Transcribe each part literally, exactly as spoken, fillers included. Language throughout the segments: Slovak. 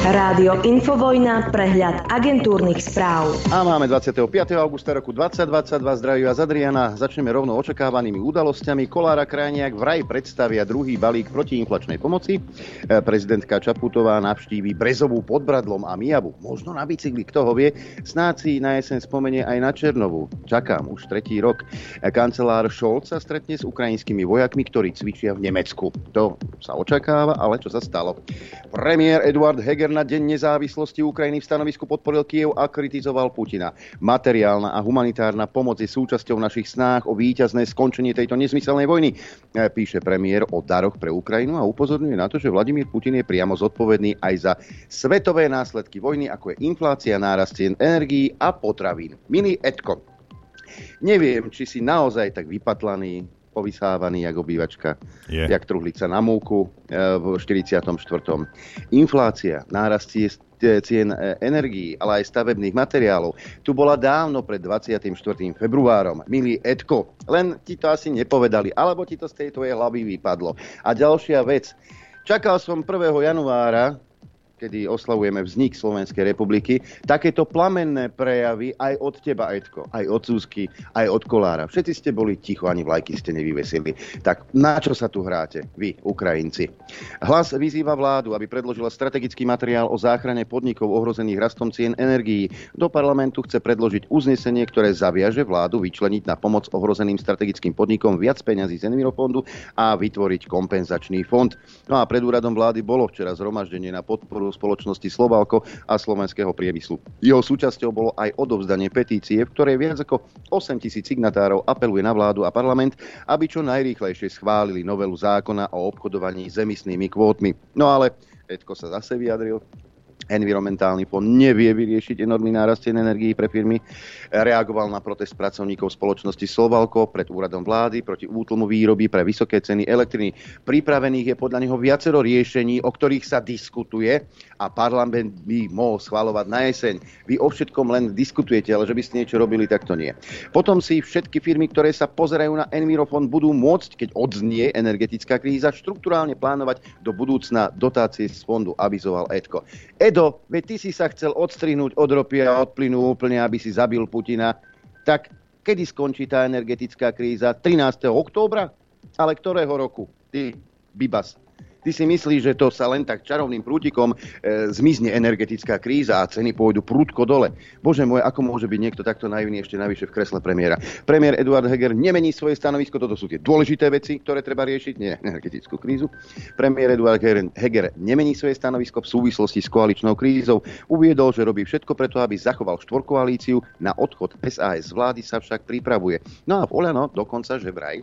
Rádio Infovojna, prehľad agentúrnych správ. A máme dvadsiateho piateho augusta roku dvedsícdvadsaťdva. Zdraví vás Adriana. Začneme rovno očakávanými udalosťami. Kolár a Krajniak vraj predstavia druhý balík protiinflačnej pomoci. Prezidentka Čaputová navštíví Brezovú pod Bradlom a Mijavu. Možno na bicykli, kto ho vie. Snáď si na jeseň spomenie aj na Černovú. Čakám už tretí rok. Kancelár Scholz sa stretne s ukrajinskými vojakmi, ktorí cvičia v Nemecku. To sa očakáva, ale čo sa stalo? Premiér Eduard Heger na Deň nezávislosti Ukrajiny v stanovisku podporil Kyjev a kritizoval Putina. Materiálna a humanitárna pomoc je súčasťou našich snách o víťazné skončenie tejto nezmyselnej vojny. Píše premiér o daroch pre Ukrajinu a upozorňuje na to, že Vladimír Putin je priamo zodpovedný aj za svetové následky vojny, ako je inflácia, nárast cien energií a potravín. Milý Edko, neviem, či si naozaj tak vypatlaný, povysávaný, jak obývačka, yeah. jak truhlica na múku v štyridsiatom štvrtom Inflácia, nárast cien energií, ale aj stavebných materiálov. Tu bola dávno pred dvadsiatym štvrtým februárom. Milý Edko, len ti to asi nepovedali, alebo ti to z tej tvojej hlavy vypadlo. A ďalšia vec. Čakal som prvého januára, kedy oslavujeme vznik Slovenskej republiky, takéto plamenné prejavy aj od teba, Edko, aj od Zuzky, aj od Kolára. Všetci ste boli ticho, ani vlajky ste nevyvesili. Tak na čo sa tu hráte, vy, Ukrajinci? Hlas vyzýva vládu, aby predložila strategický materiál o záchrane podnikov ohrozených rastom cien energií. Do parlamentu chce predložiť uznesenie, ktoré zaviaže vládu vyčleniť na pomoc ohrozeným strategickým podnikom viac peňazí z Envirofondu a vytvoriť kompenzačný fond. No a pred úradom vlády bolo včera zhromaždenie na podporu spoločnosti Slovalko a slovenského priemyslu. Jeho súčasťou bolo aj odovzdanie petície, v ktorej viac ako osem tisíc signatárov apeluje na vládu a parlament, aby čo najrýchlejšie schválili novelu zákona o obchodovaní s emisnými kvótmi. No ale Edko sa zase vyjadril. Environmentálny fond nevie vyriešiť enormný nárast cien energií pre firmy. Reagoval na protest pracovníkov spoločnosti Slovalko pred úradom vlády proti útlmu výroby pre vysoké ceny elektriny. Pripravených je podľa neho viacero riešení, o ktorých sa diskutuje a parlament by mohol schvaľovať na jeseň. Vy o všetkom len diskutujete, ale že by ste niečo robili, tak to nie. Potom si všetky firmy, ktoré sa pozerajú na Envirofond, budú môcť, keď odznie energetická kríza, štrukturálne plánovať do budúcna dotácie z fondu, avizoval Edko. Edo, veď ty si sa chcel odstrihnúť od ropy a od plynu úplne, aby si zabil Putina. Tak kedy skončí tá energetická kríza? trinásteho októbra? Ale ktorého roku? Ty, Bibas. Ty si myslíš, že to sa len tak čarovným prútikom e, zmizne energetická kríza a ceny pôjdu prúdko dole. Bože môj, ako môže byť niekto takto naivný ešte navyše v kresle premiéra? Premiér Eduard Heger nemení svoje stanovisko, toto sú tie dôležité veci, ktoré treba riešiť, nie energetickú krízu. Premiér Eduard Heger nemení svoje stanovisko v súvislosti s koaličnou krízou. Uviedol, že robí všetko preto, aby zachoval štvorkoalíciu. Na odchod es a es z vlády sa však pripravuje. No a v Oľano dokonca, že vraj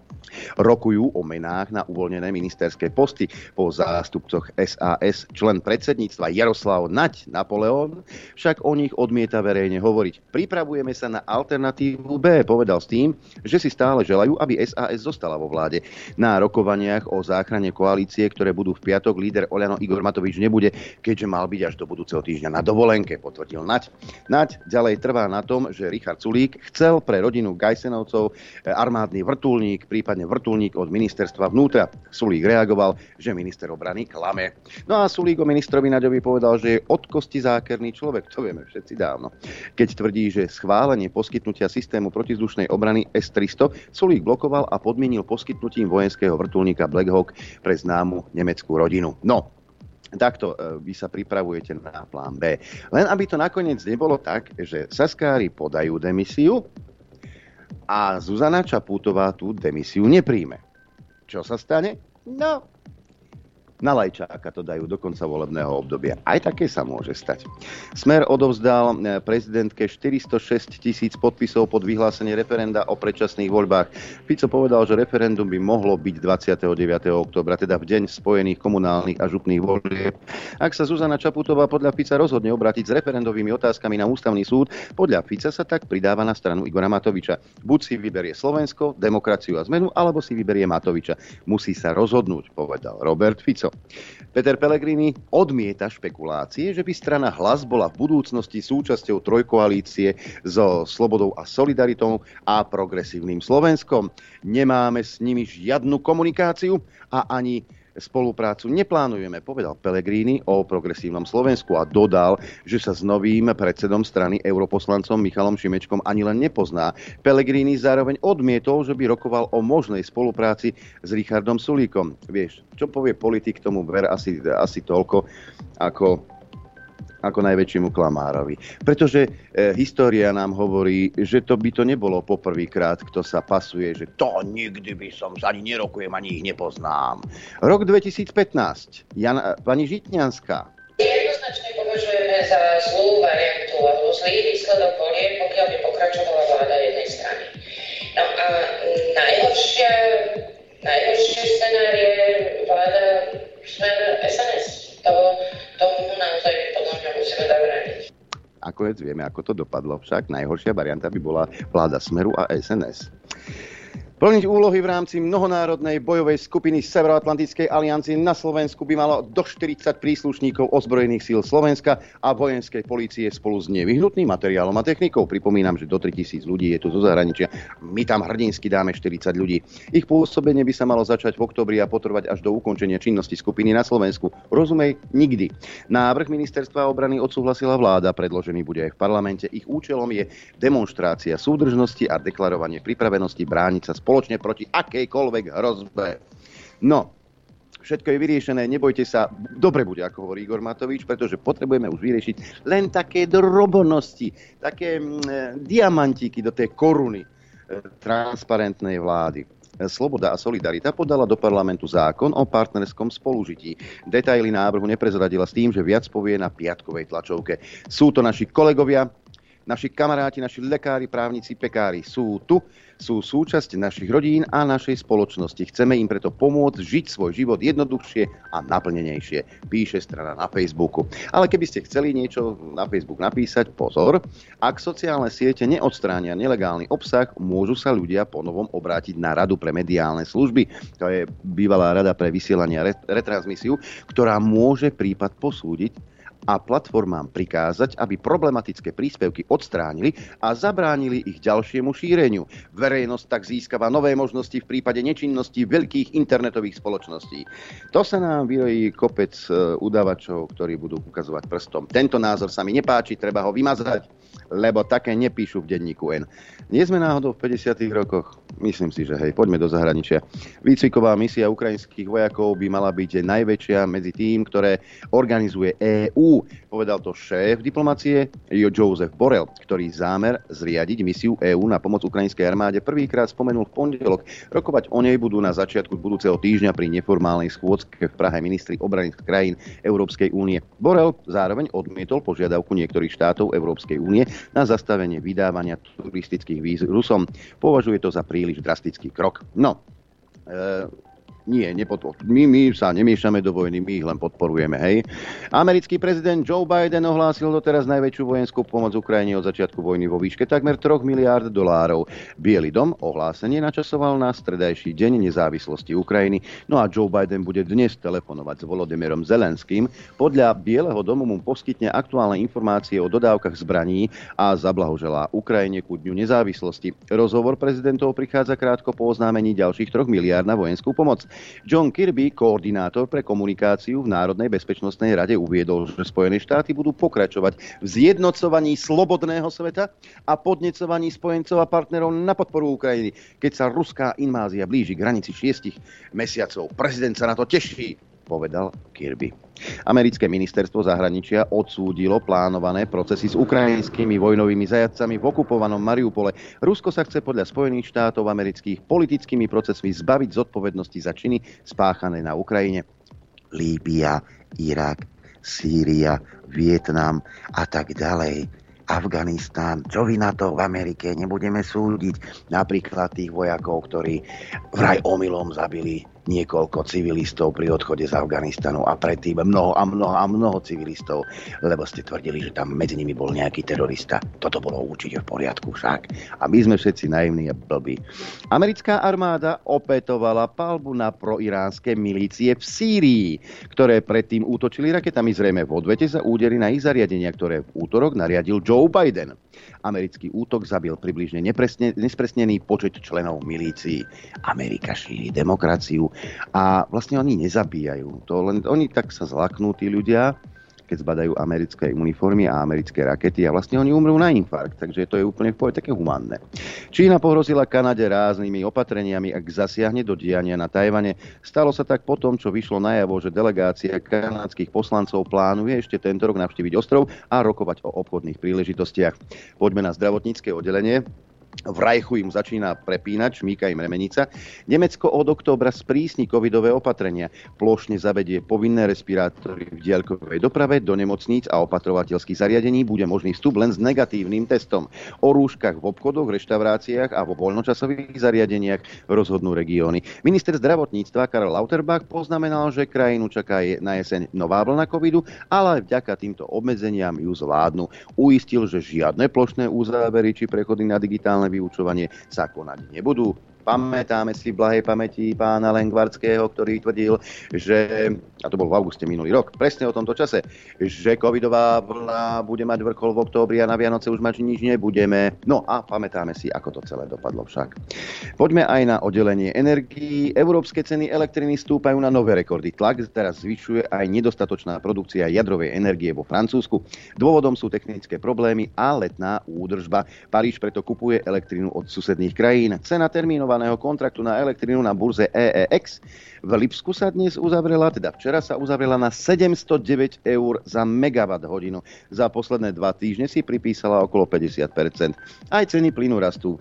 rokujú o menách na uvoľnené ministerské posty. Po zástupcoch es a es člen predsedníctva Jaroslav Naď Napoleon však o nich odmieta verejne hovoriť. Pripravujeme sa na alternatívu B, povedal s tým, že si stále želajú, aby es a es zostala vo vláde. Na rokovaniach o záchrane koalície, ktoré budú v piatok, líder Oľano Igor Matovič nebude, keďže mal byť až do budúceho týždňa na dovolenke, potvrdil Naď. Naď ďalej trvá na tom, že Richard Sulík chcel pre rodinu Gajsenovcov armádny vrtuľník, prípadne vrtuľník od ministerstva vnútra. Sulík reagoval, že minister obrany klame. No a Sulík o ministrovi Naďovi povedal, že je od kosti zákerný človek. To vieme všetci dávno. Keď tvrdí, že schválenie poskytnutia systému protizdušnej obrany es tristo Sulík blokoval a podmienil poskytnutím vojenského vrtuľníka Black Hawk pre známu nemeckú rodinu. No, takto vy sa pripravujete na plán B. Len aby to nakoniec nebolo tak, že Saskári podajú demisiu a Zuzana Čaputová tú demisiu nepríjme. Čo sa stane? No, na Lajčáka to dajú do konca volebného obdobia. Aj také sa môže stať. Smer odovzdal prezidentke štyristošesť tisíc podpisov pod vyhlásenie referenda o predčasných voľbách. Fico povedal, že referendum by mohlo byť dvadsiateho deviateho októbra, teda v deň spojených komunálnych a župných volieb. Ak sa Zuzana Čaputová podľa Fica rozhodne obrátiť s referendovými otázkami na ústavný súd, podľa Fica sa tak pridáva na stranu Igora Matoviča. Buď si vyberie Slovensko, demokraciu a zmenu, alebo si vyberie Matoviča. Musí sa rozhodnúť, povedal Robert Fico. Peter Pellegrini odmieta špekulácie, že by strana Hlas bola v budúcnosti súčasťou trojkoalície so Slobodou a Solidaritou a Progresívnym Slovenskom. Nemáme s nimi žiadnu komunikáciu a ani spoluprácu neplánujeme, povedal Pellegrini o progresívnom Slovensku a dodal, že sa s novým predsedom strany europoslancom Michalom Šimečkom ani len nepozná. Pellegrini zároveň odmietol, že by rokoval o možnej spolupráci s Richardom Sulíkom. Vieš, čo povie politik, tomu ver asi, asi toľko ako... ako najväčšiemu klamárovi. Pretože e, história nám hovorí, že to by to nebolo poprvýkrát, kto sa pasuje, že to nikdy by som sa ani nerokujem, ani ich nepoznám. Rok dvetisícpätnásť. Jana, pani Žitňanská. Jednoznačne považujeme za zlú variantu alebo zlý výsledok volieb, pokiaľ by pokračovala vláda jednej strany. No a najhoršia, najhoršie scenár je vláda Smer es en es. To, tomu naozaj podľa mňa musíme zabrániť. Nakoniec vieme, ako to dopadlo. Však najhoršia varianta by bola vláda Smeru a es en es. Plniť úlohy v rámci mnohonárodnej bojovej skupiny Severoatlantickej aliancie na Slovensku by malo do štyridsať príslušníkov ozbrojených síl Slovenska a vojenskej polície spolu s nevyhnutným materiálom a technikou. Pripomínam, že do tritisíc ľudí je tu zo zahraničia. My tam hrdinsky dáme štyridsať ľudí. Ich pôsobenie by sa malo začať v októbri a potrvať až do ukončenia činnosti skupiny na Slovensku. Rozumej, nikdy. Návrh ministerstva obrany odsúhlasila vláda, predložený bude aj v parlamente. Ich účelom je demonštrácia súdržnosti a deklarovanie pripravenosti brániť sa spoločne proti akejkoľvek hrozbe. No, všetko je vyriešené, nebojte sa, dobre bude, ako hovorí Igor Matovič, pretože potrebujeme už vyriešiť len také drobnosti, také mm, diamantíky do tej koruny e, transparentnej vlády. Sloboda a Solidarita podala do parlamentu zákon o partnerskom spolužití. Detaily návrhu neprezradila s tým, že viac povie na piatkovej tlačovke. Sú to naši kolegovia, naši kamaráti, naši lekári, právnici, pekári. Sú tu, sú súčasť našich rodín a našej spoločnosti. Chceme im preto pomôcť žiť svoj život jednoduchšie a naplnenejšie, píše strana na Facebooku. Ale keby ste chceli niečo na Facebook napísať, pozor, ak sociálne siete neodstránia nelegálny obsah, môžu sa ľudia ponovom obrátiť na Radu pre mediálne služby. To je bývalá rada pre vysielanie a retransmisiu, ktorá môže prípad posúdiť a platformám prikázať, aby problematické príspevky odstránili a zabránili ich ďalšiemu šíreniu. Verejnosť tak získava nové možnosti v prípade nečinnosti veľkých internetových spoločností. To sa nám vyrojí kopec udavačov, ktorí budú ukazovať prstom. Tento názor sa mi nepáči, treba ho vymazať, lebo také nepíšu v denníku N. Nie sme náhodou v päťdesiatych rokoch? Myslím si, že hej, poďme do zahraničia. Výcviková misia ukrajinských vojakov by mala byť najväčšia medzi tým, ktoré organizuje EÚ. Povedal to šéf diplomacie Joseph Borrell, ktorý zámer zriadiť misiu EÚ na pomoc ukrajinskej armáde prvýkrát spomenul v pondelok. Rokovať o nej budú na začiatku budúceho týždňa pri neformálnej schôdzke v Prahe ministri obrany krajín Európskej únie. Borrell zároveň odmietol požiadavku niektorých štátov Európskej únie na zastavenie vydávania turistických víz Rusom. Považuje to za príliš drastický krok. No, e- Nie, nepodpor- my, my sa nemiešame do vojny, my ich len podporujeme, hej. Americký prezident Joe Biden ohlásil doteraz najväčšiu vojenskú pomoc Ukrajine od začiatku vojny vo výške takmer tri miliárd dolárov. Biely dom ohlásenie načasoval na stredajší deň nezávislosti Ukrajiny, no a Joe Biden bude dnes telefonovať s Volodymyrom Zelenským. Podľa Bieleho domu mu poskytne aktuálne informácie o dodávkach zbraní a zablahoželá Ukrajine ku dňu nezávislosti. Rozhovor prezidentov prichádza krátko po oznámení ďalších troch miliárd na vojenskú pomoc. John Kirby, koordinátor pre komunikáciu v Národnej bezpečnostnej rade, uviedol, že Spojené štáty budú pokračovať v zjednocovaní slobodného sveta a podnecovaní spojencov a partnerov na podporu Ukrajiny, keď sa ruská invázia blíži k hranici šiestich mesiacov. Prezident sa na to teší, povedal Kirby. Americké ministerstvo zahraničia odsúdilo plánované procesy s ukrajinskými vojnovými zajatcami v okupovanom Mariupole. Rusko sa chce podľa Spojených štátov amerických politickými procesmi zbaviť zodpovednosti za činy spáchané na Ukrajine. Líbia, Irak, Sýria, Vietnam a tak ďalej. Afganistán, čo vy na to v Amerike nebudeme súdiť? Napríklad tých vojakov, ktorí vraj omylom zabili niekoľko civilistov pri odchode z Afganistanu a predtým mnoho a mnoho a mnoho civilistov, lebo ste tvrdili, že tam medzi nimi bol nejaký terorista. Toto bolo určite v poriadku však. A my sme všetci naivní a blbí. Americká armáda opätovala palbu na proiránske milície v Sýrii, ktoré predtým útočili raketami zrejme v odvete za údery na ich zariadenia, ktoré v útorok nariadil Joe Biden. Americký útok zabil približne nespresnený počet členov milícií. Amerika šíri demokraciu A vlastne oni nezabíjajú. To len, oni tak sa zlaknú, tí ľudia, keď zbadajú americké uniformy a americké rakety a vlastne oni umrú na infarkt, takže to je úplne v pohode také humánne. Čína pohrozila Kanade ráznými opatreniami, ak zasiahne do diania na Tajvane. Stalo sa tak potom, čo vyšlo najavo, že delegácia kanadských poslancov plánuje ešte tento rok navštíviť ostrov a rokovať o obchodných príležitostiach. Poďme na zdravotnícke oddelenie. V Rajchu im začína prepínať, šmíka im remenica. Nemecko od októbra sprísni covidové opatrenia. Plošne zavedie povinné respirátory v diaľkovej doprave, do nemocníc a opatrovateľských zariadení bude možný vstup len s negatívnym testom. O rúškach v obchodoch, reštauráciách a vo voľnočasových zariadeniach rozhodnú regióny. Minister zdravotníctva Karl Lauterbach poznamenal, že krajinu čaká na jeseň nová vlna covidu, ale aj vďaka týmto obmedzeniam ju zvládnu. Uistil, že žiadne plošné uzávery či prechody na digitálne vyučovanie sa konať nebudú. Pamätáme si v blahej pamäti pána Lengvarského, ktorý tvrdil, že, a to bol v auguste minulý rok, presne o tomto čase, že covidová vlna bude mať vrchol v októbri a na Vianoce už mať nič nebudeme. No a pamätáme si, ako to celé dopadlo však. Poďme aj na oddelenie energií. Európske ceny elektriny stúpajú na nové rekordy. Tlak teraz zvyšuje aj nedostatočná produkcia jadrovej energie vo Francúzsku. Dôvodom sú technické problémy a letná údržba. Paríž preto kupuje elektrinu od susedných krajín. Cena termínov kontraktu na elektrinu na burze é é ex v Lipsku sa dnes uzavrela, teda včera sa uzavrela na sedemstodeväť eur za megawatt hodinu. Za posledné dva týždne si pripísala okolo päťdesiat percent. Aj ceny plynu rastú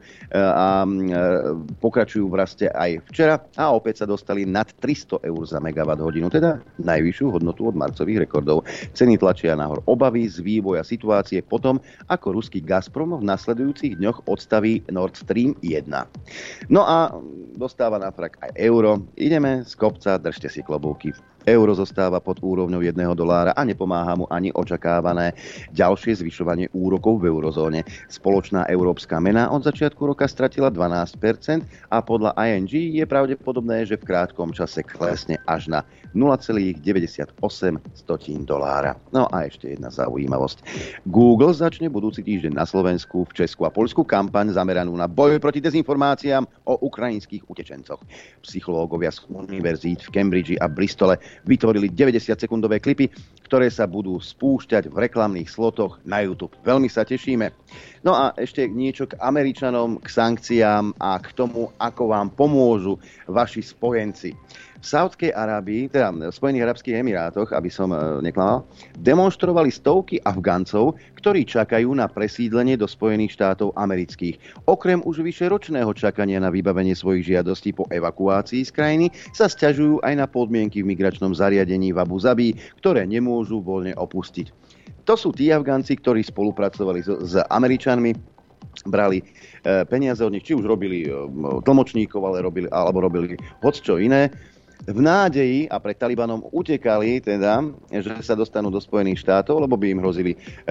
a pokračujú v raste aj včera a opäť sa dostali nad tristo eur za megawatt hodinu, teda najvyššiu hodnotu od marcových rekordov. Ceny tlačia nahor obavy z vývoja situácie potom, ako ruský Gazprom v nasledujúcich dňoch odstaví Nord Stream jeden. No a dostáva na frak aj euro. Ideme z kopca, držte si klobúky. Euro zostáva pod úrovňou jedného dolára a nepomáha mu ani očakávané ďalšie zvyšovanie úrokov v eurozóne. Spoločná európska mena od začiatku roka stratila dvanásť percent a podľa í en gé je pravdepodobné, že v krátkom čase klesne až na nula celá deväťdesiatosem dolára. No a ešte jedna zaujímavosť. Google začne budúci týždeň na Slovensku, v Česku a Poľsku kampaň zameranú na boj proti dezinformáciám o ukrajinských utečencoch. Psychológovia z univerzít v Cambridge a Bristole vytvorili deväťdesiatsekundové klipy, ktoré sa budú spúšťať v reklamných slotoch na YouTube. Veľmi sa tešíme. No a ešte niečo k Američanom, k sankciám a k tomu, ako vám pomôžu vaši spojenci. V Saúdskej Arábii, teda v Spojených arabských emirátoch, aby som neklamal, demonštrovali stovky Afgáncov, ktorí čakajú na presídlenie do Spojených štátov amerických. Okrem už vyše ročného čakania na vybavenie svojich žiadostí po evakuácii z krajiny sa sťažujú aj na podmienky v migračnom zariadení v Abu Zabi, ktoré nemôžu voľne opustiť. To sú tí Afgánci, ktorí spolupracovali s, s Američanmi, brali e, peniaze od nich, či už robili e, tlmočníkov, ale robili, alebo robili hocčo iné. V nádeji a pred Talibanom utekali teda, že sa dostanú do Spojených štátov, lebo by im hrozili, e,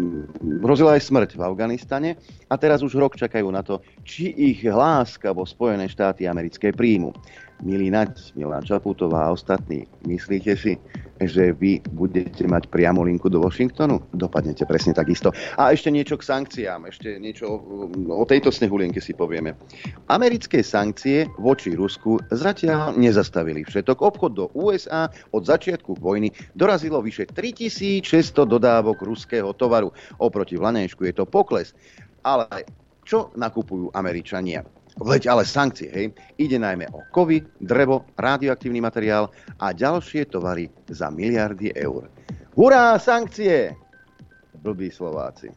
hrozila aj smrť v Afganistane a teraz už rok čakajú na to, či ich láska vo Spojené štáty americké príjmu. Milí Naď, milá Čaputová a ostatní, myslíte si, že vy budete mať priamu linku do Washingtonu? Dopadnete presne takisto. A ešte niečo k sankciám, ešte niečo o tejto snehulienke si povieme. Americké sankcie voči Rusku zatiaľ nezastavili všetok. Obchod do ú es á od začiatku vojny dorazilo vyše tritisícšesťsto dodávok ruského tovaru. Oproti vlaňajšku je to pokles. Ale čo nakupujú Američania? Veď ale sankcie, hej, ide najmä o kovy, drevo, radioaktívny materiál a ďalšie tovary za miliardy eur. Hurá, sankcie! Blbí Slováci.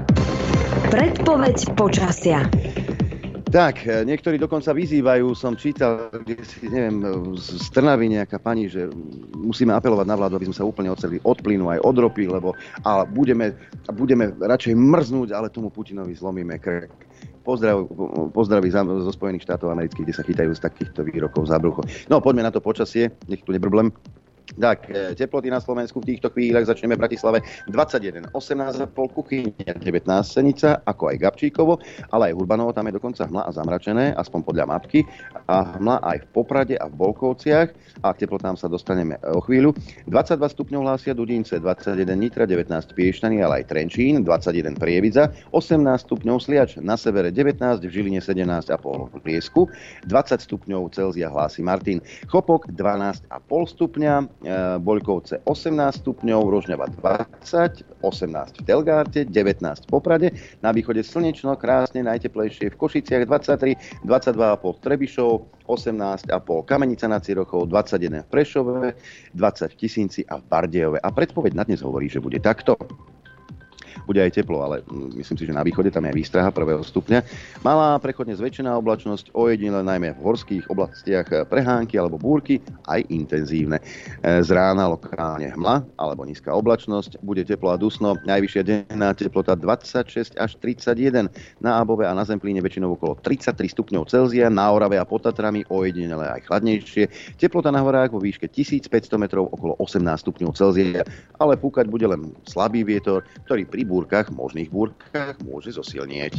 Predpoveď počasia. Tak, niektorí dokonca vyzývajú, som čítal, kde si, neviem, z Trnavy nejaká pani, že musíme apelovať na vládu, aby sme sa úplne odcelili od plynu aj od ropy, lebo ale budeme, budeme radšej mrznúť, ale tomu Putinovi zlomíme krk. Pozdrav, pozdraví zo Spojených štátov amerických, kde sa chytajú z takýchto výrokov za brucho. No, poďme na to počasie, nech tu neproblém. Tak, teploty na Slovensku v týchto chvíľach začneme v Bratislave dvadsaťjeden, osemnásť a pol Kuchyňa, devätnásť Senica, ako aj Gabčíkovo, ale aj Urbanovo, tam je dokonca hmla a zamračené, aspoň podľa mapky, a hmla aj v Poprade a v Bolkovciach, a k teplotám sa dostaneme o chvíľu. dvadsaťdva stupňov hlásia Dudince, dvadsaťjeden Nitra, devätnásť Piešťany, ale aj Trenčín, dvadsaťjeden Prievidza, osemnásť stupňov Sliač, na severe devätnásť, v Žiline sedemnásť a pol Priesku, dvadsať stupňov Celzia hlási Martin, Chopok dvanásť a pol stupňa, Boľkovce osemnásť stupňov, Rožňava dvadsať, osemnásť v Telgárte, devätnásť v Poprade, na východe slnečno, krásne, najteplejšie v Košiciach dvadsaťtri, dvadsaťdva a pol Trebišov, osemnásť a pol Kamenica nad Cirochou, dvadsaťjeden v Prešove, dvadsať v Tisínci a v Bardejove. A predpoveď na dnes hovorí, že bude takto. Bude aj teplo, ale myslím si, že na východe tam je výstraha prvého stupňa. Malá, prechodne zväčšená oblačnosť, ojedinele najmä v horských oblastiach prehánky alebo búrky, aj intenzívne. Z rána lokálne hmla alebo nízka oblačnosť, bude teplo a dusno, najvyššia denná teplota dvadsaťšesť až tridsaťjeden, na Ábove a na Zemplíne väčšinou okolo tridsaťtri stupňov Celzia, na Orave a pod Tatrami ojedinele aj chladnejšie. Teplota na horách vo výške tisícpäťsto metrov okolo osemnásť stupňov Celzia, ale fúkať bude len slabý vietor, ktorý pri búrkach, možných búrkach môže zosilnieť.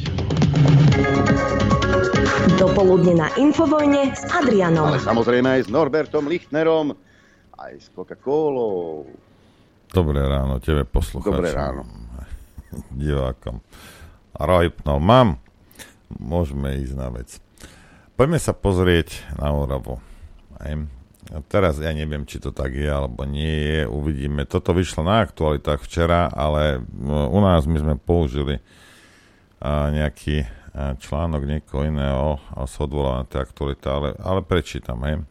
Dopoludne na Infovojne s Adrianom. Ale samozrejme aj s Norbertom Lichtnerom, aj s Coca-Colou. Dobré ráno, tebe poslucháčom. Dobré ráno. Divákom. Rojpnol mám. Môžeme ísť na vec. Poďme sa pozrieť na Oravu. Aj. A teraz ja neviem, či to tak je, alebo nie je. Uvidíme. Toto vyšlo na aktualitách včera, ale u nás my sme použili a, nejaký a, článok niekoho iného a sa odvolal na tie aktuality, ale, ale prečítam. Hej.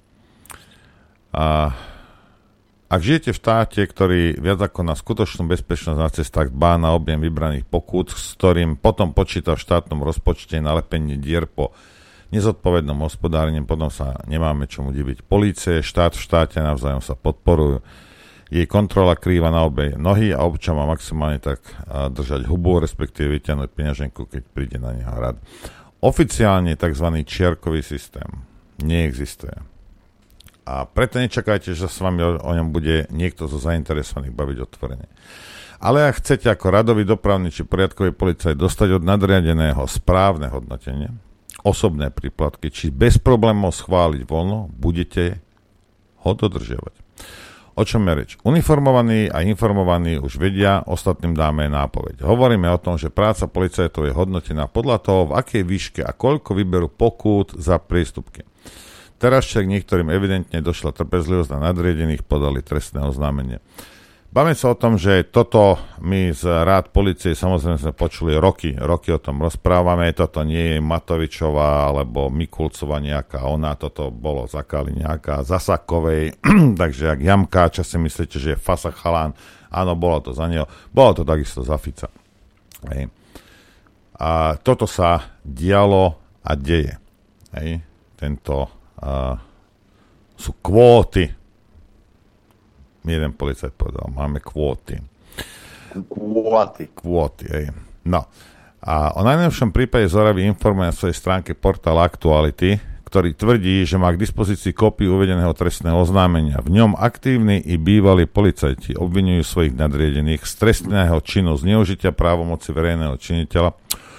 A ak žijete v štáte, ktorý viac ako na skutočnú bezpečnosť na cestách dbá na objem vybraných pokút, s ktorým potom počíta v štátnom rozpočte nalepenie dier po nezodpovednom hospodárení, potom sa nemáme čomu diviť. Polície, štát v štáte navzájom sa podporujú. Jej kontrola krýva na obe nohy a občan má maximálne tak držať hubu, respektíve vyťahnuť peňaženku, keď príde na neho rad. Oficiálne tzv. Čiarkový systém neexistuje. A preto nečakajte, že s vami o, o ňom bude niekto zo zainteresovaných baviť otvorene. Ale ak chcete ako radový dopravný či poriadkový policajt dostať od nadriadeného správne hodnotenie, osobné príplatky, či bez problémov schváliť voľno, budete ho dodržiavať. O čom je reč? Uniformovaní a informovaní už vedia, ostatným dáme nápoveď. Hovoríme o tom, že práca policajtov je hodnotená podľa toho, v akej výške a koľko vyberú pokút za priestupky. Teraz však niektorým evidentne došla trpezlivosť na nadriedených, podali trestné oznámenie. Bavíme sa o tom, že toto my z rád polície samozrejme sme počuli roky, roky o tom rozprávame, toto nie je Matovičová alebo Mikulcová nejaká, ona, toto bolo za Kaliňáka, za Sakovej, takže ak Jamkáča si myslíte, že je Fasa chalán, áno, bolo to za neho, bolo to takisto za Fica. Hej. A toto sa dialo a deje. Hej. Tento uh, sú kvóty. Jeden policajt povedal, máme kvóty. Kvóty. Kvóty, hej. No. A o najnovšom prípade z Oravy informuje na svojej stránke portál Aktuality, ktorý tvrdí, že má k dispozícii kópiu uvedeného trestného oznámenia. V ňom aktívni i bývalí policajti obviňujú svojich nadriedených z trestného činu zneužitia právomoci verejného činiteľa.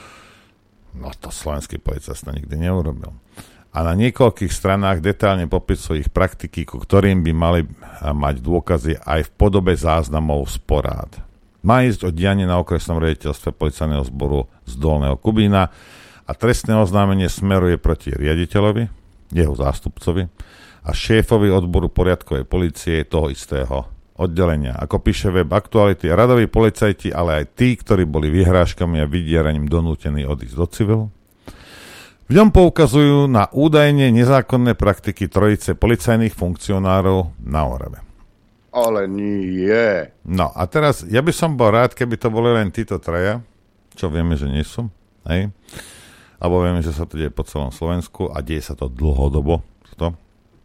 No to slovenský policajt to nikdy neurobil. A na niekoľkých stranách detailne popisujú ich praktiky, ku ktorým by mali mať dôkazy aj v podobe záznamov z porád. Má ísť o dianie na okresnom riaditeľstve policajného zboru z Dolného Kubína a trestné oznámenie smeruje proti riaditeľovi, jeho zástupcovi a šéfovi odboru poriadkovej polície toho istého oddelenia. Ako píše web Aktuality, radoví policajti, ale aj tí, ktorí boli vyhrážkami a vydieraním donútení odísť do civilu, v ňom poukazujú na údajne nezákonné praktiky trojice policajných funkcionárov na Orave. Ale nie. No a teraz, ja by som bol rád, keby to boli len títo traja, čo vieme, že nie sú, hej? Alebo vieme, že sa to deje po celom Slovensku a deje sa to dlhodobo. To.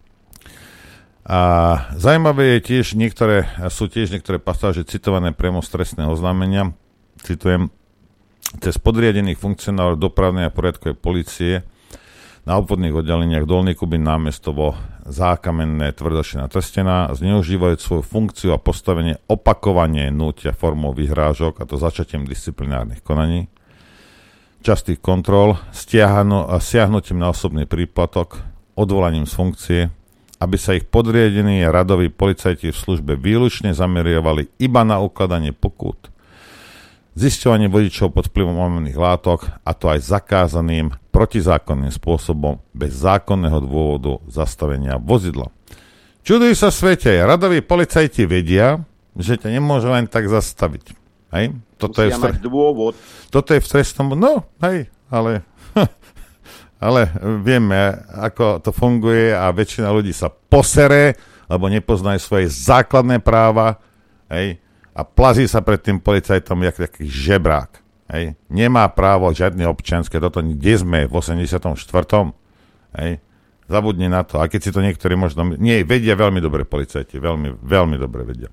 A zaujímavé je tiež, niektoré, sú tiež niektoré pasáže citované priamo z trestného oznámenia. Citujem, cez podriadených funkcionárov dopravnej a poriadkovej polície na obvodných oddeleniach Dolný Kubín, Námestovo, zákamenné tvrdošina trstená, zneužívajú svoju funkciu a postavenie opakovane nútia formou vyhrážok, a to začatím disciplinárnych konaní, častých kontrol, stiahnutím na osobný príplatok, odvolaním z funkcie, aby sa ich podriadení radoví policajti v službe výlučne zameriavali iba na ukladanie pokút, zisťovanie vodičov pod vplyvom omamných látok, a to aj zakázaným protizákonným spôsobom bez zákonného dôvodu zastavenia vozidla. Čuduj sa svete, radoví policajti vedia, že ťa nemôže len tak zastaviť. Hej? Toto je v stre... dôvod. Toto je v trestnom... No, hej, ale... ale vieme, ako to funguje a väčšina ľudí sa posere, lebo nepoznajú svoje základné práva, hej, a plazí sa pred tým policajtom jak taký žebrák. Hej. Nemá právo žiadne občianske, toto kde sme v osemdesiatom štvrtom Hej. Zabudni na to. A keď si to niektorí možno... Nie, vedia veľmi dobre policajti, veľmi, veľmi dobre vedia.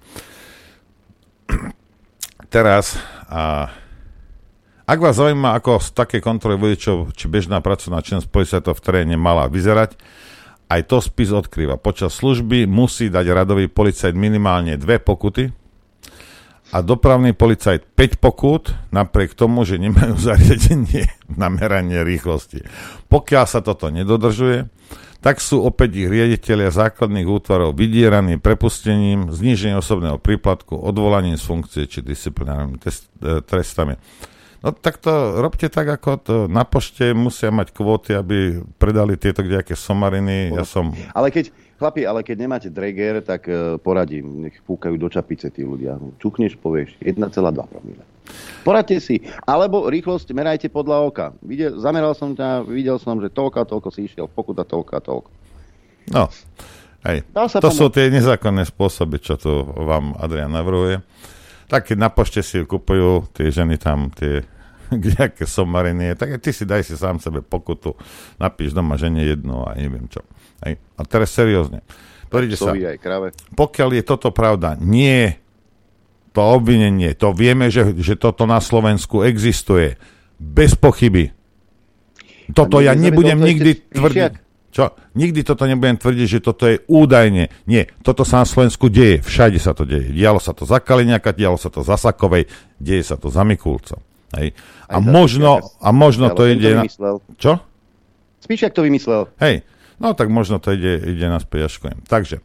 Teraz, a, ak vás zaujíma, ako z také kontroly vodičov, či bežná pracovná činnosť policajtov v teréne mala vyzerať, aj to spis odkrýva. Počas služby musí dať radový policajt minimálne dve pokuty a dopravný policajt päť pokút, napriek tomu, že nemajú zariadenie na meranie rýchlosti. Pokiaľ sa toto nedodržuje, tak sú opäť ich riaditelia základných útvarov vydieraní prepustením, znížením osobného príplatku, odvolaním z funkcie či disciplinárnymi trestami. No tak to robte tak, ako to na pošte musia mať kvóty, aby predali tieto kdejaké somariny. Ja som... Ale keď, chlapi, ale keď nemáte Dreger, tak uh, poradím, nech fúkajú do čapice tí ľudia. Čukneš, povieš jeden celá dva promile. Poradte si. Alebo rýchlosť merajte podľa oka. Videl, zameral som ťa, videl som, že toľko a toľko si išiel, pokuta toľko a toľko. No, hej. To pomôcť. Sú tie nezákonné spôsoby, čo tu vám Adrian navrhuje. Tak keď na pošte si kupujú tie ženy tam, tie kdejaké somariny, tak ty si daj si sám sebe pokutu, napíš doma žene jednu a neviem čo. Hej. A teraz seriózne. Sa, pokiaľ je toto pravda, nie to obvinenie, to vieme, že, že toto na Slovensku existuje. Bez pochyby. Toto ja nebudem nikdy tvrdiť. Čo? Nikdy toto nebudem tvrdiť, že toto je údajne. Nie, toto sa na Slovensku deje. Všade sa to deje. Dialo sa to za Kaliňaka, dialo sa to za Sakovej, deje sa to za Mikulca. Hej. A, možno, a možno to ide... Na... Čo? Spíšak to vymyslel. Hej, no tak možno to ide, ide naspäť, až kojem. Takže,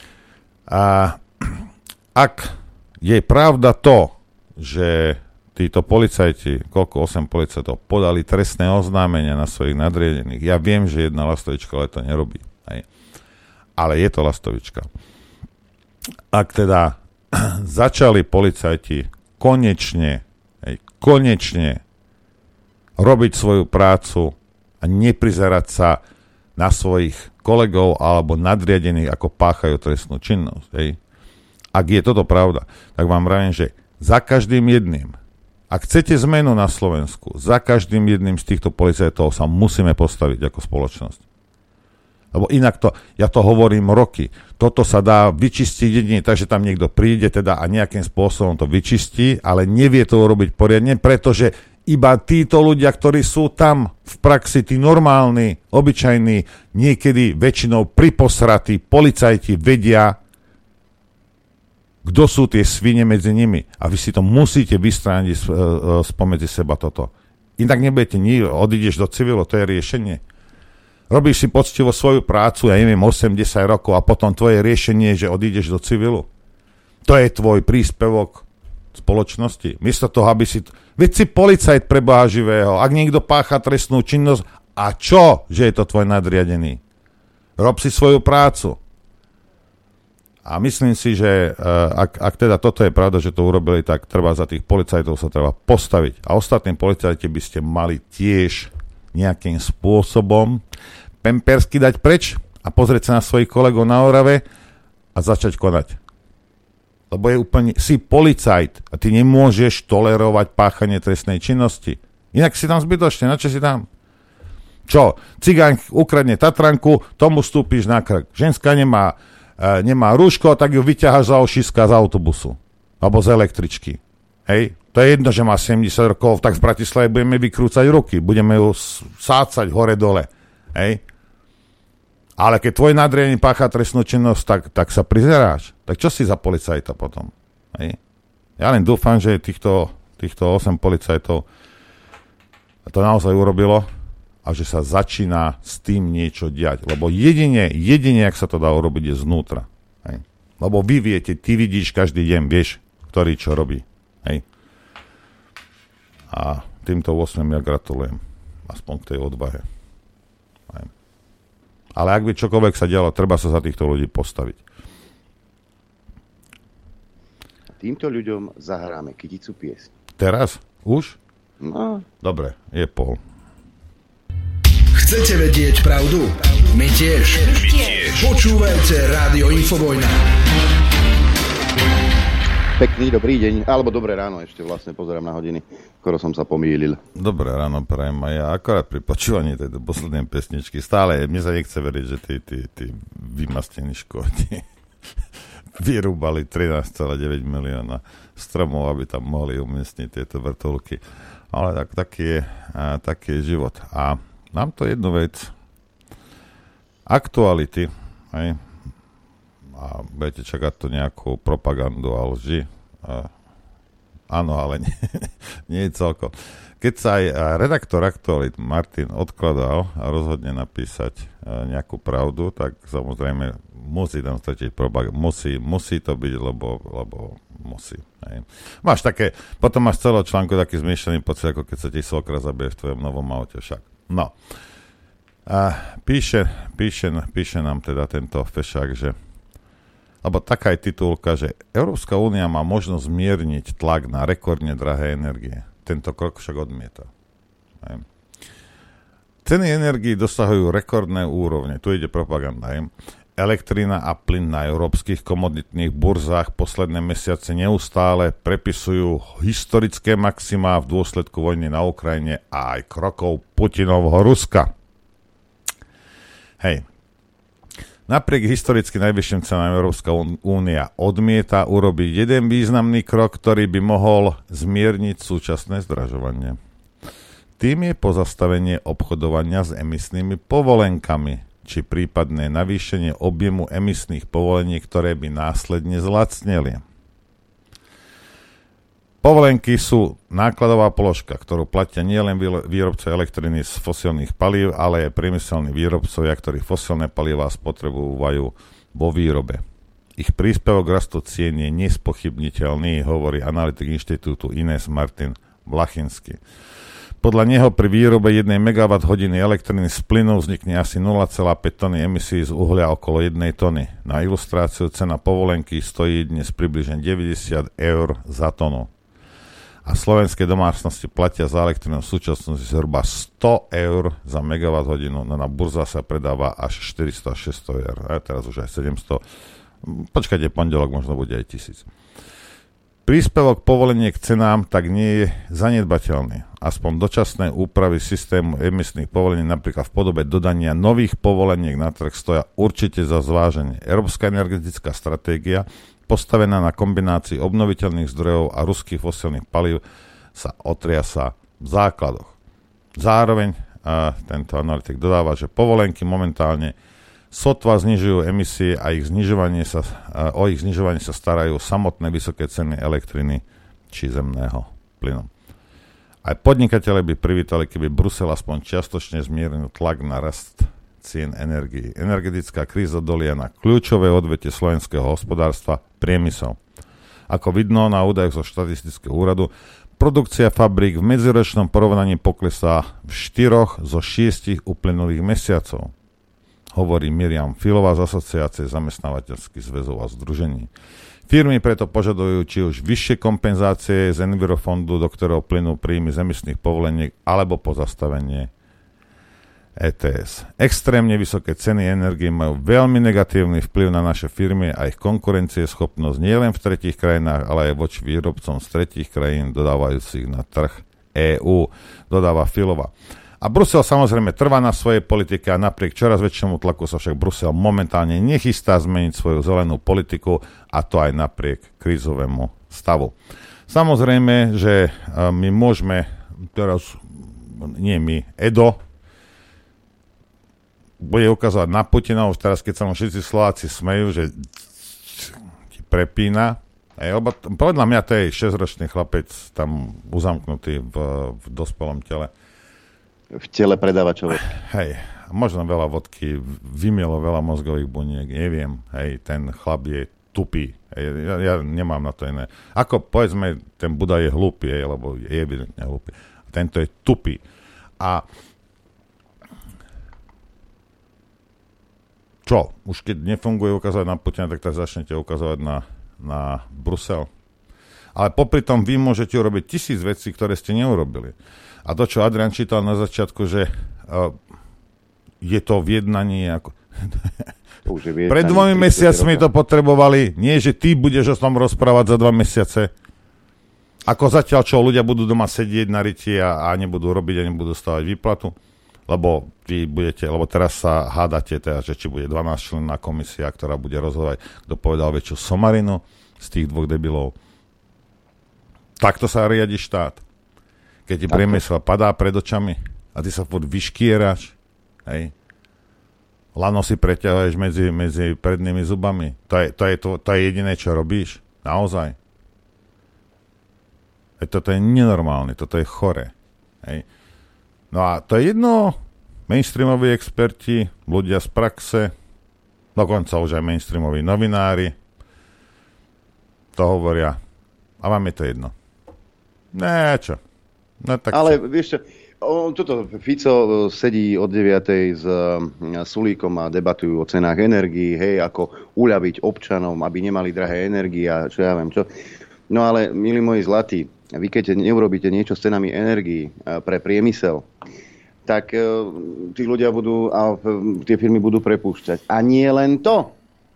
a, ak je pravda to, že títo policajti, koľko, osem policajtov, podali trestné oznámenia na svojich nadriadených, ja viem, že jedna lastovička ale to nerobí. Hej. Ale je to lastovička. Ak teda začali policajti konečne konečne robiť svoju prácu a neprizerať sa na svojich kolegov alebo nadriadených, ako páchajú trestnú činnosť. Hej. Ak je toto pravda, tak vám vravím, že za každým jedným, ak chcete zmenu na Slovensku, za každým jedným z týchto policajtov sa musíme postaviť ako spoločnosť. Lebo inak to, ja to hovorím roky, toto sa dá vyčistiť jedine, takže tam niekto príde teda a nejakým spôsobom to vyčistí, ale nevie to urobiť poriadne, pretože iba títo ľudia, ktorí sú tam v praxi, tí normálni, obyčajní, niekedy väčšinou priposratí policajti vedia, kto sú tie svine medzi nimi. A vy si to musíte vystrániť spomedzi seba toto. Inak nebudete ni, odídeš do civilu, to je riešenie. Robíš si poctivo svoju prácu, ja neviem, osem desať rokov a potom tvoje riešenie je, že odídeš do civilu. To je tvoj príspevok spoločnosti. Miesto toho, aby si... Veď si policajt pre Boha živého. Ak niekto pácha trestnú činnosť, a čo, že je to tvoj nadriadený? Rob si svoju prácu. A myslím si, že uh, ak, ak teda toto je pravda, že to urobili, tak treba za tých policajtov sa treba postaviť. A ostatní policajti by ste mali tiež nejakým spôsobom pempersky dať preč a pozrieť sa na svojich kolegov na Orave a začať konať. Lebo je úplne, si policajt a ty nemôžeš tolerovať páchanie trestnej činnosti. Inak si tam zbytočne, na čo si tam? Čo? Cigán ukradne Tatranku, tomu stúpiš na krk. Ženská nemá, e, nemá rúško, tak ju vyťaháš za ošiska z autobusu. Alebo z električky. Hej? To je jedno, že má sedemdesiat rokov, tak v Bratislave budeme vykrúcať ruky. Budeme ju sácať hore-dole. Hej? Ale keď tvoj nadriadený pácha trestnú činnosť, tak, tak sa prizeráš. Tak čo si za policajta potom? Hej? Ja len dúfam, že týchto, týchto osem policajtov to naozaj urobilo a že sa začína s tým niečo diať. Lebo jedine, jedine, ak sa to dá urobiť, je znútra. Hej? Lebo vy viete, ty vidíš každý deň, vieš, ktorý čo robí. Hej? A týmto osmem ja gratulujem. Aspoň k tej odvahe. Hej. Ale ak by čokoľvek sa dialo, treba sa za týchto ľudí postaviť. Týmto ľuďom zahráme kyticu piesň. Teraz? Už? No. Dobre, je pol. Chcete vedieť pravdu? My tiež. My tiež. Počúvajte Rádio Infovojna. Pekný dobrý deň, alebo dobré ráno, ešte vlastne pozerám na hodiny, skoro som sa pomýlil. Dobré ráno prajem a ja akorát pri počúvaní tejto poslednej pesničky stále, mne sa nechce veriť, že tí, tí, tí vymastení škódi vyrúbali trinásť celá deväť milióna stromov, aby tam mohli umiestniť tieto vrtuľky. Ale tak, taký, je, a, taký je život. A mám to jednu vec. Aktuality, hej, a budete čakať to nejakú propagandu a lži. A, áno, ale nie, nie je celkom. Keď sa aj redaktor Aktualit Martin odkladal a rozhodne napísať nejakú pravdu, tak samozrejme musí tam stretiť propagandu. Musí, musí to byť, lebo, lebo musí. Hej. Máš také, potom máš celého článku taký zmiešľaný pocit, ako keď sa ti svokra zabije v tvojom novom aute však. No. A píše, píše, píše nám teda tento fešák, že lebo taká je titulka, že Európska únia má možnosť zmierniť tlak na rekordne drahé energie. Tento krok však odmieta. Aj. Ceny energií dosahujú rekordné úrovne. Tu ide propaganda. Aj. Elektrina a plyn na európskych komoditných burzách posledné mesiace neustále prepisujú historické maximá v dôsledku vojny na Ukrajine a aj krokov Putinovho Ruska. Hej. Napriek historicky najvyšším cenám Európska únia odmieta urobiť jeden významný krok, ktorý by mohol zmierniť súčasné zdražovanie. Tým je pozastavenie obchodovania s emisnými povolenkami, či prípadné navýšenie objemu emisných povolení, ktoré by následne zlacneli. Povolenky sú nákladová položka, ktorú platia nielen výrobcovia elektriny z fosílnych palív, ale aj priemyselní výrobcovia, ktorí fosílne palivá spotrebujú vo výrobe. Ich príspevok rastu cien je nespochybniteľný, hovorí analytik inštitútu Ines Martin Vlachinský. Podľa neho pri výrobe jednej megawatt hodiny elektriny z plynu vznikne asi nula celá päť tony emisí z uhlia okolo jednej tony. Na ilustráciu cena povolenky stojí dnes približne deväťdesiat eur za tonu. A slovenské domácnosti platia za elektrinu v súčasnosti zhruba sto eur za megawatt hodinu, no na burza sa predáva až štyristo až šesťsto eur, a teraz už aj sedemsto. Počkajte, pondelok možno bude aj tisíc. Príspevok povolenie k cenám tak nie je zanedbateľný. Aspoň dočasné úpravy systému emisných povolení napríklad v podobe dodania nových povoleniek na trh stoja určite za zváženie. Európska energetická stratégia postavená na kombinácii obnoviteľných zdrojov a ruských fosilných palív sa otriasa v základoch. Zároveň a tento analytik dodáva, že povolenky momentálne sotva znižujú emisie a ich znižovanie sa, a o ich znižovanie sa starajú samotné vysoké ceny elektriny či zemného plynu. Aj podnikatelia by privítali, keby Brusel aspoň čiastočne zmiernil tlak na rast cien energií. Energetická kríza dolia na kľúčové odvetie slovenského hospodárstva priemysel. Ako vidno na údajoch zo štatistického úradu, produkcia fabrík v medziročnom porovnaní poklesá v štyroch zo šiestich uplynulých mesiacov, hovorí Miriam Filová z Asociácie zamestnávateľských zväzov a združení. Firmy preto požadujú či už vyššie kompenzácie z Envirofondu, do ktorého plynú príjmy z emisných povoleniek, alebo pozastavenie é té es. Extrémne vysoké ceny energií majú veľmi negatívny vplyv na naše firmy a ich konkurencieschopnosť nielen v tretích krajinách, ale aj voči výrobcom z tretích krajín dodávajúcich na trh é ú, dodáva Filová. A Brusel samozrejme trvá na svojej politike a napriek čoraz väčšiemu tlaku sa však Brusel momentálne nechystá zmeniť svoju zelenú politiku, a to aj napriek krízovému stavu. Samozrejme, že my môžeme teraz, nie my, Edo, bude ukazovať na Putina, už teraz, keď sa mu všetci Slováci smejú, že ti prepína. Ej, lebo podľa mňa to je šesťročný chlapec tam uzamknutý v, v dospelom tele. V tele predávačov. Hej, možno veľa vodky, vymielo veľa mozgových buniek, neviem. Hej, ten chlap je tupý. Hej, ja, ja nemám na to iné. Ako, povedzme, ten Buda je hlúpy, hej, lebo je evidentne hlúpy. Tento je tupý. A čo? Už keď nefunguje ukazovať na Putina, tak tak začnete ukazovať na na Brusel. Ale popri tom vy môžete urobiť tisíc vecí, ktoré ste neurobili. A to, čo Adrian čítal na začiatku, že uh, je to v jednaní ako... To už je v jednaní. Pred dvomi mesiacmi to potrebovali. Nie, že ty budeš o tom rozprávať za dva mesiace. Ako zatiaľ, čo ľudia budú doma sedieť na ryti a, a nebudú robiť a nebudú stávať výplatu. Lebo vy budete, lebo teraz sa hádate, teda, že či bude dvanásťčlenná komisia, ktorá bude rozhodovať, kto povedal väčšiu somarinu z tých dvoch debilov. Takto sa riadi štát. Keď ti priemysel padá pred očami a ty sa furt vyškieráš, hej, lano si preťahuješ medzi, medzi prednými zubami. To je, to, je, to, to je jediné, čo robíš. Naozaj. Hej, toto je nenormálne, toto je chore. Hej. No a to je jedno, mainstreamoví experti, ľudia z praxe, dokonca už aj mainstreamoví novinári, to hovoria. A vám je to jedno. Né, čo? No, tak Ale čo? vieš čo, on, tuto Fico sedí od deviatej s Sulíkom a debatujú o cenách energií, hej, ako uľaviť občanom, aby nemali drahé energie a čo ja viem čo. No ale, milí moji zlatí, vy keď neurobíte niečo s cenami energií pre priemysel, tak tí ľudia budú a tie firmy budú prepúšťať. A nie len to.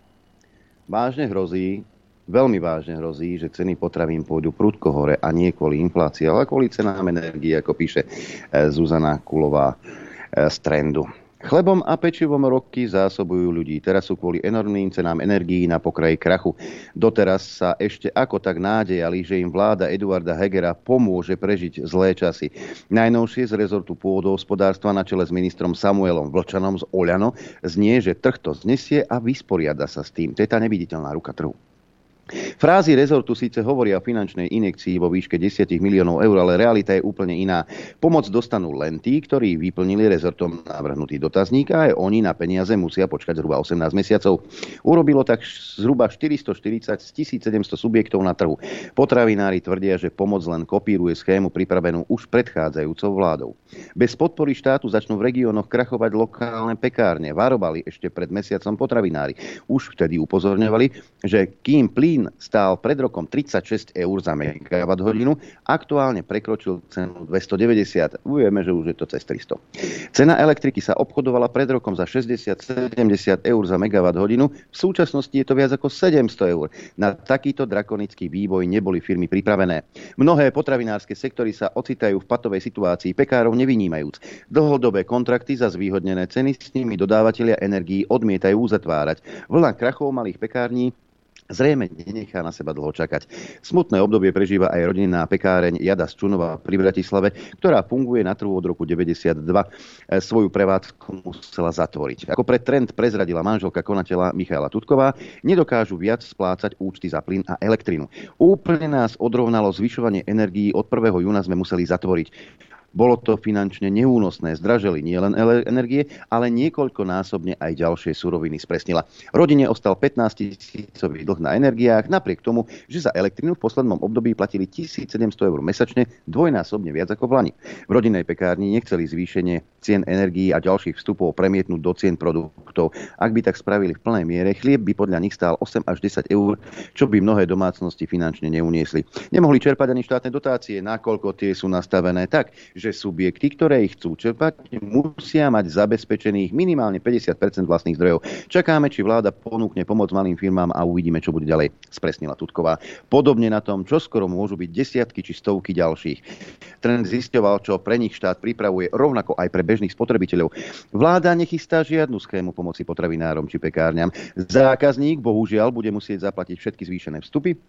Vážne hrozí, veľmi vážne hrozí, že ceny potravín pôjdu prudko hore a nie kvôli inflácii, ale kvôli cenám energií, ako píše Zuzana Kulová z Trendu. Chlebom a pečivom roky zásobujú ľudí. Teraz sú kvôli enormným cenám energií na pokraji krachu. Doteraz sa ešte ako tak nádejali, že im vláda Eduarda Hegera pomôže prežiť zlé časy. Najnovšie z rezortu pôdohospodárstva na čele s ministrom Samuelom Vlčanom z Oľano znie, že trh to znesie a vysporiada sa s tým. To je tá neviditeľná ruka trhu. Frázy rezortu síce hovoria o finančnej injekcii vo výške desať miliónov eur, ale realita je úplne iná. Pomoc dostanú len tí, ktorí vyplnili rezortom navrhnutý dotazník a aj oni na peniaze musia počkať zhruba osemnásť mesiacov. Urobilo tak zhruba štyristoštyridsať z tisícsedemsto subjektov na trhu. Potravinári tvrdia, že pomoc len kopíruje schému pripravenú už predchádzajúcou vládou. Bez podpory štátu začnú v regiónoch krachovať lokálne pekárne. Varovali ešte pred mesiacom potravinári. Už vtedy upozorňovali, že kým plyn stál pred rokom tridsaťšesť eur za megawatt hodinu, aktuálne prekročil cenu dvestodeväťdesiat. Vieme, že už je to cez tristo. Cena elektriky sa obchodovala pred rokom za šesťdesiat sedemdesiat eur za megawatt hodinu, v súčasnosti je to viac ako sedemsto eur. Na takýto drakonický vývoj neboli firmy pripravené. Mnohé potravinárske sektory sa ocitajú v patovej situácii, pekárov nevynímajúc. Dlhodobé kontrakty za zvýhodnené ceny s nimi dodávateľia energií odmietajú uzatvárať. Vlna krachov malých pekární zrejme nenechá na seba dlho čakať. Smutné obdobie prežíva aj rodinná pekáreň Jada z Čunova pri Bratislave, ktorá funguje na trhu od roku deväťdesiatdva. Svoju prevádzku musela zatvoriť. Ako pre Trend prezradila manželka konateľa Michála Tutková, nedokážu viac splácať účty za plyn a elektrinu. Úplne nás odrovnalo zvyšovanie energií, od prvého júna sme museli zatvoriť. Bolo to finančne neúnosné, zdraželi nielen energie, ale niekoľkonásobne aj ďalšie suroviny, spresnila. Rodine ostal pätnásťtisícový dlh na energiách, napriek tomu, že za elektrinu v poslednom období platili tisícsedemsto eur mesačne, dvojnásobne viac ako v lani. V rodinnej pekárni nechceli zvýšenie cien energií a ďalších vstupov premietnúť do cien produktov. Ak by tak spravili v plnej miere, chlieb by podľa nich stál osem až desať eur, čo by mnohé domácnosti finančne neuniesli. Nemohli čerpať ani štátne dotácie, nakoľko tie sú nastavené tak, že subjekty, ktoré ich chcú čerpať, musia mať zabezpečených minimálne päťdesiat percent vlastných zdrojov. Čakáme, či vláda ponúkne pomoc malým firmám a uvidíme, čo bude ďalej, spresnila Tutková. Podobne na tom, čo skoro môžu byť desiatky či stovky ďalších. Trend zisťoval, čo pre nich štát pripravuje, rovnako aj pre bežných spotrebiteľov. Vláda nechystá žiadnu schému pomoci potravinárom či pekárňam. Zákazník bohužiaľ bude musieť zaplatiť všetky zvýšené vstupy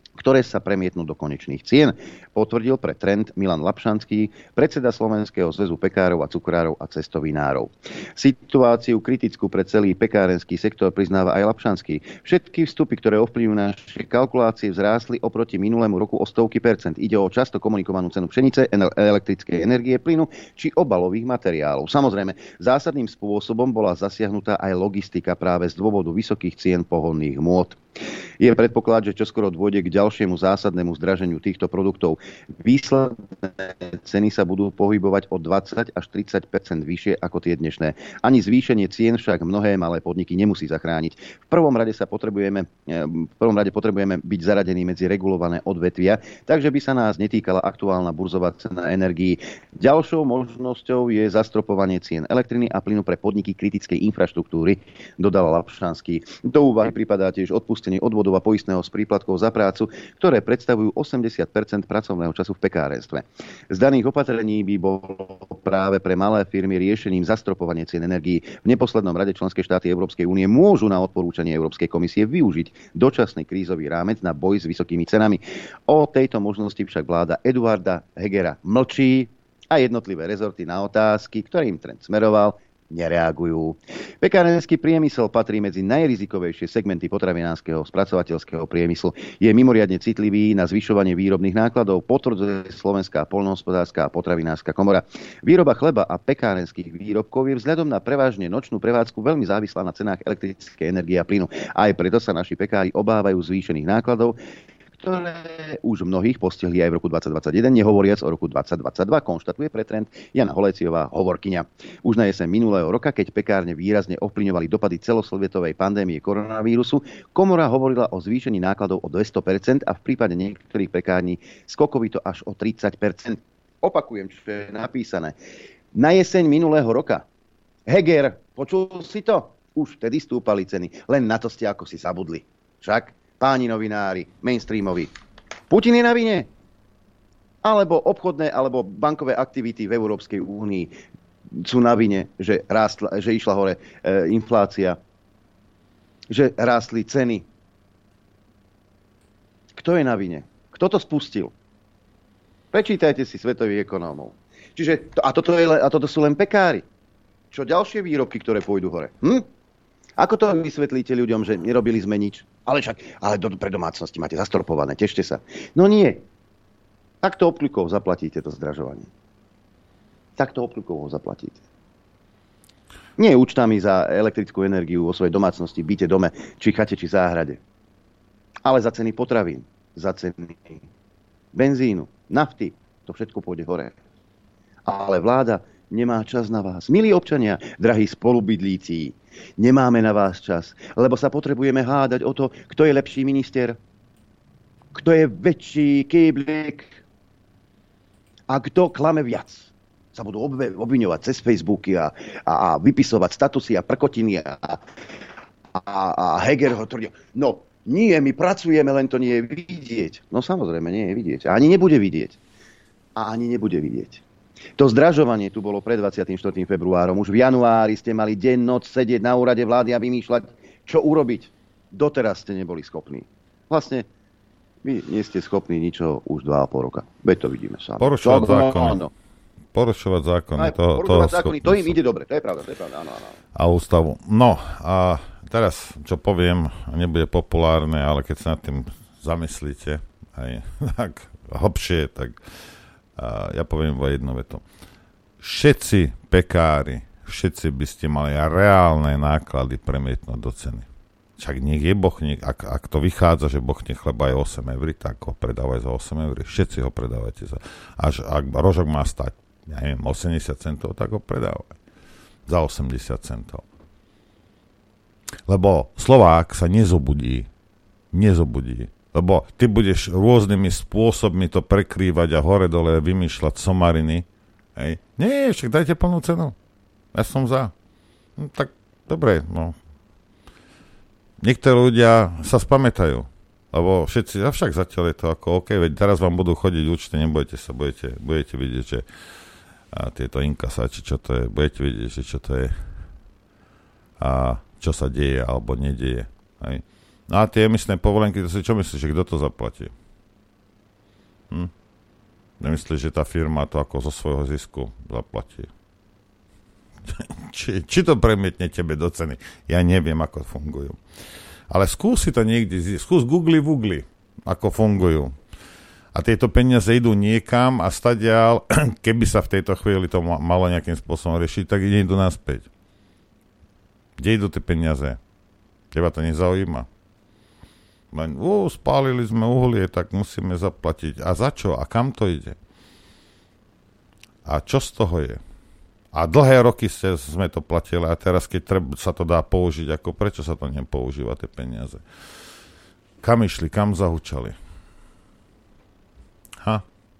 ktoré sa premietnú do konečných cien, potvrdil pre Trend Milan Lapšanský, predseda Slovenského zväzu pekárov a cukrárov a cestovinárov. Situáciu kritickú pre celý pekárenský sektor priznáva aj Lapšanský. Všetky vstupy, ktoré ovplyvňujú naše kalkulácie, vzrástli oproti minulému roku o stovky percent. Ide o často komunikovanú cenu pšenice, elektrickej energie, plynu či obalových materiálov. Samozrejme, zásadným spôsobom bola zasiahnutá aj logistika práve z dôvodu vysokých cien pohonných môd. Je predpoklad, že čoskoro dôjde k ďalšiemu zásadnému zdraženiu týchto produktov. Výsledné ceny sa budú pohybovať o dvadsať až tridsať percent vyššie ako tie dnešné. Ani zvýšenie cien však mnohé malé podniky nemusí zachrániť. V prvom rade sa potrebujeme, v prvom rade potrebujeme byť zaradení medzi regulované odvetvia, takže by sa nás netýkala aktuálna burzová cena energií. Ďalšou možnosťou je zastropovanie cien elektriny a plynu pre podniky kritickej infraštruktúry, dodal Lapšanský. Do úvahy pripadá tiež odpustenie odvodov a poistného z príplatkov za prácu, ktoré predstavujú osemdesiat percent pracovného času v pekárenstve. Z daných opatrení by bolo práve pre malé firmy riešením zastropovanie cien energií. V neposlednom rade členské štáty Európskej únie môžu na odporúčanie Európskej komisie využiť dočasný krízový rámec na boj s vysokými cenami. O tejto možnosti však vláda Eduarda Hegera mlčí a jednotlivé rezorty na otázky, ktorým trend smeroval, nereagujú. Pekárenský priemysel patrí medzi najrizikovejšie segmenty potravinárskeho spracovateľského priemyslu. Je mimoriadne citlivý na zvyšovanie výrobných nákladov, potvrdzuje Slovenská poľnohospodárska a potravinárska komora. Výroba chleba a pekárenských výrobkov je vzhľadom na prevažne nočnú prevádzku veľmi závislá na cenách elektrickej energie a plynu. Aj preto sa naši pekári obávajú zvýšených nákladov, ktoré už mnohých postihli aj v roku dvadsať dvadsaťjeden, nehovoriac o roku dvadsať dvadsaťdva, konštatuje pre Trend Jana Holeciová, hovorkyňa. Už na jeseň minulého roka, keď pekárne výrazne ovplyvňovali dopady celosvetovej pandémie koronavírusu, komora hovorila o zvýšení nákladov o dvesto percent a v prípade niektorých pekární skokovito až o tridsať percent. Opakujem, čo je napísané. Na jeseň minulého roka. Heger, počul si to? Už vtedy stúpali ceny. Len na to ste ako si zabudli. Však páni novinári, mainstreamoví. Putin je na vine? Alebo obchodné, alebo bankové aktivity v Európskej únii sú na vine, že, rástla, že išla hore e, inflácia, že rástli ceny. Kto je na vine? Kto to spustil? Prečítajte si svetových ekonómov. Čiže, to, a, toto je, a toto sú len pekári. Čo ďalšie výrobky, ktoré pôjdu hore? Hm? Ako to vysvetlíte ľuďom, že nerobili sme nič? Ale však, ale do, pre domácnosti máte zastropované, tešte sa. No nie. Takto obkľukov zaplatíte to zdražovanie. Takto obkľukov ho zaplatíte. Nie účtami za elektrickú energiu vo svojej domácnosti, byte, dome, či chate, či záhrade. Ale za ceny potravín, za ceny benzínu, nafty, to všetko pôjde hore. Ale vláda nemá čas na vás. Milí občania, drahí spolubydlíci, nemáme na vás čas, lebo sa potrebujeme hádať o to, kto je lepší minister, kto je väčší kýblik a kto klame viac. Sa budú obviňovať cez Facebooky a, a, a vypisovať statusy a prkotiny a, a, a Heger ho tvrdil. No, nie, my pracujeme, len to nie je vidieť. No samozrejme, nie je vidieť. A ani nebude vidieť. A ani nebude vidieť. To zdražovanie tu bolo pred dvadsiatym štvrtým februárom. Už v januári ste mali deň, noc sedieť na úrade vlády a vymýšľať, čo urobiť. Doteraz ste neboli schopní. Vlastne, vy nie ste schopní ničo už dva a pol roka. Veď to vidíme sami. Porušovať zákony. No, no. Porušovať zákony. Aj, to, porušovať to, zákony, to im ide dobre. To je pravda, to je pravda. Áno, áno. A ústavu. No, a teraz, čo poviem, nebude populárne, ale keď sa nad tým zamyslíte, aj tak hlbšie, tak a ja poviem iba jednu vetu. Všetci pekári, všetci by ste mali reálne náklady premietnúť do ceny. Však nech je bochník, ak, ak to vychádza, že bochník chleba je osem eur, tak ho predávaj za osem eur. Všetci ho predávajte za... Až ak rožok má stať, ja neviem, osemdesiat centov, tak ho predávaj. Za osemdesiat centov. Lebo Slovák sa nezobudí. Nezobudí. Lebo ty budeš rôznymi spôsobmi to prekrývať a hore-dole vymýšľať somariny. Hej. Nie, však dajte plnú cenu. Ja som za. No, tak, dobre, no. Niektorí ľudia sa spamätajú. Lebo všetci, avšak zatiaľ je to ako OK, veď teraz vám budú chodiť účty, nebojte sa, budete, budete vidieť, že a tieto inkasáči, čo to je, budete vidieť, že čo to je a čo sa deje alebo nedieje. Hej. No a tie emisné povolenky, to si čo myslíš, že kto to zaplatí? Hm? Nemyslíš, že tá firma to ako zo svojho zisku zaplatí? či, či to premietne tebe do ceny? Ja neviem, ako fungujú. Ale skús si to niekde, skús googli vugli, ako fungujú. A tieto peniaze idú niekam a stadiaľ, keby sa v tejto chvíli to malo nejakým spôsobom riešiť, tak idú naspäť. Kde idú tie peniaze? Teba to nezaujíma. Len, ó, spálili sme uhlie, tak musíme zaplatiť. A za čo? A kam to ide? A čo z toho je? A dlhé roky sme to platili a teraz, keď treba, sa to dá použiť, ako prečo sa to nepoužíva, tie peniaze? Kam išli? Kam zahučali? Ha?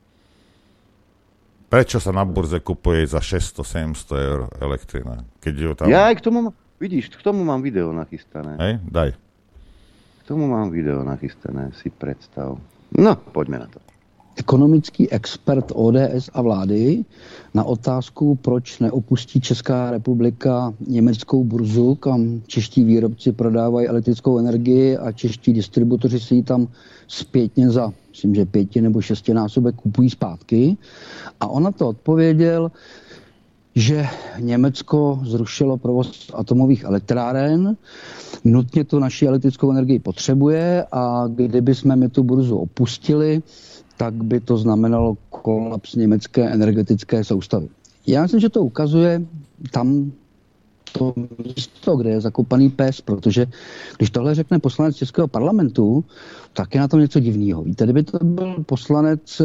Prečo sa na burze kupuje za šesťsto sedemsto eur elektrina? Keď ju tam... Ja aj k tomu... Vidíš, k tomu mám video nachystané. Hej, daj. K tomu mám video nachystané, si predstav. No, poďme na to. Ekonomický expert O D S a vlády na otázku, proč neopustí Česká republika německou burzu, kam čeští výrobci prodávají elektrickou energii a čeští distributoři si ji tam zpětně za, myslím, že pěti nebo šestinásobek kupují zpátky. A on na to odpověděl, že Německo zrušilo provoz atomových elektráren, nutně tu naši elektrickou energii potřebuje a kdyby jsme my tu burzu opustili, tak by to znamenalo kolaps německé energetické soustavy. Já myslím, že to ukazuje tam to místo, kde je zakopaný pes, protože když tohle řekne poslanec Českého parlamentu, tak je na tom něco divného. Víte, kdyby to byl poslanec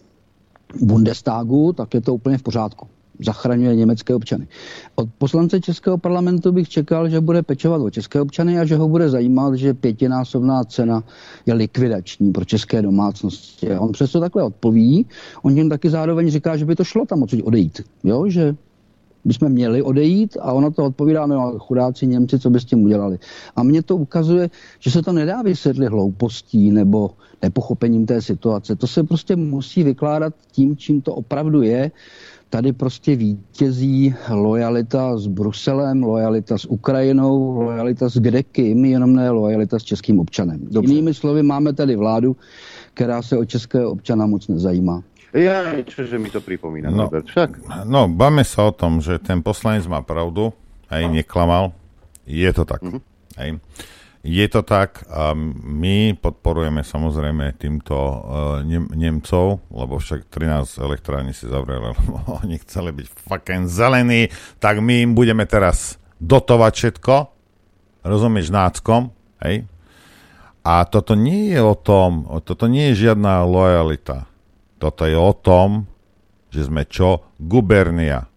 Bundestagu, tak je to úplně v pořádku. Zachraňuje německé občany. Od poslance Českého parlamentu bych čekal, že bude pečovat o české občany a že ho bude zajímat, že pětinásobná cena je likvidační pro české domácnosti. On přesto takhle odpoví, on jim taky zároveň říká, že by to šlo tam odsud odejít. Jo? Že bychom měli odejít a ona to odpovídá, no chudáci Němci, co by s tím udělali. A mně to ukazuje, že se to nedá vysvětlit hloupostí nebo nepochopením té situace. To se prostě musí vykládat tím, čím to opravdu je. Tady prostě vítězí lojalita s Bruselem, lojalita s Ukrajinou, lojalita s kdekým, jenom ne lojalita s českým občanem. Dobře. Jinými slovy, máme tady vládu, která se o českého občana moc nezajímá. Ja, čože mi to pripomína, no, Robert, však. No, bavme sa o tom, že ten poslanec má pravdu, aj neklamal. Je to tak. Mm-hmm. Aj. Je to tak a my podporujeme samozrejme týmto uh, Nem- Nemcov, lebo však trinásť elektrární si zavreli, lebo oni chceli byť fucking zelení, tak my im budeme teraz dotovať všetko, rozumieš, náckom, hej? A toto nie je o tom, toto nie je žiadna lojalita. Toto je o tom, že sme čo? Gubernia.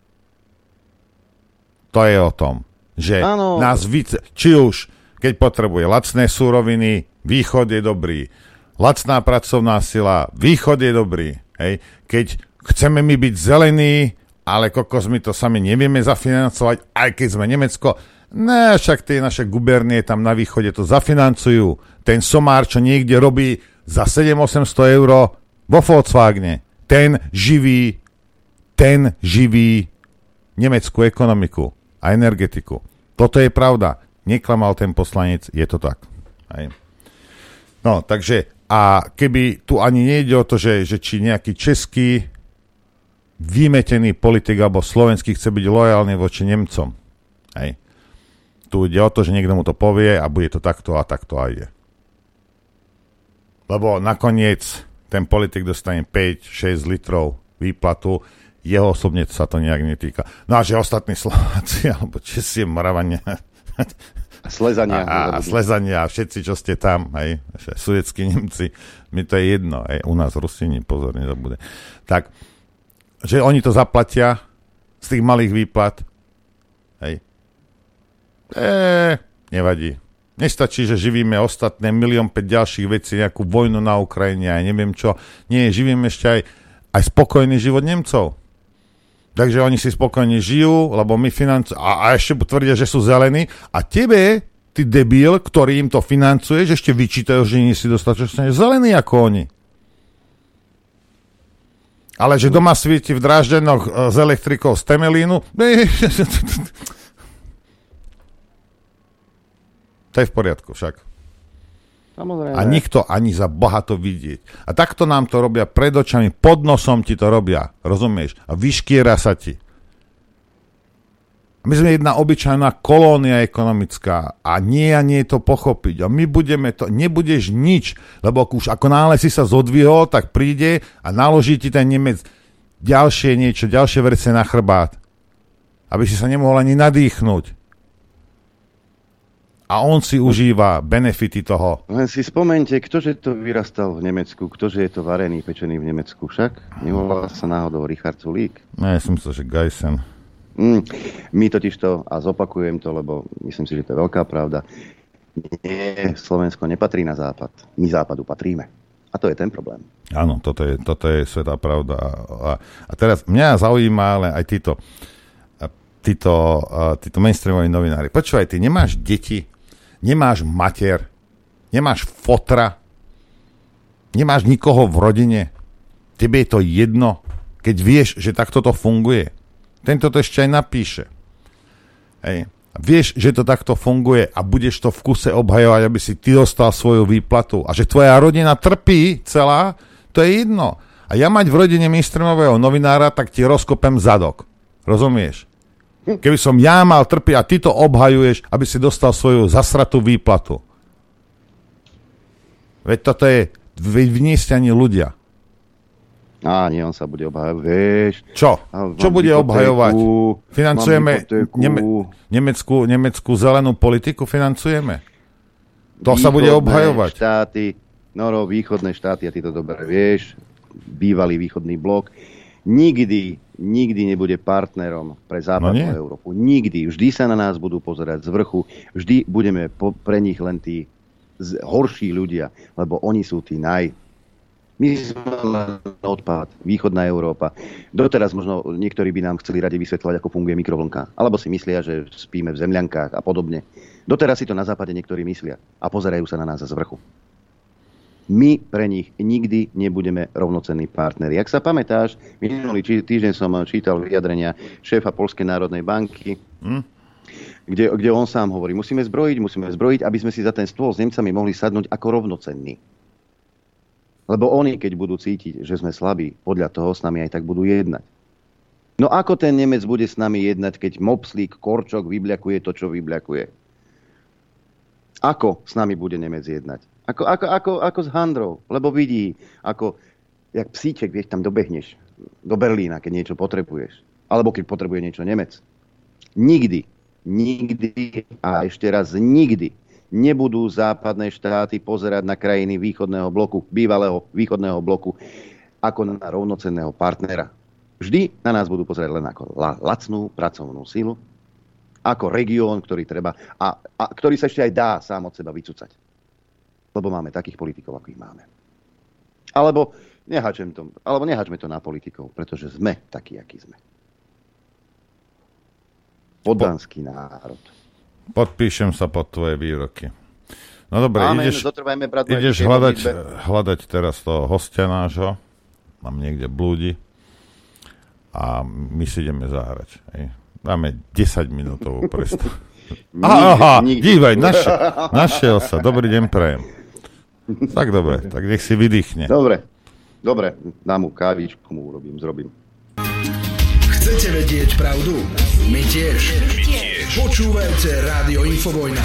To je o tom, že ano. Nás více, či už keď potrebuje lacné súroviny, východ je dobrý. Lacná pracovná sila, východ je dobrý. Hej. Keď chceme my byť zelení, ale kokos my to sami nevieme zafinancovať, aj keď sme Nemecko, ne, však tie naše gubernie tam na východe to zafinancujú. Ten somár, čo niekde robí za sedem osemsto eur vo Volkswagene, ten živí, ten živí nemeckú ekonomiku a energetiku. Toto je pravda. Neklamal ten poslanec, je to tak. Hej. No, takže, a keby tu ani nejde o to, že, že či nejaký český vymetený politik alebo slovenský chce byť lojálny voči Nemcom. Hej. Tu ide o to, že niekto mu to povie a bude to takto a takto aj je. Lebo nakoniec ten politik dostane päť šesť litrov výplatu, jeho osobne sa to nejak netýka. No a že ostatní Slováci, alebo Česi, Moravania, Slezania. A, a Slezania, všetci, čo ste tam, hej, sudeckí Nemci, mi to je jedno, hej, u nás Rusini, pozor, nezabude. Tak, že oni to zaplatia z tých malých výplat, hej. Eee, nevadí. Nestačí, že živíme ostatné milión päť ďalších vecí, nejakú vojnu na Ukrajine, aj neviem čo. Nie, živíme ešte aj, aj spokojný život Nemcov. Takže oni si spokojne žijú, lebo my financujú, a, a ešte tvrdia, že sú zelení. A tebe, ty debil, ktorý im to financuješ, ešte vyčítajú, že nie si dostatočne zelený ako oni. Ale že doma svieti v Dráždenoch s elektrikou z Temelínu, to je v poriadku však. Samozrejme. A nikto ani za Boha to vidieť. A takto nám to robia pred očami, pod nosom ti to robia, rozumieš? A vyškiera sa ti. My sme jedna obyčajná kolónia ekonomická a nie a nie to pochopiť. A my budeme to, nebudeš nič, lebo už ako náhle si sa zodvihol, tak príde a naloží ti ten Nemec ďalšie niečo, ďalšie verce na chrbát. Aby si sa nemohol ani nadýchnuť. A on si užíva benefity toho. Len si spomente, ktože to vyrastal v Nemecku, ktože je to varený, pečený v Nemecku však? Nevolá sa náhodou Richard Sulík? No, ja som myslel, že Geisen. Mm, my totiž to, a zopakujem to, lebo myslím si, že to je veľká pravda, nie, Slovensko nepatrí na západ. My západu patríme. A to je ten problém. Áno, toto je, toto je svätá pravda. A, a teraz mňa zaujíma, ale aj títo, títo, títo mainstreamoví novinári. Počúvaj, ty nemáš deti, nemáš mater, nemáš fotra, nemáš nikoho v rodine. Tebe je to jedno, keď vieš, že takto to funguje. Tento to ešte aj napíše. Hej. Vieš, že to takto funguje a budeš to v kuse obhajovať, aby si ty dostal svoju výplatu. A že tvoja rodina trpí celá, to je jedno. A ja mať v rodine mainstreamového novinára, tak ti rozkopem zadok. Rozumieš? Keby som ja mal trpiť a ty to obhajuješ, aby si dostal svoju zasratú výplatu. Veď toto je, v nie ste ani ľudia. Á, nie, on sa bude obhajovať, vieš. Čo? Čo bude obhajovať? Financujeme neme, nemeckú, nemeckú zelenú politiku? Financujeme? To východné sa bude obhajovať. Štáty, no, no, východné štáty, a ty to dobre vieš, bývalý východný blok, nikdy, nikdy nebude partnerom pre západnú no Európu. Nikdy. Vždy sa na nás budú pozerať z vrchu. Vždy budeme po, pre nich len tí z, horší ľudia, lebo oni sú tí naj... My sme odpad, východná Európa. Doteraz možno niektorí by nám chceli radi vysvetľovať, ako funguje mikrovlnka. Alebo si myslia, že spíme v zemľankách a podobne. Doteraz si to na západe niektorí myslia a pozerajú sa na nás z vrchu. My pre nich nikdy nebudeme rovnocenní partneri. Ak sa pamätáš, minulý týždeň som čítal vyjadrenia šéfa Poľskej národnej banky, hm? kde, kde on sám hovorí, musíme zbrojiť, musíme zbrojiť, aby sme si za ten stôl s Nemcami mohli sadnúť ako rovnocenní. Lebo oni, keď budú cítiť, že sme slabí, podľa toho s nami aj tak budú jednať. No ako ten Nemec bude s nami jednať, keď mopslík, Korčok vybľakuje to, čo vybľakuje? Ako s nami bude Nemec jednať? Ako, ako, ako, ako s handrou? Lebo vidí, ako, jak psíček, vieš, tam dobehneš do Berlína, keď niečo potrebuješ. Alebo keď potrebuje niečo Nemec. Nikdy, nikdy a ešte raz nikdy nebudú západné štáty pozerať na krajiny východného bloku, bývalého východného bloku, ako na rovnocenného partnera. Vždy na nás budú pozerať len ako la, lacnú pracovnú silu, ako región, ktorý treba, a, a ktorý sa ešte aj dá sám od seba vycúcať. Lebo máme takých politikov, ako ich máme. Alebo, nehačem to, alebo nehačme to na politikov, pretože sme takí, akí sme. Poddanský národ. Podpíšem sa pod tvoje výroky. No dobre, Amen, ideš, brat, ideš hľadať, hľadať teraz toho hostia nášho. Mám niekde blúdi. A my si ideme zahrať. Hej. Dáme desaťminútovú prestávku. Aha, dívaj, našiel, našiel sa. Dobrý deň, prajem. Tak dobre, tak nech si vydýchne. Dobre, dobre, dám mu kávičku, mu urobím, zrobím. Chcete vedieť pravdu? My tiež. My tiež. Počúvajte Rádio Infovojna.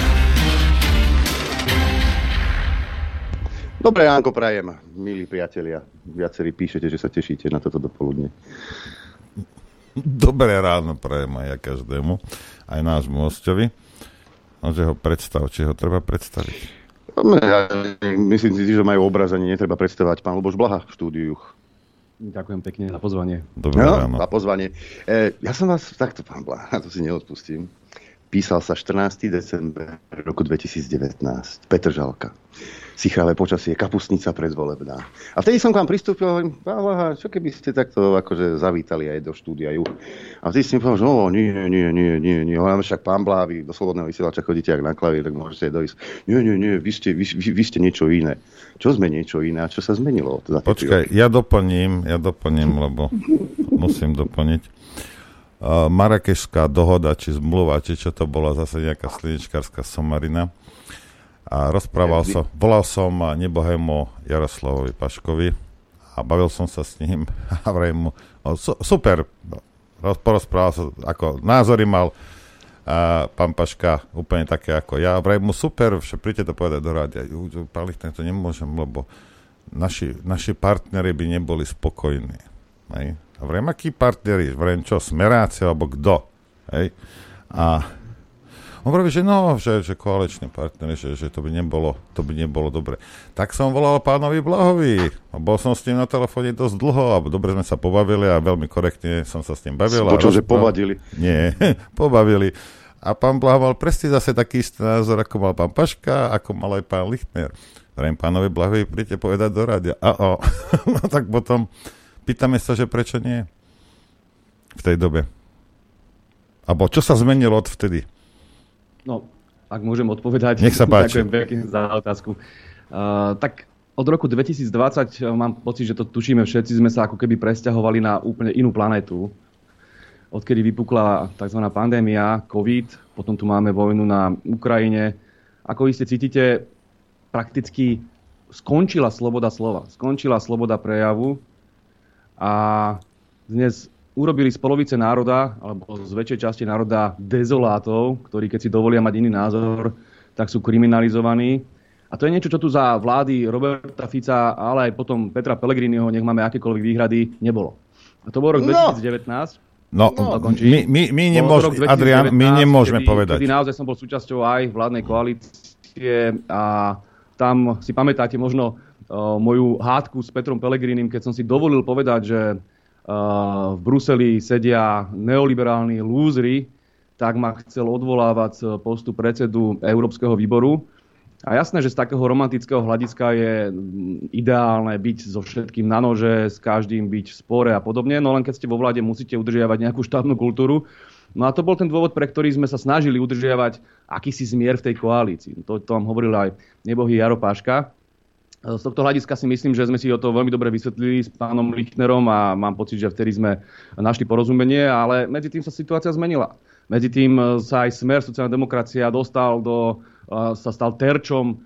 Dobré ránko prajem, milí priatelia. Viacerí píšete, že sa tešíte na toto dopoludne. Dobré ráno prajem aj ja každému, aj nášmu hostovi. Nože ho predstav, či ho treba predstaviť. Ja myslím si, že majú obraz, ani netreba predstavovať. Pán Luboš Blaha v štúdiu. Ďakujem pekne za pozvanie. Dobré no, ráno. Za pozvanie. E, ja som vás takto, pán Blaha, to si neodpustím. Písal sa štrnásteho decembra roku dvetisícdevätnásť. Petržalka. Sichravé počasie, kapustnica predvolebná. A vtedy som k vám pristúpil a hovorím, pán Blaha, čo keby ste takto akože zavítali aj do štúdia Juh. A vtedy som povedal, že no, nie, nie, nie, nie, nie. Hovorím, však pán Blaha, vy do Slobodného vysielača chodíte jak na klavír, tak môžete dojsť. Nie, nie, nie, vy ste, vy, vy, vy ste niečo iné. Čo sme niečo iné? A čo sa zmenilo? Počkaj, ja doplním, ja doplním, lebo musím doplniť. Uh, Marrakešská dohoda, či zmluva, či čo to bola zase nejaká slnečkárska somarina. a rozprával som, volal som nebohému Jaroslavovi Paškovi a bavil som sa s ním a vrejím mu, su, super, porozprával sa, ako názory mal a pán Paška úplne také ako ja, vrejím mu super, že príďte to povedať do rádia. Pán Lichtner, to nemôžem, lebo naši, naši partneri by neboli spokojní. Hej. A vrejím, akí partneri, vrejím čo, Smeráci alebo kto? Hej. A on vraví, že no, že, že koaliční partneri, že, že to by nebolo, to by nebolo dobre. Tak som volal pánovi Blahovi. A bol som s ním na telefóne dosť dlho a dobre sme sa pobavili a veľmi korektne som sa s ním bavil. Počul, že povadili. Nie, pobavili. A pán Blaho mal presne zase taký istý názor, ako mal pán Paška, ako mal aj pán Lichtner. Vrejím pánovi Blahovi, príďte povedať do rádia. A o. No tak potom pýtame sa, že prečo nie v tej dobe. Abo čo sa zmenilo od vtedy? No, ak môžem odpovedať. Nech sa páči. Ďakujem pekne za otázku. Uh, tak od roku dvetisícdvadsať uh, mám pocit, že to tušíme všetci, sme sa ako keby presťahovali na úplne inú planétu. Odkedy vypukla tzv. Pandémia, COVID, potom tu máme vojnu na Ukrajine. Ako iste cítite, prakticky skončila sloboda slova, skončila sloboda prejavu a dnes urobili z polovice národa, alebo z väčšej časti národa dezolátov, ktorí keď si dovolia mať iný názor, tak sú kriminalizovaní. A to je niečo, čo tu za vlády Roberta Fica, ale aj potom Petra Pellegriniho, nech máme akékoľvek výhrady, nebolo. A to bol rok no. dvetisícdevätnásť. No, no my, my, my nemôžeme, Adrián, my nemôžeme kedy, povedať. Kedy naozaj som bol súčasťou aj vládnej koalície a tam si pamätáte možno uh, moju hádku s Petrom Pellegrinim, keď som si dovolil povedať, že Uh, v Bruseli sedia neoliberálni lúzri, tak ma chcel odvolávať z postu predsedu Európskeho výboru. A jasné, že z takého romantického hľadiska je ideálne byť so všetkým na nože, s každým byť v spore a podobne, no len keď ste vo vláde, musíte udržiavať nejakú štátnu kultúru. No a to bol ten dôvod, pre ktorý sme sa snažili udržiavať akýsi zmier v tej koalícii. To, to vám hovoril aj nebohý Jaro Páška. Z tohto hľadiska si myslím, že sme si o to veľmi dobre vysvetlili s pánom Lichtnerom a mám pocit, že vtedy sme našli porozumenie, ale medzi tým sa situácia zmenila. Medzi tým sa aj Smer, sociálna demokracia dostal do, sa stal terčom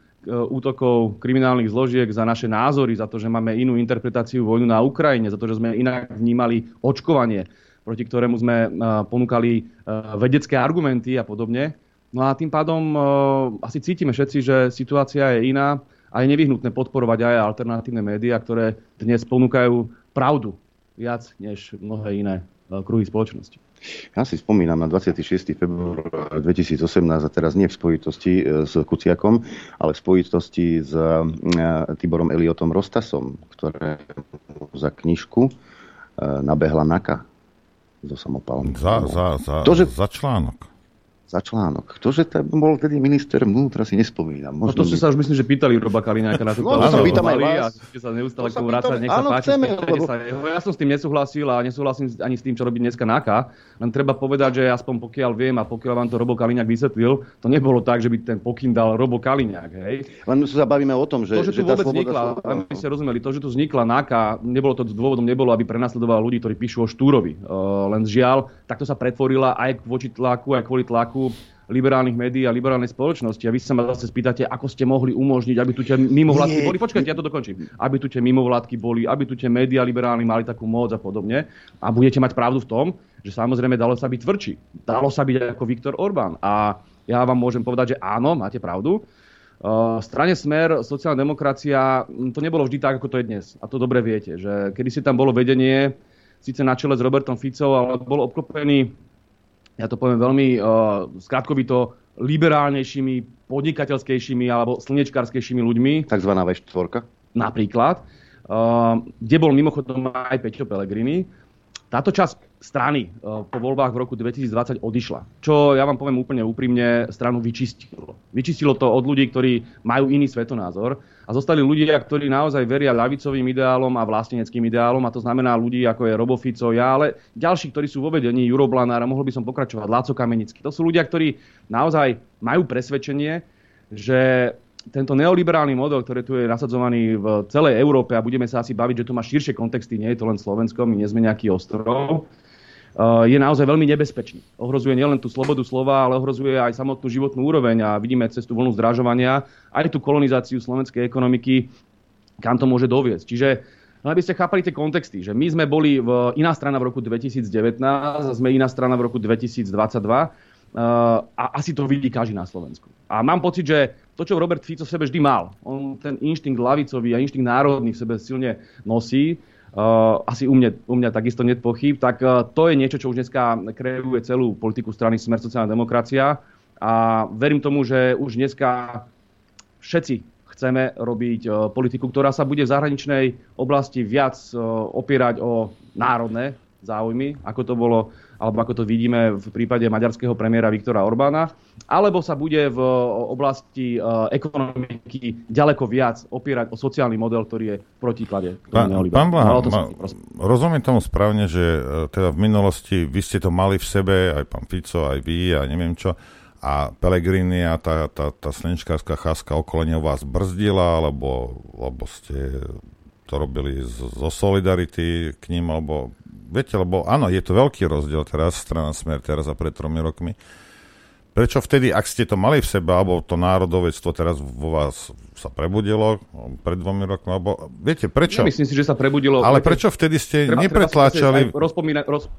útokov kriminálnych zložiek za naše názory, za to, že máme inú interpretáciu vojnu na Ukrajine, za to, že sme inak vnímali očkovanie, proti ktorému sme ponúkali vedecké argumenty a podobne. No a tým pádom asi cítime všetci, že situácia je iná. A je nevyhnutné podporovať aj alternatívne médiá, ktoré dnes ponúkajú pravdu viac než mnohé iné kruhy spoločnosti. Ja si spomínam na dvadsiateho šiesteho februára dvetisícosemnásť, a teraz nie v spojitosti s Kuciakom, ale v spojitosti s Tiborom Eliotom Rostasom, ktoré za knižku nabehla NAKA so samopalom. Za, za, za, to, že... za článok. Za článok. To, že tam bol tedy minister vnútra, si nespomínam. Možno no to ste sa už myslím, že pýtali Roba Kaliňáka na to. No, to sa pýtam aj vás. A ste sa neustále k tomu vrácať, nech sa páči. Chceme, lebo... sa, ja som s tým nesúhlasil a nesúhlasím ani s tým, čo robí dneska NAKA. Len treba povedať, že aspoň pokiaľ viem a pokiaľ vám to Robo Kaliňák vysvetlil, to nebolo tak, že by ten pokyn dal Robo Kaliňák. Hej. Len sa zabavíme o tom, že, to, že, že tu vôbec vznikla, aby ste rozumeli, to, že tu vznikla NAKA, nebolo to dôvodom, nebolo, aby prenasledovala ľudí, ktorí píšu o Štúrovi. Uh, len žiaľ, takto sa pretvorila aj voči tlaku, aj kvôli tlaku liberálnych médií a liberálnej spoločnosti. A vy sa ma zase spýtate, ako ste mohli umožniť, aby tu tie mimovládky boli. Počkajte, ja to dokončím. Aby tu tie mimovládky boli, aby tu tie médiá liberálni mali takú moc a podobne. A budete mať pravdu v tom, že samozrejme dalo sa byť tvrdší. Dalo sa byť ako Viktor Orbán. A ja vám môžem povedať, že áno, máte pravdu. V strane Smer, sociálna demokracia, to nebolo vždy tak, ako to je dnes. A to dobre viete, že kedysi tam bolo vedenie, síce na čele s Robertom Ficom, ale bol obklopený, ja to poviem veľmi uh, skratkovito, liberálnejšími, podnikateľskejšími alebo slnečkarskejšími ľuďmi. Takzvaná vé štyri. Napríklad. Uh, kde bol mimochodom aj Peťo Pellegrini. Táto časť strany uh, po voľbách v roku dvetisícdvadsať odišla. Čo ja vám poviem úplne úprimne, stranu vyčistilo. Vyčistilo to od ľudí, ktorí majú iný svetonázor. A zostali ľudia, ktorí naozaj veria ľavicovým ideálom a vlasteneckým ideálom. A to znamená ľudí, ako je Robo Fico, ja, ale ďalší, ktorí sú vo vedení, Juro Blanár, mohol by som pokračovať, Láco Kamenický. To sú ľudia, ktorí naozaj majú presvedčenie, že tento neoliberálny model, ktorý tu je nasadzovaný v celej Európe, a budeme sa asi baviť, že to má širšie kontexty, nie je to len Slovensko, my nie sme nejaký ostrov, je naozaj veľmi nebezpečný. Ohrozuje nielen tú slobodu slova, ale ohrozuje aj samotnú životnú úroveň a vidíme cez tú vlnu zdražovania aj tú kolonizáciu slovenskej ekonomiky, kam to môže doviesť. Čiže aby ste chápali tie kontexty, že my sme boli v iná strana v roku dvetisícdevätnásť, sme iná strana v roku dvetisícdvadsaťdva a asi to vidí každý na Slovensku. A mám pocit, že to, čo Robert Fico v sebe vždy mal, on ten inštinkt ľavicový a inštinkt národný v sebe silne nosí, Uh, asi u mňa, u mňa takisto nie pochýb, tak uh, to je niečo, čo už dneska kreuje celú politiku strany Smer sociálna demokracia a verím tomu, že už dneska všetci chceme robiť uh, politiku, ktorá sa bude v zahraničnej oblasti viac uh, opierať o národné záujmy, ako to bolo, alebo ako to vidíme v prípade maďarského premiéra Viktora Orbána, alebo sa bude v oblasti uh, ekonomiky ďaleko viac opierať o sociálny model, ktorý je v protiklade. Pán, pán Blaha, ma, rozumiem tomu správne, že uh, teda v minulosti vy ste to mali v sebe, aj pán Fico, aj vy, a neviem čo, a Pellegrini a tá, tá, tá slnečkárska cháska okolo neho vás brzdila, alebo, alebo ste to robili zo solidarity k ním, alebo viete, lebo áno, je to veľký rozdiel teraz, strana Smer teraz a pred tromi rokmi. Prečo vtedy, ak ste to mali v sebe, alebo to národovectvo teraz vo vás sa prebudilo pred dvomi rokmi, alebo viete, prečo? Myslím si, že sa prebudilo. Ale viete, prečo vtedy ste treba, nepretláčali... Treba sa, roz...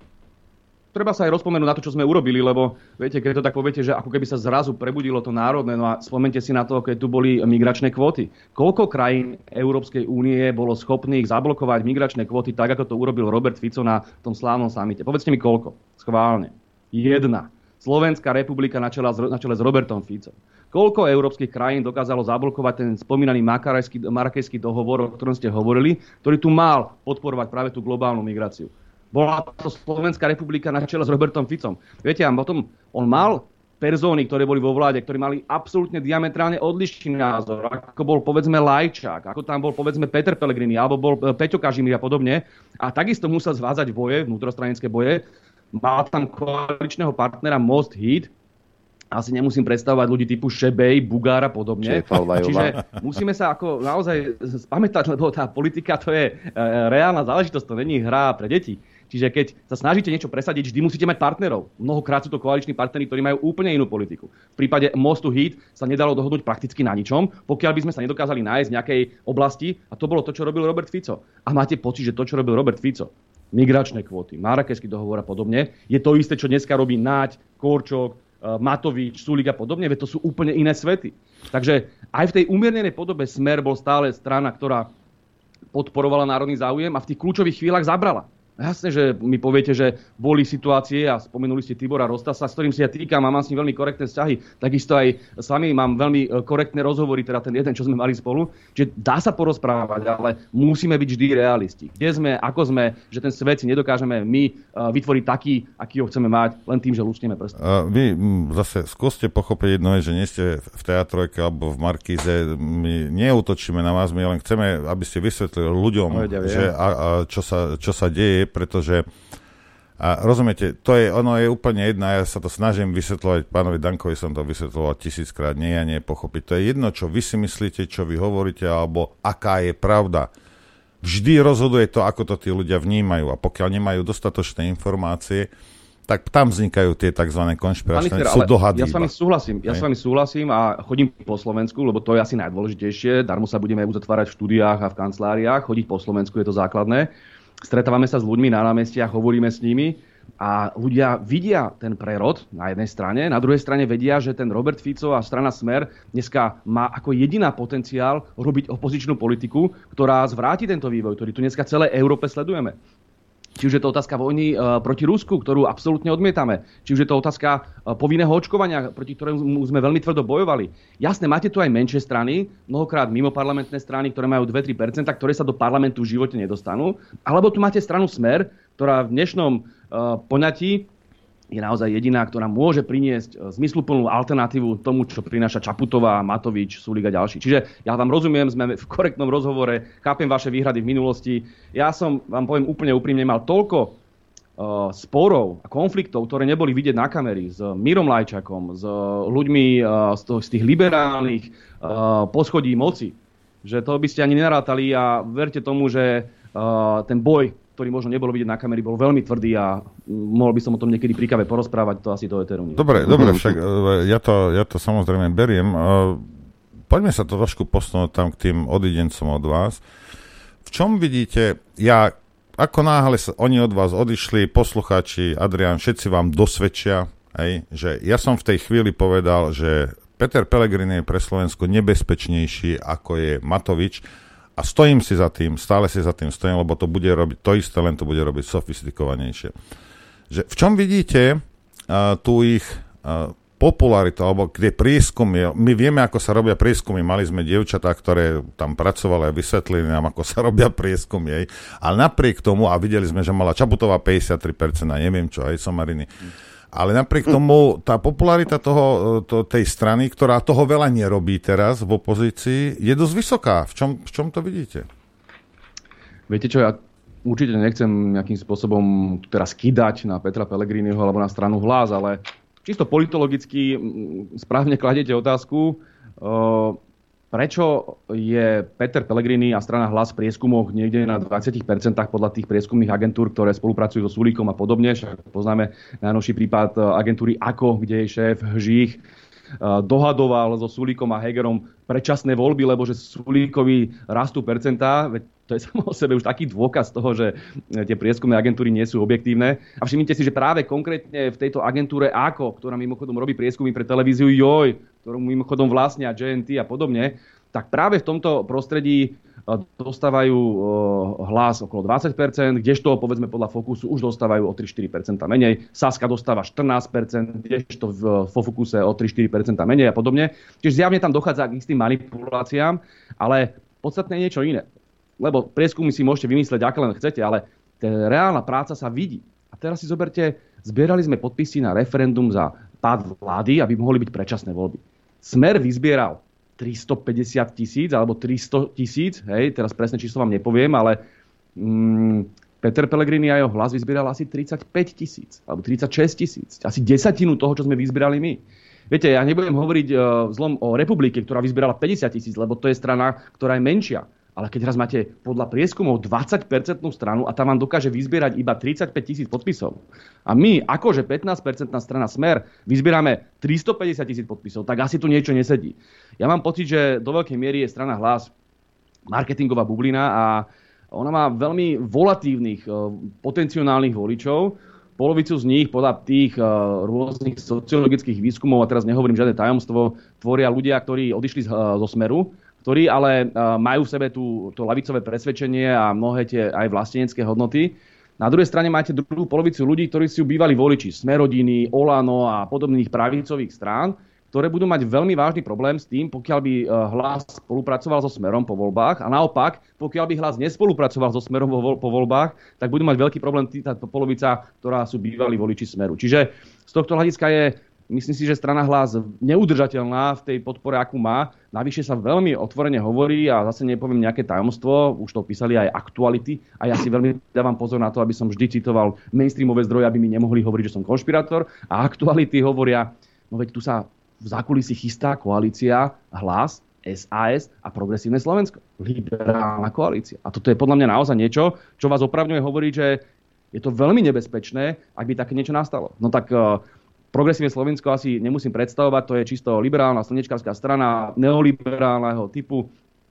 treba sa aj rozpomenúť na to, čo sme urobili, lebo viete, keď to tak poviete, že ako keby sa zrazu prebudilo to národné, no a spomente si na to, keď tu boli migračné kvóty. Koľko krajín Európskej únie bolo schopných zablokovať migračné kvóty tak, ako to urobil Robert Fico na tom slávnom samite? Povedzte mi koľko. Schválne. Jedna. Slovenská republika na čele, na čele s Robertom Ficom. Koľko európskych krajín dokázalo zablokovať ten spomínaný Marrakešský dohovor, o ktorom ste hovorili, ktorý tu mal podporovať práve tú globálnu migráciu? Bola to Slovenská republika na čele s Robertom Ficom. Viete, a potom on mal persóny, ktoré boli vo vláde, ktorí mali absolútne diametrálne odlišný názor, ako bol povedzme Lajčák, ako tam bol povedzme Peter Pellegrini, alebo bol Peťo Kažimír a podobne. A takisto musel zvádzať boje, vnútrostranické boje. Mal tam koaličného partnera Most Híd, asi nemusím predstavovať ľudí typu Šebej, Bugár a podobne. Čiže musíme sa ako naozaj spamätať, lebo tá politika to je e, reálna záležitosť, to není hra pre deti. Čiže keď sa snažíte niečo presadiť, vždy musíte mať partnerov. Mnohokrát sú to koaliční partneri, ktorí majú úplne inú politiku. V prípade Mostu Híd sa nedalo dohodnúť prakticky na ničom, pokiaľ by sme sa nedokázali nájsť v nejakej oblasti, a to bolo to, čo robil Robert Fico. A máte pocit, že to, čo robil Robert Fico, migračné kvóty, Marrakešský dohovor a podobne, je to isté, čo dneska robí Naď, Korčok, Matovič, Sulík a podobne, veď to sú úplne iné svety. Takže aj v tej umiernenej podobe Smer bol stále strana, ktorá podporovala národný záujem a v tých kľúčových chvíľach zabrala. Jasné, že mi poviete, že boli situácie, a spomenuli ste Tibora Rostasa, s ktorým si ja týkam a mám s ním veľmi korektné vzťahy. Takisto aj s vami mám veľmi korektné rozhovory, teda ten jeden, čo sme mali spolu. Čiže dá sa porozprávať, ale musíme byť vždy realisti. Kde sme, ako sme, že ten svet si nedokážeme my vytvoriť taký, aký ho chceme mať, len tým, že lúskneme prstom. Vy zase skúste pochopiť jedno, že nie ste v teatrojke alebo v Markíze. My neútočíme na vás, my len chceme, aby ste vysvetlili ľuďom, no, ja že a, a čo, sa, čo sa deje, pretože a rozumiete, to je, ono je úplne jedno, ja sa to snažím vysvetľovať, pánovi Dankovi som to vysvetľoval tisíckrát, nie ja nie pochopiť. To je jedno, čo vy si myslíte, čo vy hovoríte, alebo aká je pravda. Vždy rozhoduje to, ako to tí ľudia vnímajú, a pokiaľ nemajú dostatočné informácie, tak tam vznikajú tie tzv. Konšpiračné, sú dohady. Ja s vami súhlasím, ja s vami súhlasím a chodím po Slovensku, lebo to je asi najdôležitejšie, darmo sa budeme uzatvárať v štúdiách a v kanceláriách, chodiť po Slovensku je to základné. Stretávame sa s ľuďmi na námestiach, hovoríme s nimi a ľudia vidia ten prerod na jednej strane, na druhej strane vedia, že ten Robert Fico a strana Smer dneska má ako jediná potenciál robiť opozičnú politiku, ktorá zvráti tento vývoj, ktorý tu dneska celej Európe sledujeme. Či už je to otázka vojny e, proti Rusku, ktorú absolútne odmietame. Či už je to otázka e, povinného očkovania, proti ktorému sme veľmi tvrdo bojovali. Jasné, máte tu aj menšie strany, mnohokrát mimoparlamentné strany, ktoré majú dva až tri percentá, ktoré sa do parlamentu v živote nedostanú. Alebo tu máte stranu Smer, ktorá v dnešnom e, poňatí je naozaj jediná, ktorá môže priniesť zmysluplnú alternatívu tomu, čo prináša Čaputová, Matovič, Sulík a ďalší. Čiže ja vám rozumiem, sme v korektnom rozhovore, chápem vaše výhrady v minulosti. Ja som, vám poviem úplne úprimne, mal toľko uh, sporov a konfliktov, ktoré neboli vidieť na kamery, s Mirom Lajčákom, s ľuďmi uh, z, to, z tých liberálnych uh, poschodí moci, že to by ste ani nenarátali a verte tomu, že uh, ten boj ktorý možno nebolo vidieť na kamery, bol veľmi tvrdý a mohol by som o tom niekedy pri káve porozprávať, to asi do eteru nie. Dobre, dobre, však ja to, ja to samozrejme beriem. Poďme sa to trošku posunúť tam k tým odidencom od vás. V čom vidíte, ja, ako náhle sa oni od vás odišli, poslucháči, Adrián, všetci vám dosvedčia, hej, že ja som v tej chvíli povedal, že Peter Pellegrini je pre Slovensko nebezpečnejší ako je Matovič a stojím si za tým, stále si za tým stojím, lebo to bude robiť to isté, len to bude robiť sofistikovanejšie. Že v čom vidíte uh, tú ich uh, popularitu, alebo kde prieskumy, my vieme, ako sa robia prieskumy, mali sme dievčatá, ktoré tam pracovali a vysvetlili nám, ako sa robia prieskumy, jej. Ale napriek tomu, a videli sme, že mala Čaputová päťdesiattri percent a neviem čo, aj Somariny, ale napriek tomu tá popularita toho, to, tej strany, ktorá toho veľa nerobí teraz v opozícii, je dosť vysoká. V čom, v čom to vidíte? Viete čo, ja určite nechcem nejakým spôsobom tu teraz kýdať na Petra Pellegriniho alebo na stranu Hlas, ale čisto politologicky správne kladiete otázku, prečo je Peter Pellegrini a strana Hlas v prieskumoch niekde na dvadsať percent podľa tých prieskumných agentúr, ktoré spolupracujú so Sulíkom a podobne. Však poznáme najnovší prípad agentúry AKO, kde je šéf Hžích dohadoval so Sulíkom a Hegerom predčasné voľby, lebo že Sulíkovi rastú percentá. Veď to je samo o sebe už taký dôkaz toho, že tie prieskumné agentúry nie sú objektívne. A všimnite si, že práve konkrétne v tejto agentúre AKO, ktorá mimochodom robí prieskumy pre televíziu Joj, ktorú mimochodom vlastnia J N T a podobne, tak práve v tomto prostredí dostávajú Hlas okolo dvadsať percent, kdežto povedzme podľa Fokusu už dostávajú o tri až štyri percentá menej. Saska dostáva štrnásť percent, kdežto v Fokuse o tri až štyri percentá menej a podobne. Čiže zjavne tam dochádza k istým manipuláciám, ale podstatné je niečo iné. Lebo prieskumy si môžete vymysleť, aké len chcete, ale reálna práca sa vidí. A teraz si zoberte, zbierali sme podpisy na referendum za pád vlády, aby mohli byť predčasné voľby. Smer vyzbieral tristopäťdesiat tisíc alebo tristo tisíc, hej, teraz presné číslo vám nepoviem, ale mm, Peter Pellegrini a jeho Hlas vyzbieral asi tridsaťpäť tisíc alebo tridsaťšesť tisíc, asi desatinu toho, čo sme vyzbierali my. Viete, ja nebudem hovoriť uh, zlom o Republike, ktorá vyzbierala päťdesiat tisíc, lebo to je strana, ktorá je menšia. Ale keď raz máte podľa prieskumov dvadsať percentnú stranu a tam vám dokáže vyzbierať iba tridsaťpäť tisíc podpisov a my, akože pätnásť percentná strana Smer, vyzbierame tristopäťdesiat tisíc podpisov, tak asi tu niečo nesedí. Ja mám pocit, že do veľkej miery je strana Hlas marketingová bublina a ona má veľmi volatívnych, potenciálnych voličov. Polovicu z nich podľa tých rôznych sociologických výskumov, a teraz nehovorím žiadne tajomstvo, tvoria ľudia, ktorí odišli zo Smeru, ktorí ale majú v sebe tú, to ľavicové presvedčenie a mnohé tie aj vlastenecké hodnoty. Na druhej strane máte druhú polovicu ľudí, ktorí sú bývali voliči Smerodiny, Olano a podobných pravicových strán, ktoré budú mať veľmi vážny problém s tým, pokiaľ by Hlas spolupracoval so Smerom po voľbách a naopak, pokiaľ by Hlas nespolupracoval so Smerom po voľbách, tak budú mať veľký problém tá polovica, ktorá sú bývali voliči Smeru. Čiže z tohto hľadiska je, myslím si, že strana Hlas neudržateľná v tej podpore, akú má. Navyše sa veľmi otvorene hovorí a zase nepoviem nejaké tajomstvo, už to písali aj Aktuality a ja si veľmi dávam pozor na to, aby som vždy citoval mainstreamové zdroje, aby mi nemohli hovoriť, že som konšpirátor. A Aktuality hovoria, no veď tu sa v zákulisí chystá koalícia Hlas, es a es a Progresívne Slovensko. Liberálna koalícia. A toto je podľa mňa naozaj niečo, čo vás opravňuje hovoriť, že je to veľmi nebezpečné, ak by také niečo nastalo. No tak Progresívne Slovensko asi nemusím predstavovať, to je čisto liberálna slnečkárska strana neoliberálneho typu.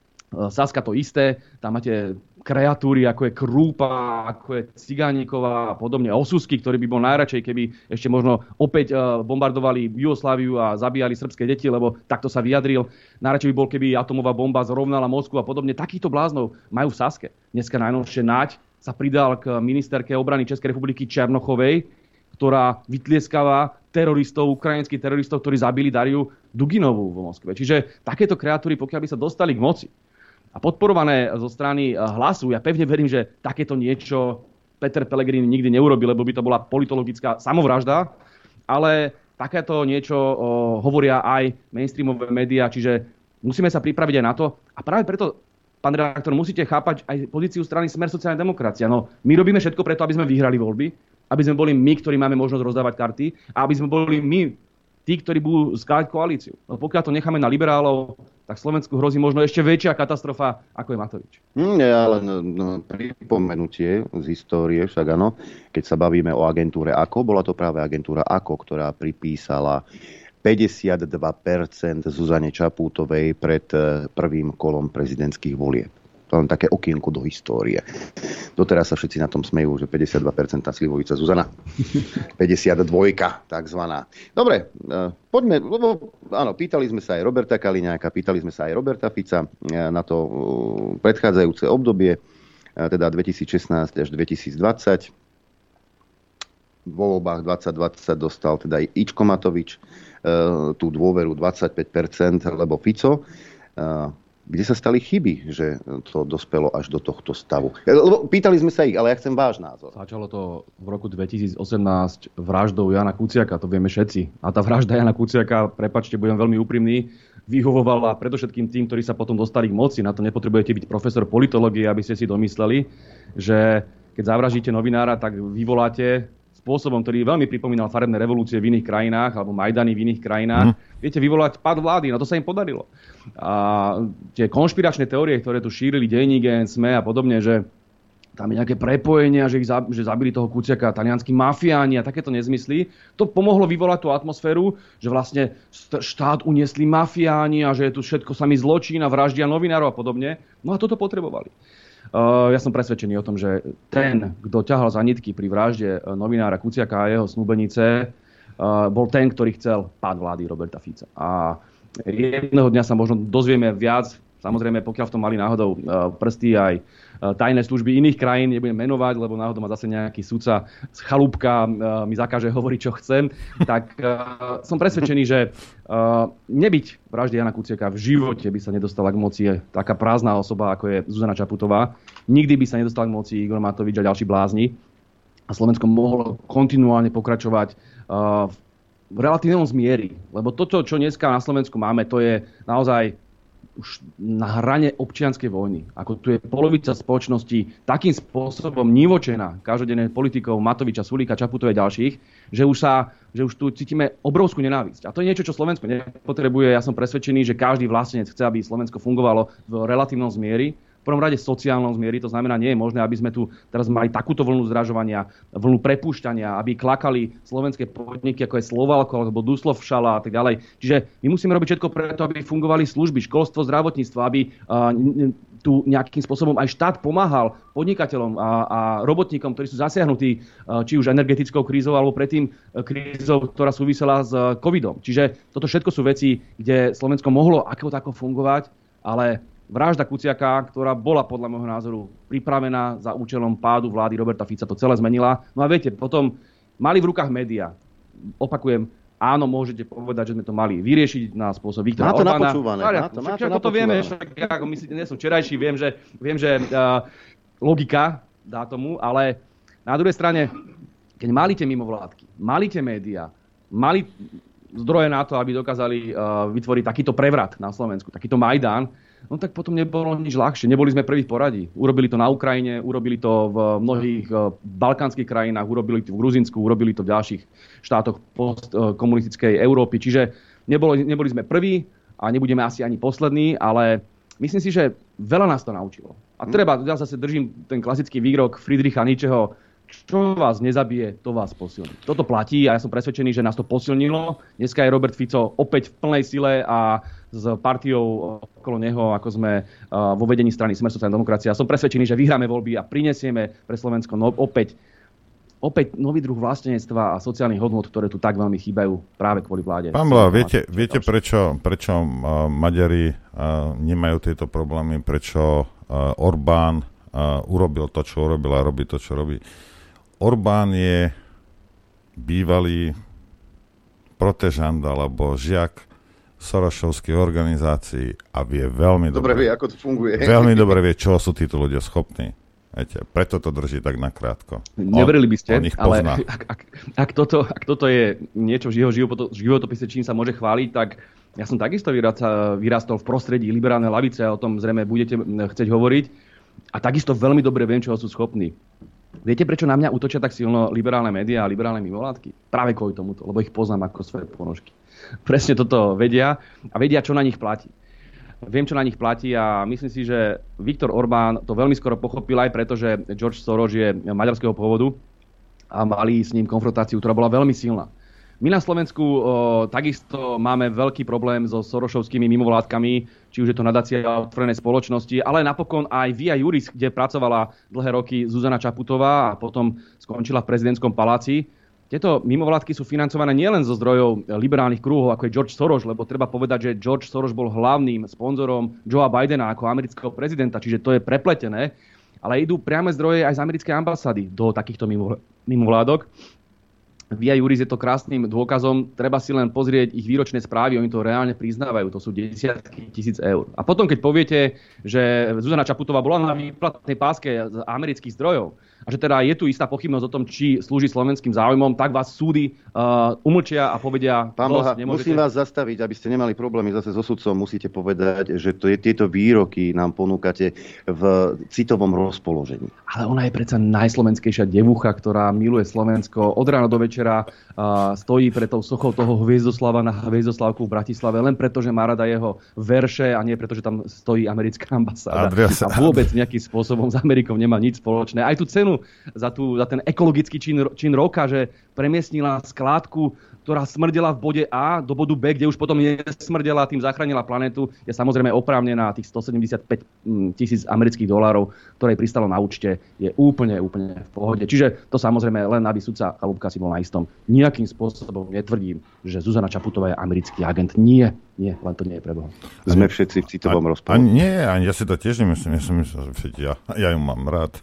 Saska to isté, tam máte kreatúry, ako je Krúpa, ako je Cigániková a podobne. Osusky, ktorý by bol najradšej, keby ešte možno opäť bombardovali Jugosláviu a zabíjali srbské deti, lebo takto sa vyjadril. Najradšej by bol, keby atomová bomba zrovnala Moskvu a podobne. Takýchto bláznov majú v Saske. Dneska najnovšie Naď sa pridal k ministerke obrany Českej republiky Černochovej, ktorá vytlieskava teroristov, ukrajinských teroristov, ktorí zabili Dariu Duginovú v Moskve. Čiže takéto kreatúry, pokiaľ by sa dostali k moci a podporované zo strany Hlasu, ja pevne verím, že takéto niečo Peter Pellegrini nikdy neurobi, lebo by to bola politologická samovražda, ale takéto niečo o, hovoria aj mainstreamové médiá, čiže musíme sa pripraviť aj na to. A práve preto, pán redaktor, musíte chápať aj pozíciu strany Smer sociálna demokracia. No, my robíme všetko preto, aby sme vyhrali voľby, aby sme boli my, ktorí máme možnosť rozdávať karty a aby sme boli my, tí, ktorí budú skladať koalíciu. No, pokiaľ to necháme na liberálov, tak Slovensku hrozí možno ešte väčšia katastrofa, ako je Matovič. Nie, ale no, no, pripomenutie z histórie, však áno, keď sa bavíme o agentúre á ká ó, bola to práve agentúra á ká ó, ktorá pripísala päťdesiatdva percent Zuzane Čaputovej pred prvým kolom prezidentských volieb. To len také okienko do histórie. Doteraz sa všetci na tom smejú, že päťdesiatdva percent slivovica Zuzana. päťdesiatdva takzvaná. Dobre, poďme, lebo áno, pýtali sme sa aj Roberta Kaliňáka, pýtali sme sa aj Roberta Fica na to predchádzajúce obdobie, teda dvetisícšestnásť až dvetisícdvadsať. Vo voľbách dvadsať dvadsať dostal teda Ičko Matovič tú dôveru dvadsaťpäť percent, lebo Fico. Kde sa stali chyby, že to dospelo až do tohto stavu? Lebo pýtali sme sa ich, ale ja chcem váš názor. Začalo to v roku dvetisícosemnásť vraždou Jana Kuciaka, to vieme všetci. A tá vražda Jana Kuciaka, prepáčte, budem veľmi úprimný, vyhovovala predovšetkým tým, ktorí sa potom dostali k moci. Na to nepotrebujete byť profesor politológie, aby ste si domysleli, že keď zavraždíte novinára, tak vyvoláte spôsobom, ktorý veľmi pripomínal farebné revolúcie v iných krajinách alebo Majdany v iných krajinách. Mm. Viete vyvolať pád vlády, no to sa im podarilo. A tie konšpiračné teórie, ktoré tu šírili denník, SME a podobne, že tam je nejaké prepojenia, že, ich za, že zabili toho Kuciaka talianskí mafiáni a takéto nezmysly, to pomohlo vyvolať tú atmosféru, že vlastne štát uniesli mafiáni a že je tu všetko samý zločín a vraždia novinárov a podobne. No a toto potrebovali. Uh, ja som presvedčený o tom, že ten, kto ťahal za nitky pri vražde novinára Kuciaka a jeho snúbenice, uh, bol ten, ktorý chcel pád vlády Roberta Fica. A jedného dňa sa možno dozvieme viac, samozrejme, pokiaľ v tom mali náhodou uh, prsty aj uh, tajné služby iných krajín, nebudem menovať, lebo náhodou ma zase nejaký sudca z chalúbka uh, mi zakáže hovoriť, čo chcem, tak uh, som presvedčený, že uh, nebyť vraždy Jana Kuciaka v živote by sa nedostala k moci taká prázdna osoba, ako je Zuzana Čaputová. Nikdy by sa nedostal k moci Igor Matovič a ďalší blázni. A Slovensko mohlo kontinuálne pokračovať uh, v relatívnom zmieri. Lebo toto, čo dneska na Slovensku máme, to je naozaj už na hrane občianskej vojny. Ako tu je polovica spoločnosti takým spôsobom nivočená každodennou politikou Matoviča, Sulíka, Čaputovej a ďalších, že už, sa, že už tu cítime obrovskú nenávisť. A to je niečo, čo Slovensko nepotrebuje. Ja som presvedčený, že každý vlastenec chce, aby Slovensko fungovalo v relatívnom zmieri. V prvom rade sociálnom zmieri, to znamená, nie je možné, aby sme tu teraz mali takúto vlnu zdražovania, vlnu prepúšťania, aby klakali slovenské podniky, ako je Slovalko alebo Duslov Šala a tak ďalej. Čiže my musíme robiť všetko preto, aby fungovali služby, školstvo, zdravotníctvo, aby uh, tu nejakým spôsobom aj štát pomáhal podnikateľom a, a robotníkom, ktorí sú zasiahnutí uh, či už energetickou krízou alebo predtým uh, krízou, ktorá súvisela s uh, covidom. Čiže toto všetko sú veci, kde Slovensko mohlo ako tako fungovať, ale vražda Kuciaka, ktorá bola podľa môjho názoru pripravená za účelom pádu vlády Roberta Fica, to celé zmenila. No a viete, potom mali v rukách médiá. Opakujem, áno, môžete povedať, že sme to mali vyriešiť na spôsob Viktora Orbána. Má to napočúvané. Má to, má to napočúvané. To vieme, však, ako myslíte, nie som včerajší, viem, že, viem, že uh, logika dá tomu, ale na druhej strane, keď mali tie mimovládky, mali tie médiá, mali zdroje na to, aby dokázali uh, vytvoriť takýto prevrat na Slovensku, takýto Majdán, no tak potom nebolo nič ľahšie. Neboli sme prví v poradí. Urobili to na Ukrajine, urobili to v mnohých balkánskych krajinách, urobili to v Gruzínsku, urobili to v ďalších štátoch postkomunistickej Európy. Čiže neboli, neboli sme prví a nebudeme asi ani poslední, ale myslím si, že veľa nás to naučilo. A treba, ja zase držím ten klasický výrok Friedricha Nietzscheho, čo vás nezabije, to vás posilní. Toto platí a ja som presvedčený, že nás to posilnilo. Dneska je Robert Fico opäť v plnej sile a s partiou okolo neho, ako sme vo vedení strany Smer sociálna demokracia. Ja som presvedčený, že vyhráme voľby a prinesieme pre Slovensko no, opäť, opäť nový druh vlastenectva a sociálnych hodnot, ktoré tu tak veľmi chýbajú práve kvôli vláde. Pán Blau, viete, viete prečo, prečo uh, Maďari uh, nemajú tieto problémy, prečo uh, Orbán uh, urobil to, čo urobil a robí to, čo robí? Orbán je bývalý protežant alebo žiak Sorošovských organizácií a vie veľmi dobre, dobre vie, ako to funguje. Veľmi dobre vie, čo sú títo ľudia schopní. Viete, preto to drží tak nakrátko. Neverili by ste, ale ak, ak, ak, toto, ak toto je niečo v jeho životopise, čím sa môže chváliť, tak ja som takisto vyrastol v prostredí liberálnej lavice a o tom zrejme budete chcieť hovoriť. A takisto veľmi dobre viem, čo sú schopní. Viete, prečo na mňa útočia tak silno liberálne médiá a liberálne mimovládky? Práve kvôli tomuto, lebo ich poznám ako svoje ponožky. Presne toto vedia a vedia, čo na nich platí. viem, čo na nich platí a myslím si, že Viktor Orbán to veľmi skoro pochopil aj preto, že George Soros je maďarského pôvodu a mali s ním konfrontáciu, ktorá bola veľmi silná. My na Slovensku o, takisto máme veľký problém so sorošovskými mimovládkami, či už je to nadácia otvorenej spoločnosti, ale napokon aj Via Juris, kde pracovala dlhé roky Zuzana Čaputová a potom skončila v prezidentskom paláci. Tieto mimovládky sú financované nielen zo zdrojov liberálnych krúhov, ako je George Soros, lebo treba povedať, že George Soros bol hlavným sponzorom Joea Bidena ako amerického prezidenta, čiže to je prepletené, ale idú priame zdroje aj z americkej ambasády do takýchto mimovládok. Via Juris je to krásnym dôkazom, treba si len pozrieť ich výročné správy, oni to reálne priznávajú, to sú desiatky tisíc eur. A potom, keď poviete, že Zuzana Čaputová bola na výplatnej páske z amerických zdrojov, a že teda je tu istá pochybnosť o tom, či slúži slovenským záujmom, tak vás súdy uh, umlčia a povedia... Pán Boha, nemôžete... musím vás zastaviť, aby ste nemali problémy zase so sudcom. Musíte povedať, že to je, tieto výroky nám ponúkate v citovom rozpoložení. Ale ona je predsa najslovenskejšia devucha, ktorá miluje Slovensko. Od rána do večera uh, stojí pred tou sochou toho Hviezdoslava na Hviezdoslavku v Bratislave, len preto, že má rada jeho verše a nie preto, že tam stojí americká ambasáda. Andreas... A vôbec nejakým spôsobom s Amerikou nemá nič spoločné. Aj tú cenu Za, tú, za ten ekologický čin, čin roka, že premiestnila skládku, ktorá smrdela v bode A do bodu B, kde už potom nesmrdela, tým zachránila planetu, je samozrejme oprávnená tých stosedemdesiatpäť tisíc amerických dolárov, ktoré pristalo na účte, je úplne, úplne v pohode. Čiže to samozrejme len, aby sudca Chalúbka si bol na istom. Nejakým spôsobom netvrdím, že Zuzana Čaputová je americký agent. Nie, nie, len to nie je preboha. Sme všetci v citovom rozpore. Nie, ani ja si to tiež nemyslím. Ja som myslel, že ja, ja ju mám rád.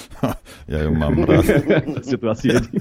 Ja ju mám rád. Ste tu asi jediný.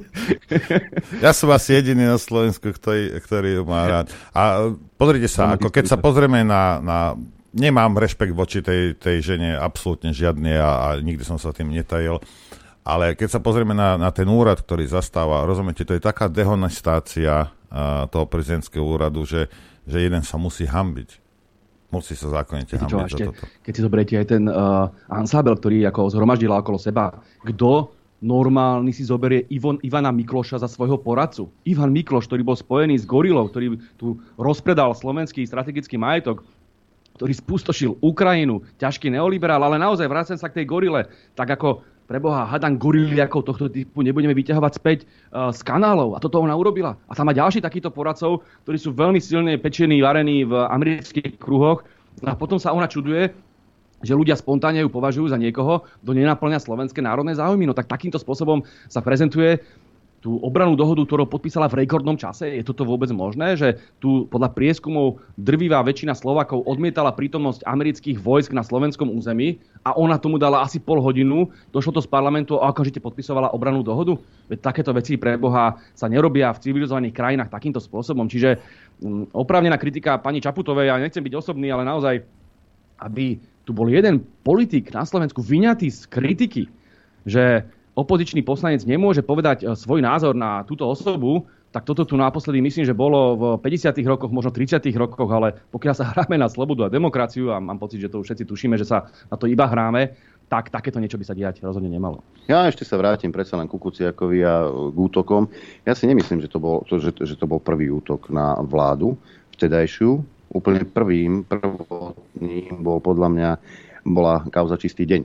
Ja som asi jediný na Slovensku, ktorý, ktorý ju má rád. A pozrite sa, ako keď sa pozrieme na, na... Nemám rešpekt voči tej, tej žene, absolútne žiadny a, a nikdy som sa tým netajil. Ale keď sa pozrieme na, na ten úrad, ktorý zastáva, rozumiete, to je taká dehonestácia uh, toho prezidentského úradu, že, že jeden sa musí hanbiť. Musí sa zákonite hambiť za toto. Keď si zoberiete aj ten uh, ansábel, ktorý ako zhromaždila okolo seba, kto normálny si zoberie Ivon, Ivana Mikloša za svojho poradcu. Ivan Mikloš, ktorý bol spojený s gorilou, ktorý tu rozpredal slovenský strategický majetok, ktorý spustošil Ukrajinu, ťažký neoliberál, ale naozaj vracem sa k tej gorile, tak ako preboha, hadám goriliakov tohto typu nebudeme vyťahovať späť uh, z kanálov. A toto ona urobila. A tam má ďalší takýchto poradcov, ktorí sú veľmi silne pečení, varení v amerických kruhoch. A potom sa ona čuduje, že ľudia spontánne ju považujú za niekoho, kto nenaplňa slovenské národné záujmy. No tak takýmto spôsobom sa prezentuje tú obranú dohodu, ktorú podpísala v rekordnom čase. Je toto vôbec možné, že tu podľa prieskumov drvivá väčšina Slovákov odmietala prítomnosť amerických vojsk na slovenskom území a ona tomu dala asi pol hodinu, došlo to z parlamentu a okamžite podpisovala obranú dohodu? Veď takéto veci pre Boha sa nerobia v civilizovaných krajinách takýmto spôsobom. Čiže um, oprávnená kritika pani Čaputovej, ja nechcem byť osobný, ale naozaj, aby tu bol jeden politik na Slovensku vyňatý z kritiky, že opozičný poslanec nemôže povedať svoj názor na túto osobu, tak toto tu naposledy myslím, že bolo v päťdesiatych rokoch, možno tridsiatych rokoch, ale pokiaľ sa hráme na slobodu a demokraciu, a mám pocit, že to už všetci tušíme, že sa na to iba hráme, tak takéto niečo by sa diať rozhodne nemalo. Ja ešte sa vrátim predsa len ku Kuciakovi a k útokom. Ja si nemyslím, že to bol, že, že to bol prvý útok na vládu vtedajšiu. Úplne prvým, prvotným bol podľa mňa, bola kauza Čistý deň.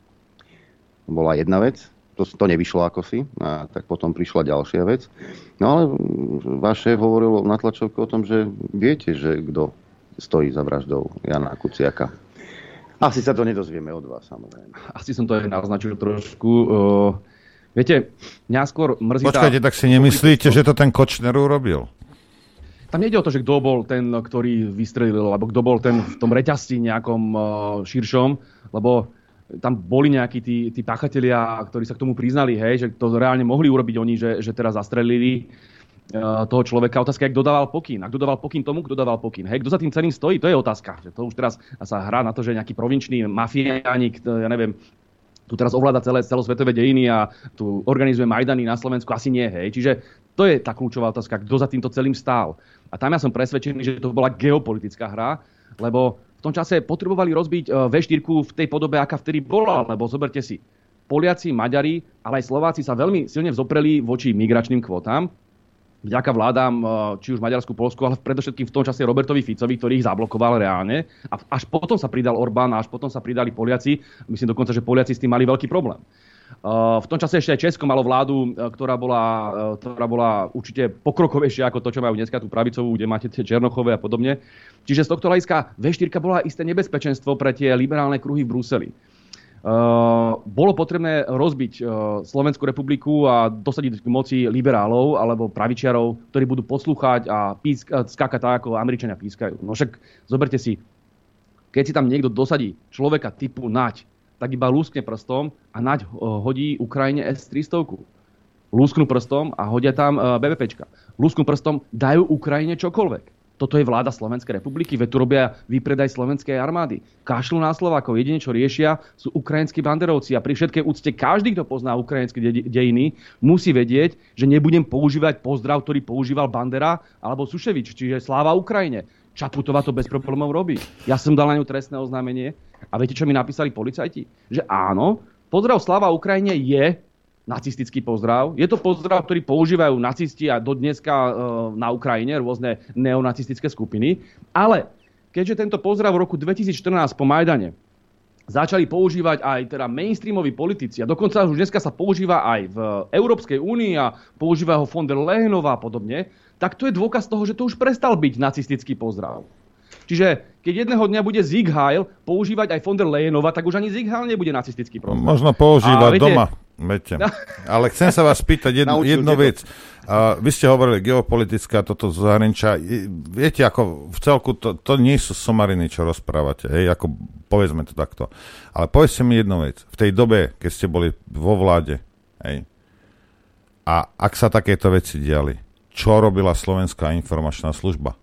Bola jedna vec, To, to nevyšlo ako si, a tak potom prišla ďalšia vec. No ale váš šéf hovoril na tlačovke o tom, že viete, že kto stojí za vraždou Jana Kuciaka. Asi sa to nedozvieme od vás, samozrejme. Asi som to aj naznačil trošku. Uh, viete, mňa skôr mrzí... Počkajte, tak si nemyslíte, že to ten Kočner urobil? Tam nejde o to, že kto bol ten, ktorý vystrelil, alebo kto bol ten v tom reťazci nejakom uh, širšom, lebo tam boli nejakí tí, tí páchatelia, ktorí sa k tomu priznali, hej, že to reálne mohli urobiť oni, že, že teraz zastrelili uh, toho človeka. Otázka je, kto dával pokyn. A kto dával pokyn tomu, kto dával pokyn. Hej, kto za tým celým stojí, to je otázka. Že to už teraz sa hrá na to, že nejaký provinčný mafiánik, ja neviem, tu teraz ovláda celé celosvetové dejiny a tu organizuje Majdany na Slovensku, asi nie, hej. Čiže to je tá kľúčová otázka, kto za týmto celým stál. A tam ja som presvedčený, že to bola geopolitická hra, lebo v tom čase potrebovali rozbiť vé štyri v tej podobe, aká vtedy bola, lebo zoberte si, Poliaci, Maďari, ale aj Slováci sa veľmi silne vzopreli voči migračným kvótam vďaka vládám, či už Maďarsku, Poľsku, ale predovšetkým v tom čase Robertovi Ficovi, ktorý ich zablokoval reálne. A až potom sa pridal Orbán, a až potom sa pridali Poliaci. Myslím dokonca, že Poliaci s tým mali veľký problém. V tom čase ešte aj Česko malo vládu, ktorá bola, ktorá bola určite pokrokovejšia ako to, čo majú dneska tú pravicovú, kde máte tie Černochové a podobne. Čiže z tohto hľadiska vé štyri bola isté nebezpečenstvo pre tie liberálne kruhy v Bruseli. Uh, bolo potrebné rozbiť uh, Slovenskú republiku a dosadiť k moci liberálov alebo pravičiarov, ktorí budú poslúchať a písk, uh, skákať tak, ako Američania pískajú. No však zoberte si, keď si tam niekto dosadí človeka typu Naď, tak iba lúskne prstom a Naď uh, hodí Ukrajine es tristo. Lúsknú prstom a hodia tam uh, bé vé péčka. Lúsknú prstom, dajú Ukrajine čokoľvek. Toto je vláda Slovenskej republiky, veď tu robia výpredaj slovenskej armády. Kašľú na Slovákov, jedine čo riešia sú ukrajinskí banderovci a pri všetkej úcte každý, kto pozná ukrajinské de- dejiny, musí vedieť, že nebudem používať pozdrav, ktorý používal Bandera alebo Suševič, čiže sláva Ukrajine. Čaputová to bez problémov robí. Ja som dal na ňu trestné oznámenie a viete, čo mi napísali policajti? Že áno, pozdrav sláva Ukrajine je nacistický pozdrav. Je to pozdrav, ktorý používajú nacisti a dodneska e, na Ukrajine, rôzne neonacistické skupiny. Ale keďže tento pozdrav v roku dvetisícštrnásť po Majdane začali používať aj teda mainstreamoví politici a dokonca už dneska sa používa aj v Európskej únii a používa ho von der Leyenová a podobne, tak to je dôkaz toho, že to už prestal byť nacistický pozdrav. Čiže keď jedného dňa bude Sieg Heil používať aj von der Leyenová, tak už ani Sieg Heil nebude nacistický pozdrav. Možno používať viete, doma. Viete. Ale chcem sa vás spýtať jednu, jednu vec. Uh, vy ste hovorili geopolitická, toto z zahraničia. Viete, ako v celku to, to nie sú somariny, čo rozprávate. Hej, ako povedzme to takto. Ale povedzte mi jednu vec. V tej dobe, keď ste boli vo vláde, hej, a ak sa takéto veci diali, čo robila Slovenská informačná služba?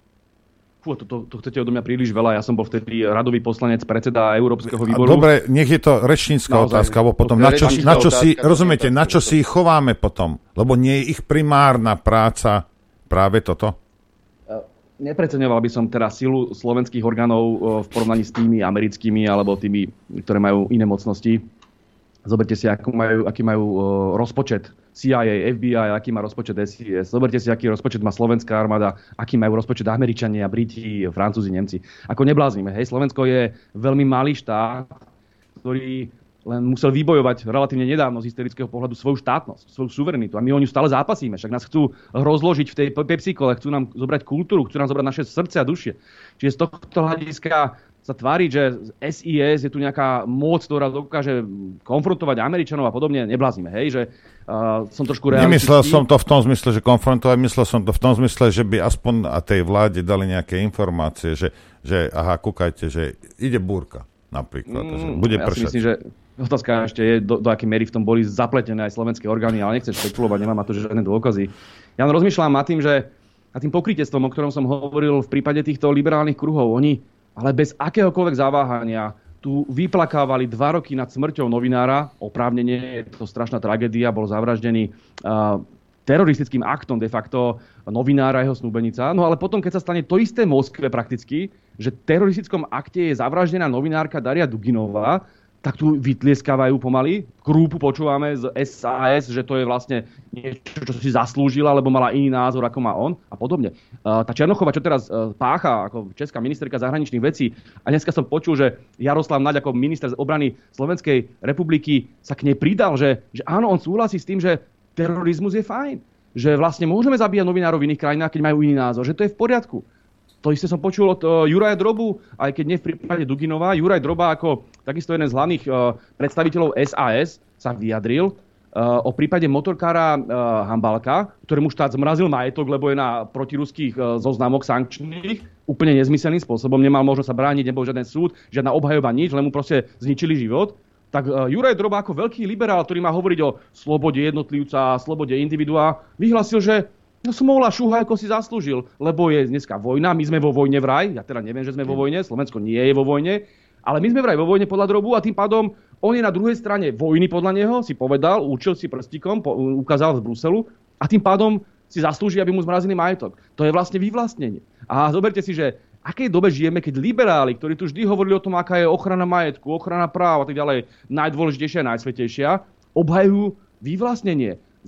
Fú, to, to, to chcete odo mňa príliš veľa. Ja som bol vtedy radový poslanec, predseda Európskeho výboru. Dobre, nech je to rečnícka naozaj, otázka, alebo potom na čo, na čo si, otázka, rozumiete, na čo si ich chováme potom? Lebo nie je ich primárna práca práve toto? Nepreceňoval by som teraz silu slovenských orgánov v porovnaní s tými americkými alebo tými, ktoré majú iné mocnosti. Zoberte si, aký majú, aký majú rozpočet C I A, F B I, aký má rozpočet S I S. Zoberte si, aký rozpočet má slovenská armáda, aký majú rozpočet Američania, Briti, Francúzi, Nemci. Ako nebláznime, hej, Slovensko je veľmi malý štát, ktorý len musel vybojovať relatívne nedávno z historického pohľadu svoju štátnosť, svoju suverenitu. A my o ňu stále zápasíme. Však nás chcú rozložiť v tej Pepsi-kole, chcú nám zobrať kultúru, chcú nám zobrať naše srdce a duše. Čiže z tohto hľadiska sa tvári, že S I S je tu nejaká moc, ktorá dokáže konfrontovať Američanov a podobne, nebláznime, hej, že uh, som trošku realistický. Nemyslel som to v tom zmysle, že konfrontovať, myslel som to v tom zmysle, že by aspoň a tej vláde dali nejaké informácie, že, že aha, kúkajte, že ide búrka napríklad, mm, že bude ja pršať. Si myslím, že otázka ešte je, do, do akej miery v tom boli zapletené aj slovenské orgány, ale nechcem špekulovať, nemám na to žiadne dôkazy. Ja rozmýšľam nad tým, že a tým pokrytectvom, o ktorom som hovoril v prípade týchto liberálnych kruhov, oni ale bez akéhokoľvek zaváhania tu vyplakávali dva roky nad smrťou novinára. Oprávnene, je to strašná tragédia, bol zavraždený uh, teroristickým aktom de facto novinára a jeho snúbenica. No ale potom, keď sa stane to isté v Moskve prakticky, že v teroristickom akte je zavraždená novinárka Daria Duginová, tak tu vytlieskávajú pomaly. Krúpu počúvame z es a es, že to je vlastne niečo, čo si zaslúžila, lebo mala iný názor, ako má on a podobne. Uh, tá Černochova, čo teraz uh, pácha ako česká ministerka zahraničných vecí, a dneska som počul, že Jaroslav Naď ako minister obrany Slovenskej republiky sa k nej pridal, že, že áno, on súhlasí s tým, že terorizmus je fajn. Že vlastne môžeme zabíjať novinárov v iných krajinách, keď majú iný názor, že to je v poriadku. To isté som počul od uh, Juraja Drobu, aj keď nie v prípade Duginová. Juraj Droba ako takisto jeden z hlavných uh, predstaviteľov es a es sa vyjadril uh, o prípade motorkára uh, Hambalka, ktorému štát zmrazil majetok, lebo je na protiruských uh, zoznamoch sankčných, úplne nezmyselným spôsobom, nemal možnosť sa brániť, nebol žiaden súd, žiadna obhajoba, nič, len mu proste zničili život. Tak uh, Juraj Droba ako veľký liberál, ktorý má hovoriť o slobode jednotlivca, slobode individua, vyhlasil, že no Smola šúha, ako si zaslúžil, lebo je dneska vojna, my sme vo vojne vraj, ja teda neviem, že sme vo vojne, Slovensko nie je vo vojne, ale my sme vraj vo vojne podľa Drobu a tým pádom on je na druhej strane vojny podľa neho, si povedal, učil si prstikom, po, ukázal z Bruselu a tým pádom si zaslúži, aby mu zmrazili majetok. To je vlastne vyvlastnenie. A zoberte si, že v akej dobe žijeme, keď liberáli, ktorí tu vždy hovorili o tom, aká je ochrana majetku, ochrana práv a tak ďalej, najdôležitejšia a najsvetejšia, obhajujú vyvlastnenie.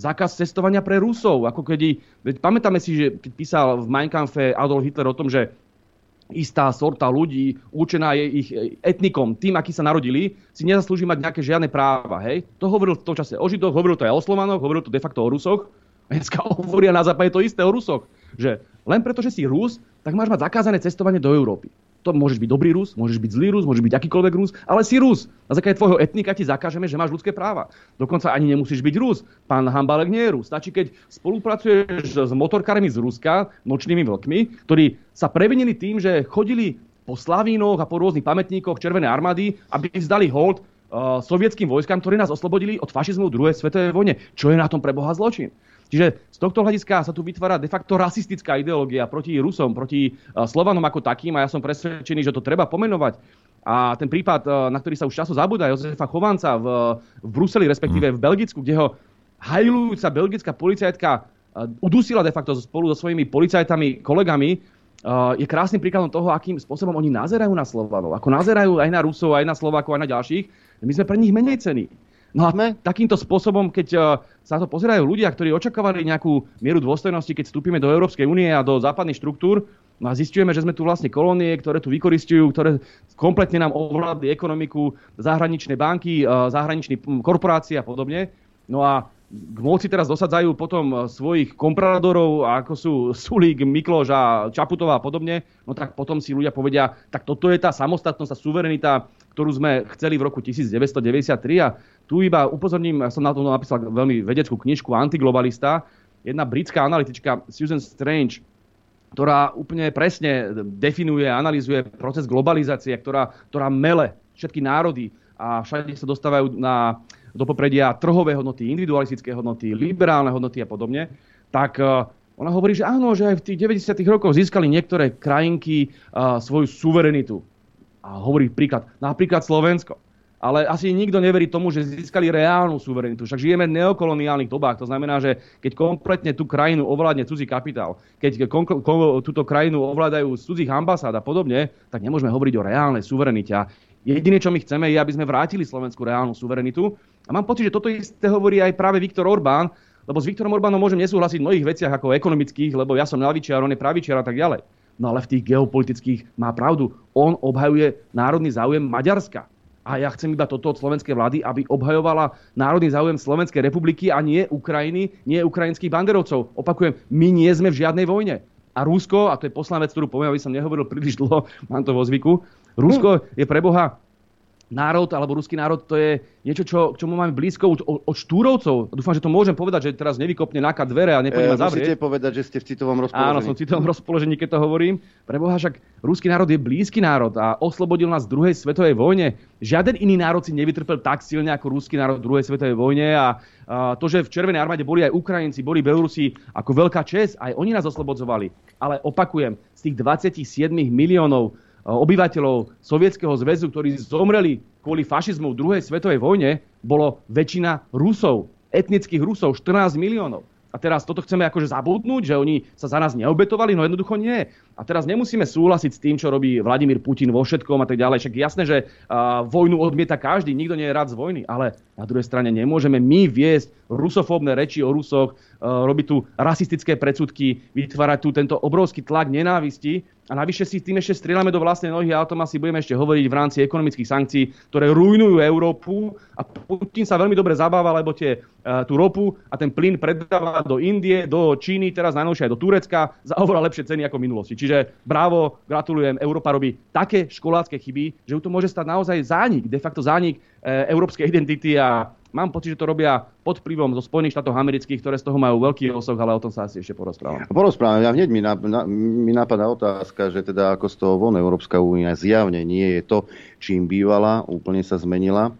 zákaz cestovania pre Rusov. Ako keď, veď pamätáme si, že keď písal v Mein Kampfe Adolf Hitler o tom, že istá sorta ľudí, určená je ich etnikom, tým, akí sa narodili, si nezaslúži mať nejaké žiadne práva. Hej? To hovoril v tom čase o Židoch, hovoril to aj o Slovanoch, hovoril to de facto o Rusoch. A dneska hovoria na západe to isté o Rusoch. Že len preto, že si Rus, tak máš mať zakázané cestovanie do Európy. To môžeš byť dobrý Rus, môžeš byť zlý Rus, môžeš byť akýkoľvek Rus, ale si Rus. Na základe tvojho etnika ti zakážeme, že máš ľudské práva. Dokonca ani nemusíš byť Rus. Pán Hambalek nie je Rus. Stačí, keď spolupracuješ s motorkármi z Ruska, nočnými vlkmi, ktorí sa previnili tým, že chodili po Slavínoch a po rôznych pamätníkoch Červenej armády, aby vzdali hold uh, sovietským vojskám, ktorí nás oslobodili od fašizmu v druhej svetovej vojne. Čo je na tom pre Boha zločin? Čiže z tohto hľadiska sa tu vytvára de facto rasistická ideológia proti Rusom, proti Slovanom ako takým a ja som presvedčený, že to treba pomenovať. A ten prípad, na ktorý sa už často zabúda, Jozefa Chovanca v, v Bruseli, respektíve v Belgicku, kde ho hajlujúca belgická policajtka udusila de facto spolu so svojimi policajtami, kolegami, je krásnym príkladom toho, akým spôsobom oni nazerajú na Slovanov. Ako nazerajú aj na Rusov, aj na Slovákov, aj na ďalších. My sme pre nich menej cenní. No a takýmto spôsobom, keď sa to pozerajú ľudia, ktorí očakávali nejakú mieru dôstojnosti, keď vstúpime do Európskej únie a do západných štruktúr, no a zistujeme, že sme tu vlastne kolónie, ktoré tu vykoristujú, ktoré kompletne nám ovládli ekonomiku, zahraničné banky, zahraničné korporácie a podobne. No a k moci teraz dosadzajú potom svojich kompradorov, ako sú Sulík, Mikloš a Čaputová a podobne, no tak potom si ľudia povedia, tak toto je tá samostatnosť a suverenita, ktorú sme chceli v roku devätnásťstodeväťdesiattri. A tu iba upozorním, ja som na to napísal veľmi vedeckú knižku Antiglobalista, jedna britská analytička Susan Strange, ktorá úplne presne definuje a analyzuje proces globalizácie, ktorá, ktorá mele všetky národy a všade sa dostávajú na, do popredia trhové hodnoty, individualistické hodnoty, liberálne hodnoty a podobne, tak ona hovorí, že áno, že aj v tých deväťdesiatych rokoch získali niektoré krajinky uh, svoju suverenitu. A hovorí príklad, napríklad Slovensko. Ale asi nikto neverí tomu, že získali reálnu suverenitu. Však žijeme v neokoloniálnych dobách. To znamená, že keď kompletne tú krajinu ovládne cudzí kapitál, keď kon- kon- túto krajinu ovládajú z cudzích ambasád a podobne, tak nemôžeme hovoriť o reálnej suverenite. A jediné, čo my chceme, je, aby sme vrátili slovenskú reálnu suverenitu. A mám pocit, že toto isté hovorí aj práve Viktor Orbán, lebo s Viktorom Orbánom môžem nesúhlasiť v mnohých veciach ako ekonomických, lebo ja som ľavičiar, on je pravičiar a tak ďalej. No ale v tých geopolitických má pravdu. On obhajuje národný záujem Maďarska. A ja chcem iba toto od slovenskej vlády, aby obhajovala národný záujem Slovenskej republiky a nie Ukrajiny, nie ukrajinských banderovcov. Opakujem, my nie sme v žiadnej vojne. A Rusko, a to je posledná vec, ktorú poviem, aby som nehovoril príliš dlho, mám to vo zvyku, Rusko je pre Boha národ, alebo ruský národ, to je niečo, čo, čo máme blízko od, od Štúrovcov. Dúfam, že to môžem povedať, že teraz nevykopne náka dvere a nepôjde ma zavrieť. Musíte povedať, že ste v citovom rozpoložení. Áno, som v citovom rozpoložení, keď to hovorím. Preboha, však ruský národ je blízky národ a oslobodil nás v druhej svetovej vojne. Žiaden iný národ si nevytrpel tak silne ako ruský národ v druhej svetovej vojne a, a to, že v Červenej armáde boli aj Ukrajinci, boli Belorusi, ako veľká česť, aj oni nás oslobodzovali. Ale opakujem, z tých dvadsaťsedem miliónov obyvateľov Sovietskeho zväzu, ktorí zomreli kvôli fašizmu v druhej svetovej vojne, bolo väčšina Rusov, etnických Rusov, štrnásť miliónov. A teraz toto chceme akože zabudnúť, že oni sa za nás neobetovali? No jednoducho nie. A teraz nemusíme súhlasiť s tým, čo robí Vladimír Putin vo všetkom a tak ďalej. Však jasné, že uh, vojnu odmieta každý, nikto nie je rád z vojny, ale na druhej strane nemôžeme my viesť rusofóbne reči o Rusoch, uh, robiť tu rasistické predsudky, vytvárať tu tento obrovský tlak nenávisti a navyše si tým ešte strieľame do vlastnej nohy a o tom asi budeme ešte hovoriť v rámci ekonomických sankcií, ktoré rujnujú Európu a Putin sa veľmi dobre zabáva, lebo tie, uh, tú ropu a ten plyn predáva do Indie, do Číny, teraz najnovšie aj do Turecka za oveľa lepšie ceny ako v minulosti. Čiže bravo, gratulujem, Európa robí také školácké chyby, že ju to môže stať naozaj zánik, de facto zánik e, európskej identity a mám pocit, že to robia pod vplyvom zo Spojených štátov amerických, ktoré z toho majú veľký osoch, ale o tom sa asi ešte porozprávam. Porozprávam. Ja hneď mi, na, na, mi napadá otázka, že teda ako z toho von Európska únia zjavne nie je to, čím bývala, úplne sa zmenila.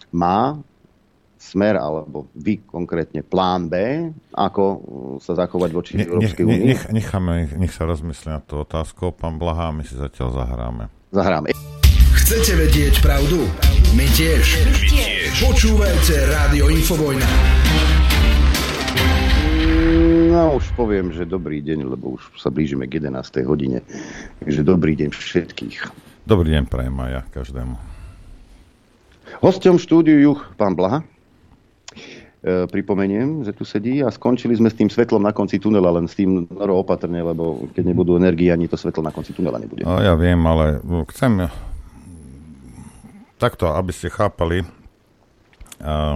Má Smer, alebo vy konkrétne, plán B, ako sa zachovať voči ne, Európskej únii? Nech, necháme, nech sa rozmyslí na tú otázku, pán Blaha, my si zatiaľ zahráme. Zahráme. Chcete vedieť pravdu? My tiež. My tiež. Počúvajte Rádio Infovojna. No už poviem, že dobrý deň, lebo už sa blížime k jedenástej hodine. Takže dobrý deň všetkých. Dobrý deň prajem aj ja každému. Hosťom štúdiu Juch, pán Blaha. pripomeniem, že tu sedí a skončili sme s tým svetlom na konci tunela, len s tým noro opatrne, lebo keď nebudú energie, ani to svetlo na konci tunela nebude. No, ja viem, ale chcem takto, aby ste chápali, uh,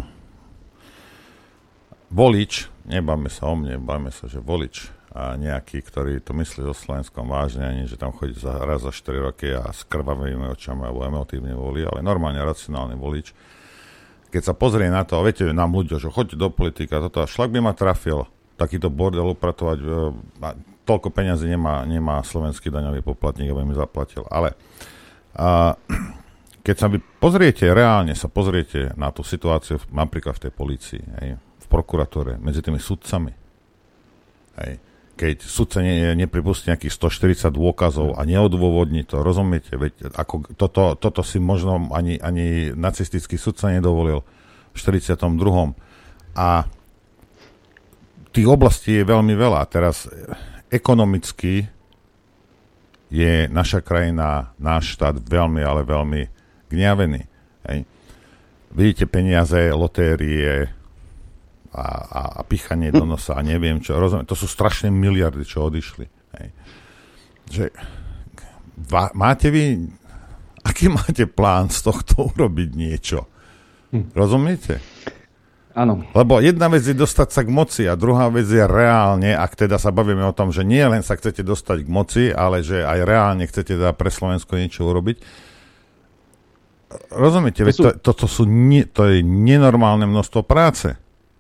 volič, nebáme sa o mne, báme sa, že volič a nejaký, ktorý to myslí so Slovenskom vážne, ani že tam chodí za, raz za štyri roky a s krvavými očami alebo emotívne volí, ale normálne racionálny volič. Keď sa pozrie na to, a viete, nám ľudia, že choďte do politika, toto, šlak by ma trafil, takýto bordel upratovať, toľko peňazí nemá, nemá slovenský daňový poplatník, aby mi zaplatil. Ale a, keď sa vy pozriete, reálne sa pozriete na tú situáciu napríklad v tej polícii, hej, v prokuratúre, medzi tými sudcami, hej, keď sudca ne, nepripustí nejakých stoštyridsať dôkazov a neodôvodní to, rozumiete? Veď ako toto, toto si možno ani, ani nacistický sudca nedovolil v štyridsiatom druhom. A tých oblastí je veľmi veľa. Teraz ekonomicky je naša krajina, náš štát veľmi, ale veľmi gňavený. Hej. Vidíte peniaze, lotérie, A, a, a pichanie do nosa a neviem čo, rozumiem, to sú strašné miliardy, čo odišli. Hej. Že, va, máte vy, aký máte plán z tohto urobiť niečo? Hm. Rozumiete? Áno. Lebo jedna vec je dostať sa k moci a druhá vec je reálne, ak teda sa bavíme o tom, že nie len sa chcete dostať k moci, ale že aj reálne chcete teda pre Slovensko niečo urobiť. Rozumiete? To, sú... to, to, to, sú nie, to je nenormálne množstvo práce.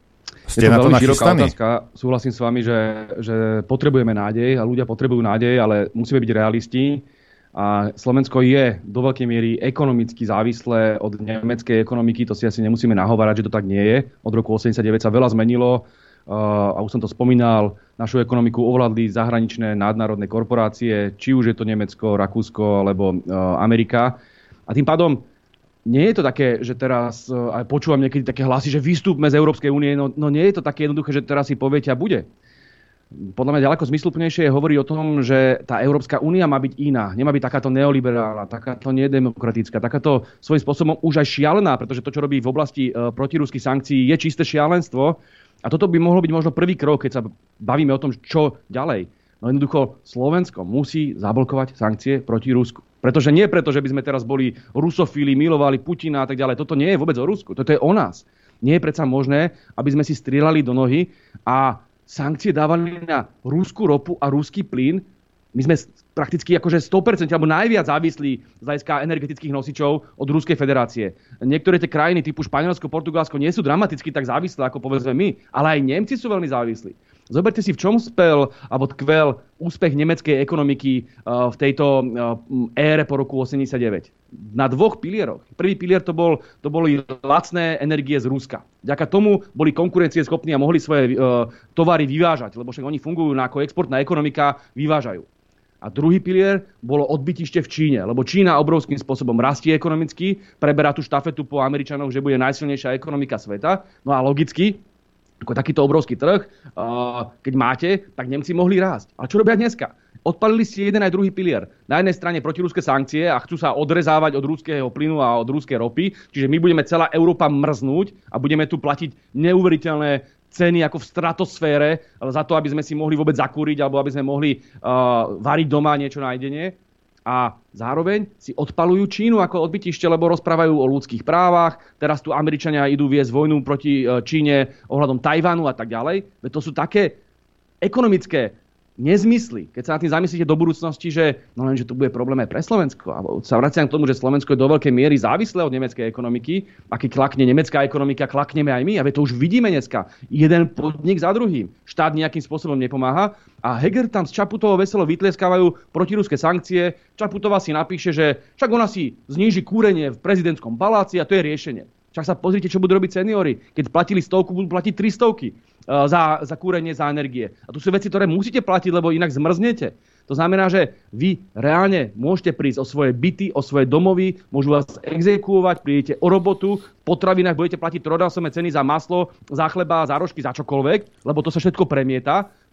Je to veľmi široká otázka. Súhlasím s vami, že, že potrebujeme nádej a ľudia potrebujú nádej, ale musíme byť realisti. A Slovensko je do veľkej miery ekonomicky závislé od nemeckej ekonomiky. To si asi nemusíme nahovárať, že to tak nie je. Od roku osemdesiatdeväť sa veľa zmenilo a už som to spomínal. Našu ekonomiku ovládli zahraničné nadnárodné korporácie, či už je to Nemecko, Rakúsko alebo Amerika. A tým pádom nie je to také, že teraz uh, aj počúvam niekedy také hlasy, že vystúpme z Európskej únie, no, no nie je to také jednoduché, že teraz si poviete a bude. Podľa mňa ďaleko zmysluplnejšie je hovoriť o tom, že tá Európska únia má byť iná. Nemá byť takáto neoliberálna, takáto nedemokratická, takáto svojím spôsobom už aj šialená, pretože to, čo robí v oblasti uh, protiruských sankcií, je čisté šialenstvo. A toto by mohlo byť možno prvý krok, keď sa bavíme o tom, čo ďalej. No jednoducho Slovensko musí zablokovať sankcie proti Rusku. Pretože nie preto, že by sme teraz boli rusofíli, milovali Putina a tak ďalej. Toto nie je vôbec o Rusku. Toto je o nás. Nie je predsa možné, aby sme si strieľali do nohy a sankcie dávali na ruskú ropu a ruský plyn. My sme prakticky akože sto percent alebo najviac závislí z hľadiska energetických nosičov od Ruskej federácie. Niektoré tie krajiny typu Španielsko, Portugalsko nie sú dramaticky tak závislé, ako povedzme my, ale aj Nemci sú veľmi závislí. Zoberte si, v čom spel alebo tkvel úspech nemeckej ekonomiky uh, v tejto uh, ére po roku osemdesiatdeväť. Na dvoch pilieroch. Prvý pilier to, bol, to boli lacné energie z Ruska. Vďaka tomu boli konkurencieschopní a mohli svoje uh, tovary vyvážať, lebo však oni fungujú ako exportná ekonomika, vyvážajú. A druhý pilier bolo odbytište v Číne, lebo Čína obrovským spôsobom rastie ekonomicky, preberá tú štafetu po Američanoch, že bude najsilnejšia ekonomika sveta. No a logicky, ako takýto obrovský trh, keď máte, tak Nemci mohli rásť. Ale čo robia dneska? Odpalili si jeden aj druhý pilier. Na jednej strane protiruské sankcie a chcú sa odrezávať od ruského plynu a od ruskej ropy, čiže my budeme celá Európa mrznúť a budeme tu platiť neuveriteľné ceny ako v stratosfére za to, aby sme si mohli vôbec zakúriť alebo aby sme mohli uh, variť doma niečo na jedenie. A zároveň si odpalujú Čínu ako odbytište, lebo rozprávajú o ľudských právach. Teraz tu Američania idú viesť vojnu proti Číne ohľadom Tajvanu a tak ďalej. Veď to sú také ekonomické nezmysly, keď sa na tým zamyslíte do budúcnosti, že no len, že tu bude problém aj pre Slovensko. A sa vraciam k tomu, že Slovensko je do veľkej miery závislé od nemeckej ekonomiky. A keď klakne nemecká ekonomika, klakneme aj my. A to už vidíme dneska. Jeden podnik za druhým. Štát nejakým spôsobom nepomáha. A Heger tam s Čaputovou veselo vytlieskávajú protiruské sankcie. Čaputová si napíše, že však ona si zníži kúrenie v prezidentskom paláci a to je riešenie. Však sa pozrite, čo budú robiť seniori. Keď platili stovku, budú platiť tri stovky za, za kúrenie, za energie. A tu sú veci, ktoré musíte platiť, lebo inak zmrznete. To znamená, že vy reálne môžete prísť o svoje byty, o svoje domovy, môžu vás exekuovať, prídete o robotu, v potravinách budete platiť trojnásobné ceny za maslo, za chleba, za rožky, za čokoľvek, lebo to sa všetko premieta.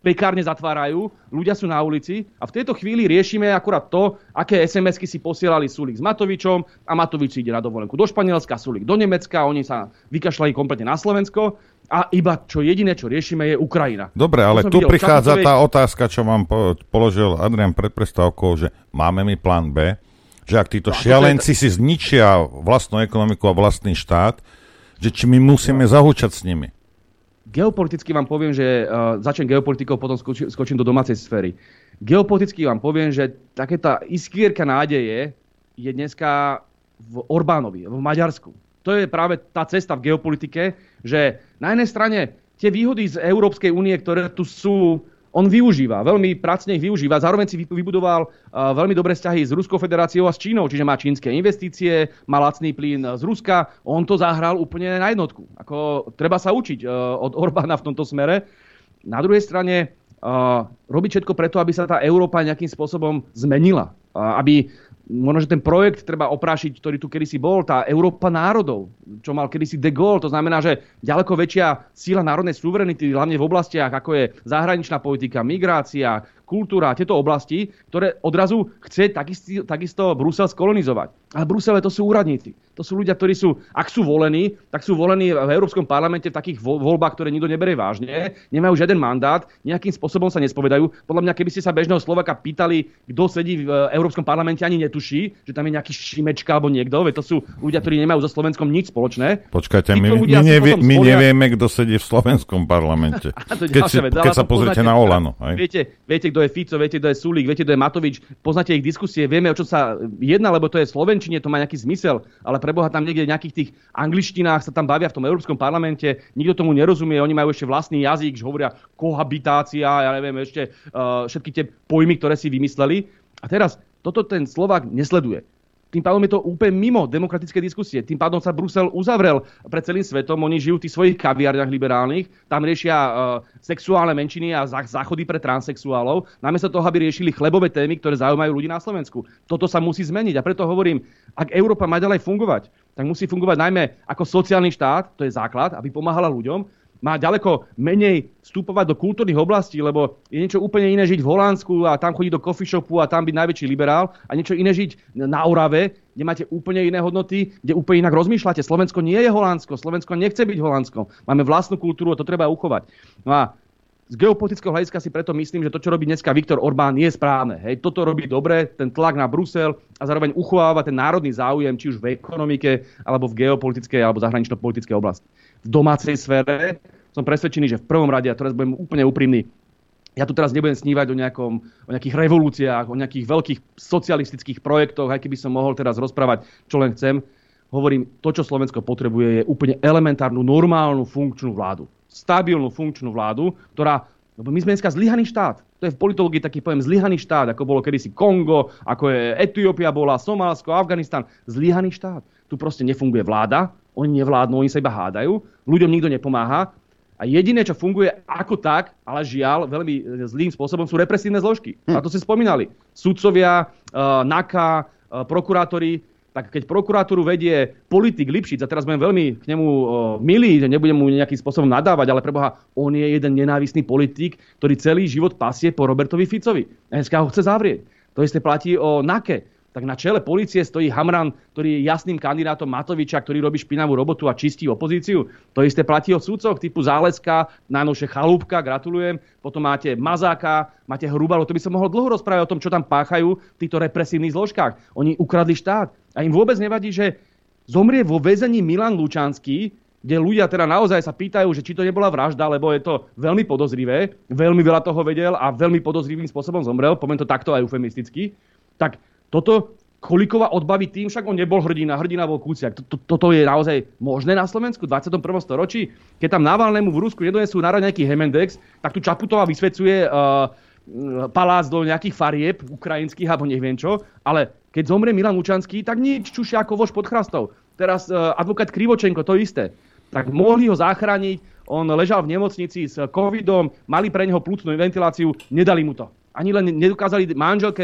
pekárne zatvárajú, ľudia sú na ulici a v tejto chvíli riešime akurát to, aké es em esky si posielali Sulík s Matovičom a Matovič ide na dovolenku do Španielska, Sulík do Nemecka, oni sa vykašľali kompletne na Slovensko a iba čo jediné, čo riešime, je Ukrajina. Dobre, ale tu prichádza Čaputovej... tá otázka, čo vám položil Adrian pred prestávkou, že máme my plán B, že ak títo no, šialenci je... si zničia vlastnú ekonomiku a vlastný štát, že či my musíme no. zahúčať s nimi. Geopoliticky vám poviem, že uh, začnem geopolitikou, potom skoči, skočím do domácej sféry. Geopoliticky vám poviem, že taká tá iskierka nádeje je dneska v Orbánovi, v Maďarsku. To je práve tá cesta v geopolitike, že na jednej strane tie výhody z Európskej únie, ktoré tu sú, on využíva, veľmi pracne ich využíva. Zároveň si vybudoval uh, veľmi dobré vzťahy s Ruskou federáciou a s Čínou, čiže má čínske investície, má lacný plyn z Ruska. On to zahral úplne na jednotku. Ako, treba sa učiť uh, od Orbána v tomto smere. Na druhej strane uh, robiť všetko preto, aby sa tá Európa nejakým spôsobom zmenila. Uh, aby možno, že ten projekt treba oprášiť, ktorý tu kedysi bol, tá Európa národov, čo mal kedysi de Gaulle. To znamená, že ďaleko väčšia síla národnej suverenity, hlavne v oblastiach, ako je zahraničná politika, migrácia, kultúra, tieto oblasti, ktoré odrazu chce takisto, takisto Brusel skolonizovať. Ale Brusele to sú úradníci. To sú ľudia, ktorí sú, ak sú volení, tak sú volení v Európskom parlamente v takých voľbách, ktoré nikto neberie vážne, nemajú žiaden mandát, nejakým spôsobom sa nespovedajú. Podľa mňa, keby ste sa bežného Slováka pýtali, kto sedí v Európskom parlamente, ani netuší, že tam je nejaký Šimečka alebo niekto, veď to sú ľudia, ktorí nemajú so Slovenskom nič spoločné. Počkajte, my, my, nevie, my nevieme, kto sedí v Slovenskom parlamente. Keď, si, vec, keď sa pozrite na Olano. Viete, viete, kto je Fico, viete, kto je Sulík, viete, kto je Matovič, poznáte ich diskusie, vieme, o čo sa jedná, lebo to je v slovenčine, to má nejaký zmysel, ale preboha tam niekde v nejakých tých angličtinách sa tam bavia v tom Európskom parlamente, nikto tomu nerozumie, oni majú ešte vlastný jazyk, že hovoria kohabitácia, ja neviem, ešte uh, všetky tie pojmy, ktoré si vymysleli. A teraz toto ten Slovák nesleduje. Tým pádom je to úplne mimo demokratické diskusie. Tým pádom sa Brusel uzavrel pred celým svetom. Oni žijú v tých svojich kaviarniach liberálnych. Tam riešia uh, sexuálne menšiny a záchody pre transsexuálov. Namiesto toho, aby riešili chlebové témy, ktoré zaujímajú ľudí na Slovensku. Toto sa musí zmeniť. A preto hovorím, ak Európa má ďalej fungovať, tak musí fungovať najmä ako sociálny štát, to je základ, aby pomáhala ľuďom. Má ďaleko menej vstupovať do kultúrnych oblastí, lebo je niečo úplne iné žiť v Holandsku a tam chodiť do coffee shopu a tam byť najväčší liberál a niečo iné žiť na Orave, kde máte úplne iné hodnoty, kde úplne inak rozmýšľate. Slovensko nie je Holandsko, Slovensko nechce byť Holandsko. Máme vlastnú kultúru a to treba uchovať. No a z geopolitického hľadiska si preto myslím, že to, čo robí dneska Viktor Orbán, je správne. Hej, toto robí dobre, ten tlak na Brusel a zároveň uchováva ten národný záujem, či už v ekonomike, alebo v geopolitickej, alebo zahranično-politickej oblasti. V domácej sfére som presvedčený, že v prvom rade, a teraz budem úplne úprimný, ja tu teraz nebudem snívať o, nejakom, o nejakých revolúciách, o nejakých veľkých socialistických projektoch, aj keby som mohol teraz rozprávať, čo len chcem. Hovorím, to, čo Slovensko potrebuje, je úplne elementárnu, normálnu, funkčnú vládu. Stabilnú, funkčnú vládu, ktorá... Lebo my sme dneska zlyhaný štát. To je v politológii taký pojem zlyhaný štát, ako bolo kedysi Kongo, ako je Etiópia bola, Somálsko, Afganistan. Zlyhaný štát. Tu proste nefunguje vláda, oni nevládnu, oni sa iba hádajú, ľuďom nikto nepomáha. A jediné, čo funguje ako tak, ale žiaľ, veľmi zlým spôsobom, sú represívne zložky. Hm. A to ste spomínali. Sudcovia, uh, NAKA, uh, prokurátori. Tak keď prokuratúru vedie politik Lipšic, a teraz budem veľmi k nemu uh, milý, že nebudem mu nejakým spôsobom nadávať, ale preboha, on je jeden nenávistný politik, ktorý celý život pasie po Robertovi Ficovi. Dneska ho chce zavrieť. To isté platí o NAKE. Tak na čele polície stojí Hamran, ktorý je jasným kandidátom Matoviča, ktorý robí špinavú robotu a čistí opozíciu. To isté platí o sudcoch typu Zálecka, najnovšie Chalúbka, gratulujem. Potom máte Mazáka, máte Hrubalu. To by som mohol dlho rozprávať o tom, čo tam páchajú v týchto represívnych zložkách. Oni ukradli štát. A im vôbec nevadí, že zomrie vo väzení Milan Lučanský, kde ľudia teda naozaj sa pýtajú, že či to nebola vražda, lebo je to veľmi podozrivé, veľmi veľa toho vedel a veľmi podozrivým spôsobom zomrel, poviem to takto aj eufemisticky. Tak toto Kolíková odbaví tým, však on nebol hrdina, hrdina bol Kuciak. Toto je naozaj možné na Slovensku v dvadsiatom prvom storočí? Keď tam Navalnému v Rusku nedonesú na rad nejaký Hemendex, tak tu Čaputová vysvecuje uh, palác do nejakých farieb ukrajinských alebo neviem čo, ale keď zomrie Milan Lučanský, tak nič, čušia ako vož pod chrastou. Teraz uh, advokát Krivočenko, to isté. Tak mohli ho zachrániť, on ležal v nemocnici s covidom, mali pre neho plúcnú ventiláciu, nedali mu to. Ani len nedokázali manželke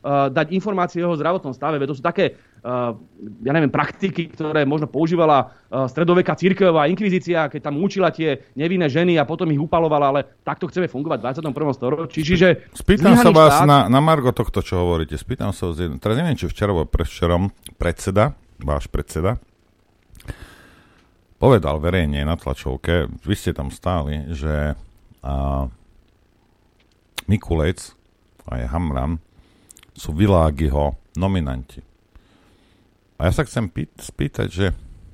uh, dať informácie o jeho zdravotnom stave. Veď to sú také, uh, ja neviem, praktiky, ktoré možno používala uh, stredoveká cirkev a inkvizícia, keď tam učila tie nevinné ženy a potom ich upalovala, ale takto chceme fungovať v dvadsiatom prvom storočí. Čiže spýtam sa vás štát... na, na margo tohto, čo hovoríte. Spýtam sa vás jedno. Teraz neviem, či včera bol predvčerom predseda, váš predseda, povedal verejne na tlačovke, vy ste tam stáli, že a, Mikulec a aj Hamran sú Világiho nominanti. A ja sa chcem pýt, spýtať, že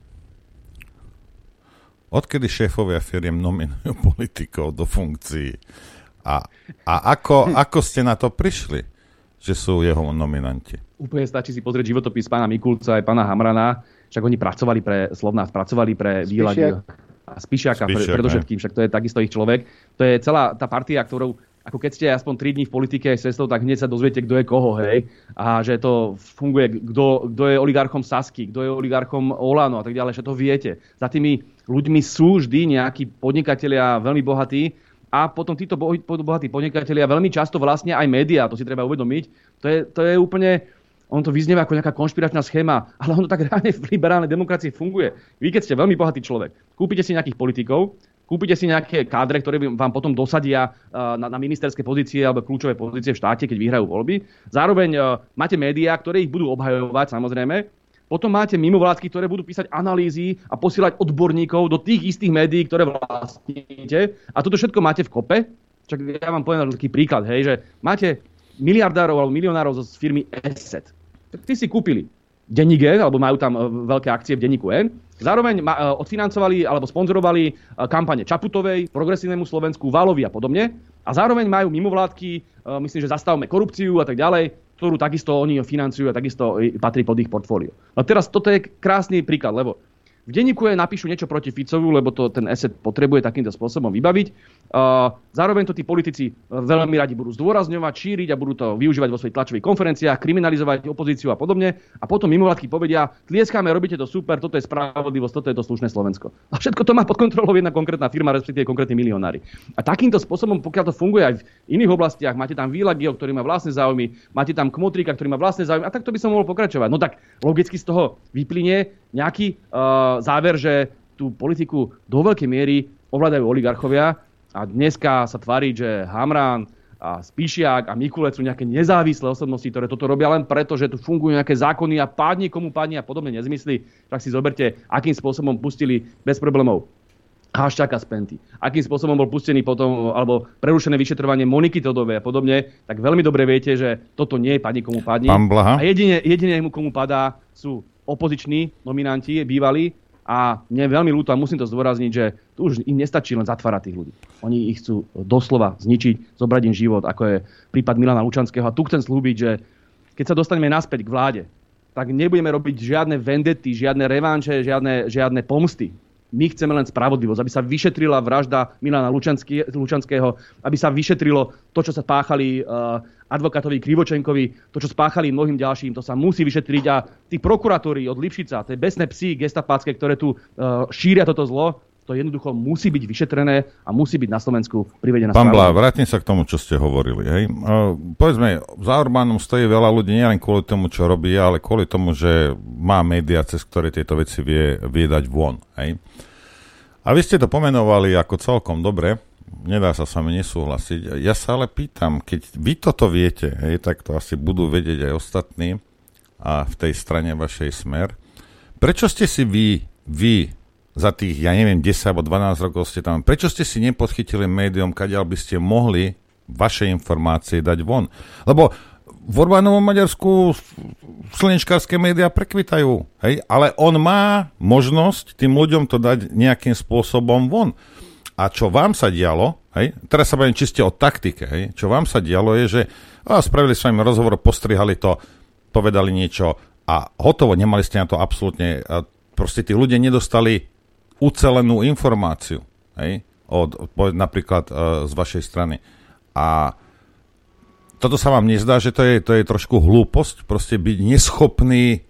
odkedy šéfovia firiem nominujú politikov do funkcií a, a ako, ako ste na to prišli, že sú jeho nominanti? Úplne stačí si pozrieť životopis pána Mikulca aj pána Hamrana, však oni pracovali pre Slovnář, pracovali pre Világiho a Spišiaka, Spišiak, predovšetkým, však to je takisto ich človek. To je celá tá partia, ktorou ako keď ste aspoň tri dní v politike aj cestou, tak hneď sa dozviete, kto je koho, hej. A že to funguje, kto, kto je oligarchom Sasky, kto je oligarchom Olano a tak ďalej, že to viete. Za tými ľuďmi sú vždy nejakí podnikatelia veľmi bohatí a potom títo bohatí podnikatelia veľmi často vlastnia aj médiá, to si treba uvedomiť. To je, to je úplne, on to vyznieva ako nejaká konšpiračná schéma, ale ono tak reálne v liberálnej demokracii funguje. Vy keď ste veľmi bohatý človek, kúpite si nejakých politikov, kúpite si nejaké kádre, ktoré vám potom dosadia na, na ministerské pozície alebo kľúčové pozície v štáte, keď vyhrajú voľby. Zároveň uh, máte médiá, ktoré ich budú obhajovať, samozrejme. Potom máte mimovládky, ktoré budú písať analýzy a posielať odborníkov do tých istých médií, ktoré vlastníte. A toto všetko máte v kope. Čak ja vám poviem taký príklad, hej, že máte miliardárov alebo milionárov z firmy Asset. Tak tí si kúpili denník N, alebo majú tam veľké akcie v denníku N. Zároveň ma, odfinancovali alebo sponzorovali kampane Čaputovej, Progresívnemu Slovensku, Válovi a podobne. A zároveň majú mimovládky, myslím, že Zastavme korupciu a tak ďalej, ktorú takisto oni financujú a takisto patrí pod ich portfólio. A teraz toto je krásny príklad, lebo v denníku N napíšu niečo proti Ficovu, lebo to ten Asset potrebuje takýmto spôsobom vybaviť. Uh, zároveň to tí politici veľmi radi budú zdôrazňovať, šíriť a budú to využívať vo svojich tlačových konferenciách, kriminalizovať opozíciu a podobne. A potom mimovládky povedia, tlieskáme, robíte to super, toto je spravodlivosť, toto je to slušné Slovensko. A všetko to má pod kontrolou jedna konkrétna firma, respektíve konkrétni milionári. A takýmto spôsobom, pokiaľ to funguje aj v iných oblastiach, máte tam Világiho, ktorý má vlastné záujmy, máte tam Kmotríka, ktorý má vlastné záujmy, a takto by som mohol pokračovať. No tak logicky z toho vyplynie nejaký uh, záver, že tú politiku do veľkej miery ovládajú oligarchovia a dneska sa tvári, že Hamran a Spišiak a Mikulec sú nejaké nezávislé osobnosti, ktoré toto robia len preto, že tu fungujú nejaké zákony a pádni komu pádni a podobne nezmysly. Tak si zoberte, akým spôsobom pustili bez problémov Haščáka z Penty. Akým spôsobom bol pustený potom, alebo prerušené vyšetrovanie Moniky Todovej a podobne, tak veľmi dobre viete, že toto nie je padni komu padni. Pán Blaha. A jedine, jedine komu padá sú opoziční nominanti, bývalí, a mne je veľmi ľúto a musím to zdôrazniť, že tu už im nestačí len zatvárať tých ľudí. Oni ich chcú doslova zničiť, zobrať im život, ako je prípad Milana Lučanského. A tu chcem slúbiť, že keď sa dostaneme naspäť k vláde, tak nebudeme robiť žiadne vendety, žiadne revanše, žiadne, žiadne pomsty. My chceme len spravodlivosť, aby sa vyšetrila vražda Milana Lučanského, aby sa vyšetrilo to, čo sa páchali uh, advokátovi Krivočenkovi, to, čo spáchali mnohým ďalším, to sa musí vyšetriť a tí prokurátori od Lipšica, tie besné psy gestapácké, ktoré tu uh, šíria toto zlo, to jednoducho musí byť vyšetrené a musí byť na Slovensku privedená spravodlivosť. Pán Blá, vrátim sa k tomu, čo ste hovorili. Hej. Uh, povedzme, za Orbánom stojí veľa ľudí, nielen kvôli tomu, čo robí, ale kvôli tomu, že má médiá, cez ktoré tieto veci vie, vie dať von. Hej. A vy ste to pomenovali ako celkom dobre, nedá sa s vami nesúhlasiť. Ja sa ale pýtam, keď vy toto viete, hej, tak to asi budú vedieť aj ostatní a v tej strane vašej Smer. Prečo ste si vy, vy za tých, ja neviem, desať alebo dvanásť rokov ste tam, prečo ste si nepodchytili médium, kadiaľ by ste mohli vaše informácie dať von? Lebo v Orbánovom Maďarsku slnečkárske médiá prekvitajú, hej? Ale on má možnosť tým ľuďom to dať nejakým spôsobom von. A čo vám sa dialo, hej? Teraz sa bavím čiste o taktike, hej? Čo vám sa dialo je, že á, spravili s vami rozhovor, postrihali to, povedali niečo a hotovo, nemali ste na to absolútne, proste tí ľudia nedostali ucelenú informáciu, hej? Od, od, napríklad uh, z vašej strany. A toto sa vám nezdá, že to je, to je trošku hlúposť, proste byť neschopný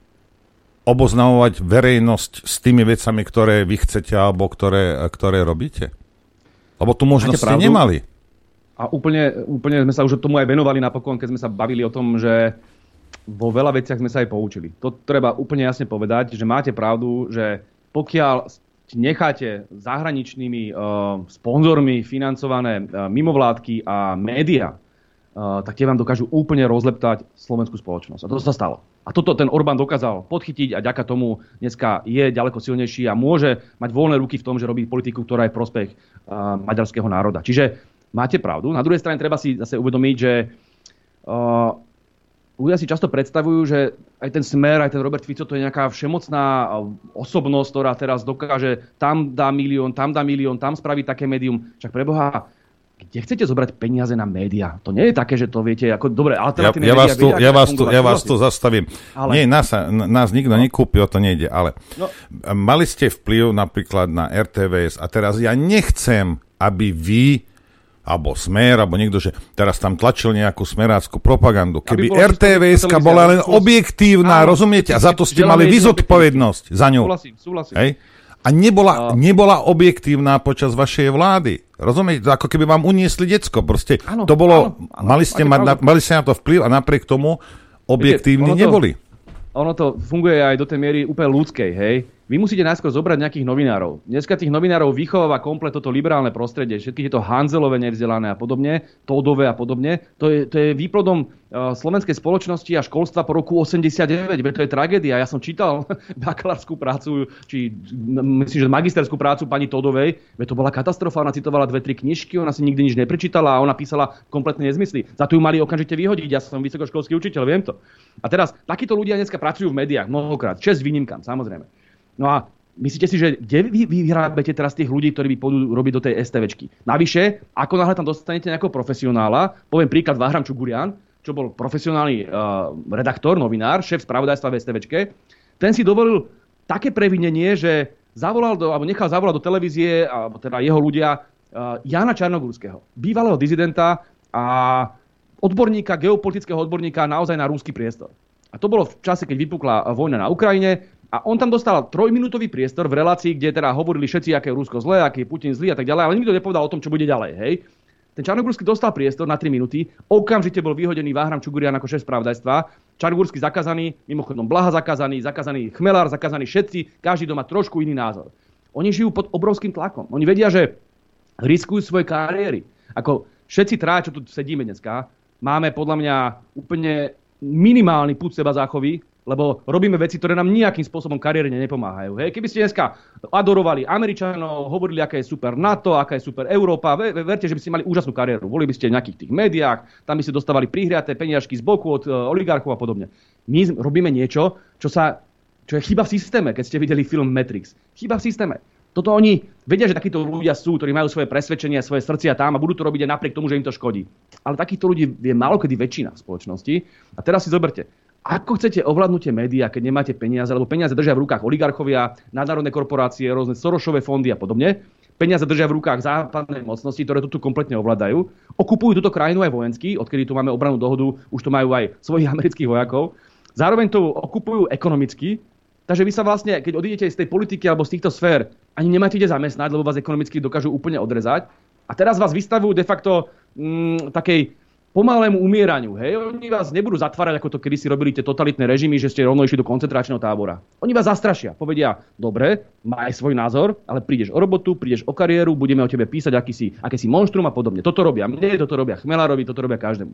oboznamovať verejnosť s tými vecami, ktoré vy chcete alebo ktoré, ktoré robíte? Lebo tu možnosť ste nemali. A úplne, úplne sme sa už tomu aj venovali napokon, keď sme sa bavili o tom, že vo veľa veciach sme sa aj poučili. To treba úplne jasne povedať, že máte pravdu, že pokiaľ necháte zahraničnými uh, sponzormi financované uh, mimovládky a médiá, uh, tak tie vám dokážu úplne rozleptať slovenskú spoločnosť. A to sa stalo. A toto ten Orbán dokázal podchytiť a vďaka tomu dneska je ďaleko silnejší a môže mať voľné ruky v tom, že robí politiku, ktorá je v prospech uh, maďarského národa. Čiže máte pravdu. Na druhej strane treba si zase uvedomiť, že uh, ľudia si často predstavujú, že aj ten Smer, aj ten Robert Fico, to je nejaká všemocná osobnosť, ktorá teraz dokáže tam dá milión, tam dá milión, tam spraví také médium. Však preboha, kde chcete zobrať peniaze na médiá? To nie je také, že to viete, ako dobre, alternatívne ja, ja médiá... Vás tu, vedia, ja, vás tu, ja vás tu súhlasím. zastavím. Ale... Nie, nás, nás nikto no. nekúpi, o to nejde, ale no. mali ste vplyv napríklad na er té vé es a teraz ja nechcem, aby vy alebo Smer, alebo niekto, že teraz tam tlačil nejakú smerácku propagandu. Keby er té vé eska bola len objektívna, áno, rozumiete? A za to ste mali vy zodpovednosť za ňu. Súhlasím, súhlasím. Hej? A nebola, nebola objektívna počas vašej vlády. Rozumiete? Ako keby vám uniesli decko. Proste áno, to bolo, áno, áno, mali, ste mať, na, mali ste na to vplyv a napriek tomu objektívni Viete, neboli. Ono to funguje aj do tej miery úplne ľudskej, hej? Vy musíte najskôr zobrať nejakých novinárov. Dneska tých novinárov vychováva komplet toto liberálne prostredie. Všetky tieto Hanzelové nevzdelané a podobne, Todové a podobne. To je, to je výplodom uh, slovenskej spoločnosti a školstva po roku osemdesiatdeväť. Veď to je tragédia. Ja som čítal bakalárskú prácu, či myslím, že magisterskú prácu pani Todovej. Veď to bola katastrofa. Ona citovala dve, tri knižky, ona si nikdy nič neprečítala a ona písala kompletné nezmysly. Za to ju mali okamžite vyhodiť. Ja som vysokoškolský učiteľ, viem to. A teraz takíto ľudia dneska pracujú v médiách mnohokrát. Česť výnimkám, samozrejme. No a myslíte si, že kde vy vyhrábete teraz tých ľudí, ktorí by pôjdu robiť do tej STVčky? Navyše, ako náhle tam dostanete nejakého profesionála, poviem príklad Váhram Čugurian, čo bol profesionálny uh, redaktor, novinár, šéf spravodajstva v STVčke, ten si dovolil také previnenie, že zavolal do, alebo nechal zavolať do televízie, alebo teda jeho ľudia, uh, Jana Čarnogurského, bývalého dizidenta a odborníka, geopolitického odborníka naozaj na ruský priestor. A to bolo v čase, keď vypukla vojna na Ukrajine. A on tam dostal trojminútový priestor v relácii, kde teda hovorili všetci, aké je Rusko zlé, aký je Putin zlý a tak ďalej, ale nikto nepovedal o tom, čo bude ďalej, hej. Ten Čarnogurský dostal priestor na tri minúty, okamžite bol vyhodený Váhram Čugurian ako šéf spravodajstva, Čarnogurský zakázaný, mimochodom Blaha zakázaný, zakázaný Chmelár, zakázaný všetci, každý doma trošku iný názor. Oni žijú pod obrovským tlakom. Oni vedia, že riskujú svoje kariéry. Ako všetci traja, čo tu sedíme dneska, máme podľa mňa úplne minimálny pud seba záchovy, lebo robíme veci, ktoré nám nejakým spôsobom kariérne nepomáhajú. Hej? Keby ste dneska adorovali Američanov, hovorili, aká je super NATO, aká je super Európa, ve, ve, verte, že by ste mali úžasnú kariéru. Boli by ste v nejakých tých médiách, tam by ste dostávali prihriaté peniažky z boku od uh, oligarchov a podobne. My robíme niečo, čo, sa, čo je chyba v systéme, keď ste videli film Matrix. Chyba v systéme. Toto oni vedia, že takíto ľudia sú, ktorí majú svoje presvedčenia, svoje srdcia tam a budú to robiť aj napriek tomu, že im to škodí. Ale takýchto ľudí je málokedy väčšina v spoločnosti. A teraz si zoberte, ako chcete ovládnutie médiá, keď nemáte peniaze, lebo peniaze držia v rukách oligarchovia, nadnárodné korporácie, rôzne Sorošové fondy a podobne. Peniaze držia v rukách západné mocnosti, ktoré to tu kompletne ovládajú. Okupujú túto krajinu aj vojensky, odkedy tu máme obrannú dohodu, už to majú aj svojich amerických vojakov. Zároveň to okupujú ekonomicky. Takže vy sa vlastne, keď odídete z tej politiky alebo z týchto sfér, ani nemáte kde zamestnať, lebo vás ekonomicky dokážu úplne odrezať. A teraz vás vystavujú de facto mm, takej pomalému umieraniu. Hej? Oni vás nebudú zatvárať, ako to kedysi robili tie totalitné režimy, že ste rovno išli do koncentračného tábora. Oni vás zastrašia. Povedia, dobre, máš svoj názor, ale prídeš o robotu, prídeš o kariéru, budeme o tebe písať, aký si, aké si monštrum a podobne. Toto robia mne, toto robia Chmelárovi, toto robia každému.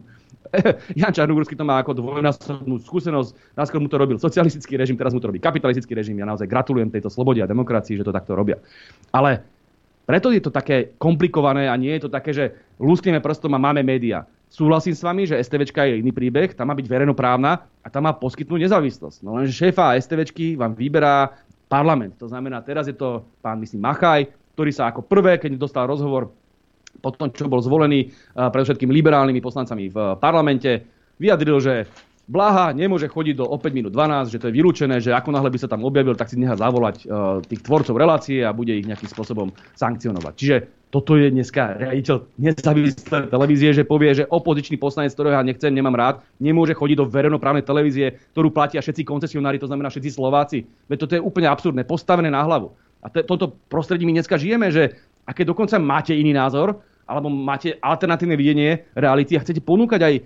Jan Čarnogurský to má ako dvojnásobnú skúsenosť, náskôr mu to robil socialistický režim, teraz mu to robí kapitalistický režim. Ja naozaj gratulujem tejto slobode a demokracii, že to takto robia. Ale preto je to také komplikované a nie je to také, že lúskneme prstom a máme médiá. Súhlasím s vami, že STVčka je iný príbeh, tam má byť verejnoprávna a tam má poskytnúť nezávislosť. No lenže šéfa STVčky vám vyberá parlament. To znamená, teraz je to pán, myslím, Machaj, ktorý sa ako prvé, keď dostal rozhovor po tom, čo bol zvolený uh, predovšetkým liberálnymi poslancami v uh, parlamente, vyjadril, že Blaha nemôže chodiť do o päť minút dvanásť, že to je vylúčené, že ako náhle by sa tam objavil, tak si nechá zavolať uh, tých tvorcov relácie a bude ich nejakým spôsobom sankcionovať. Čiže toto je dneska riaditeľ nezávislej televízie, že povie, že opozičný poslanec, ktorého ja nechcem, nemám rád, nemôže chodiť do verejnoprávnej televízie, ktorú platia všetci koncesionári, to znamená všetci Slováci. Veď toto je úplne absurdné, postavené na hlavu. A te, toto prostredí my dneska žijeme, že a keď dokonca máte iný názor, alebo máte alternatívne videnie reality a chcete ponúkať aj uh,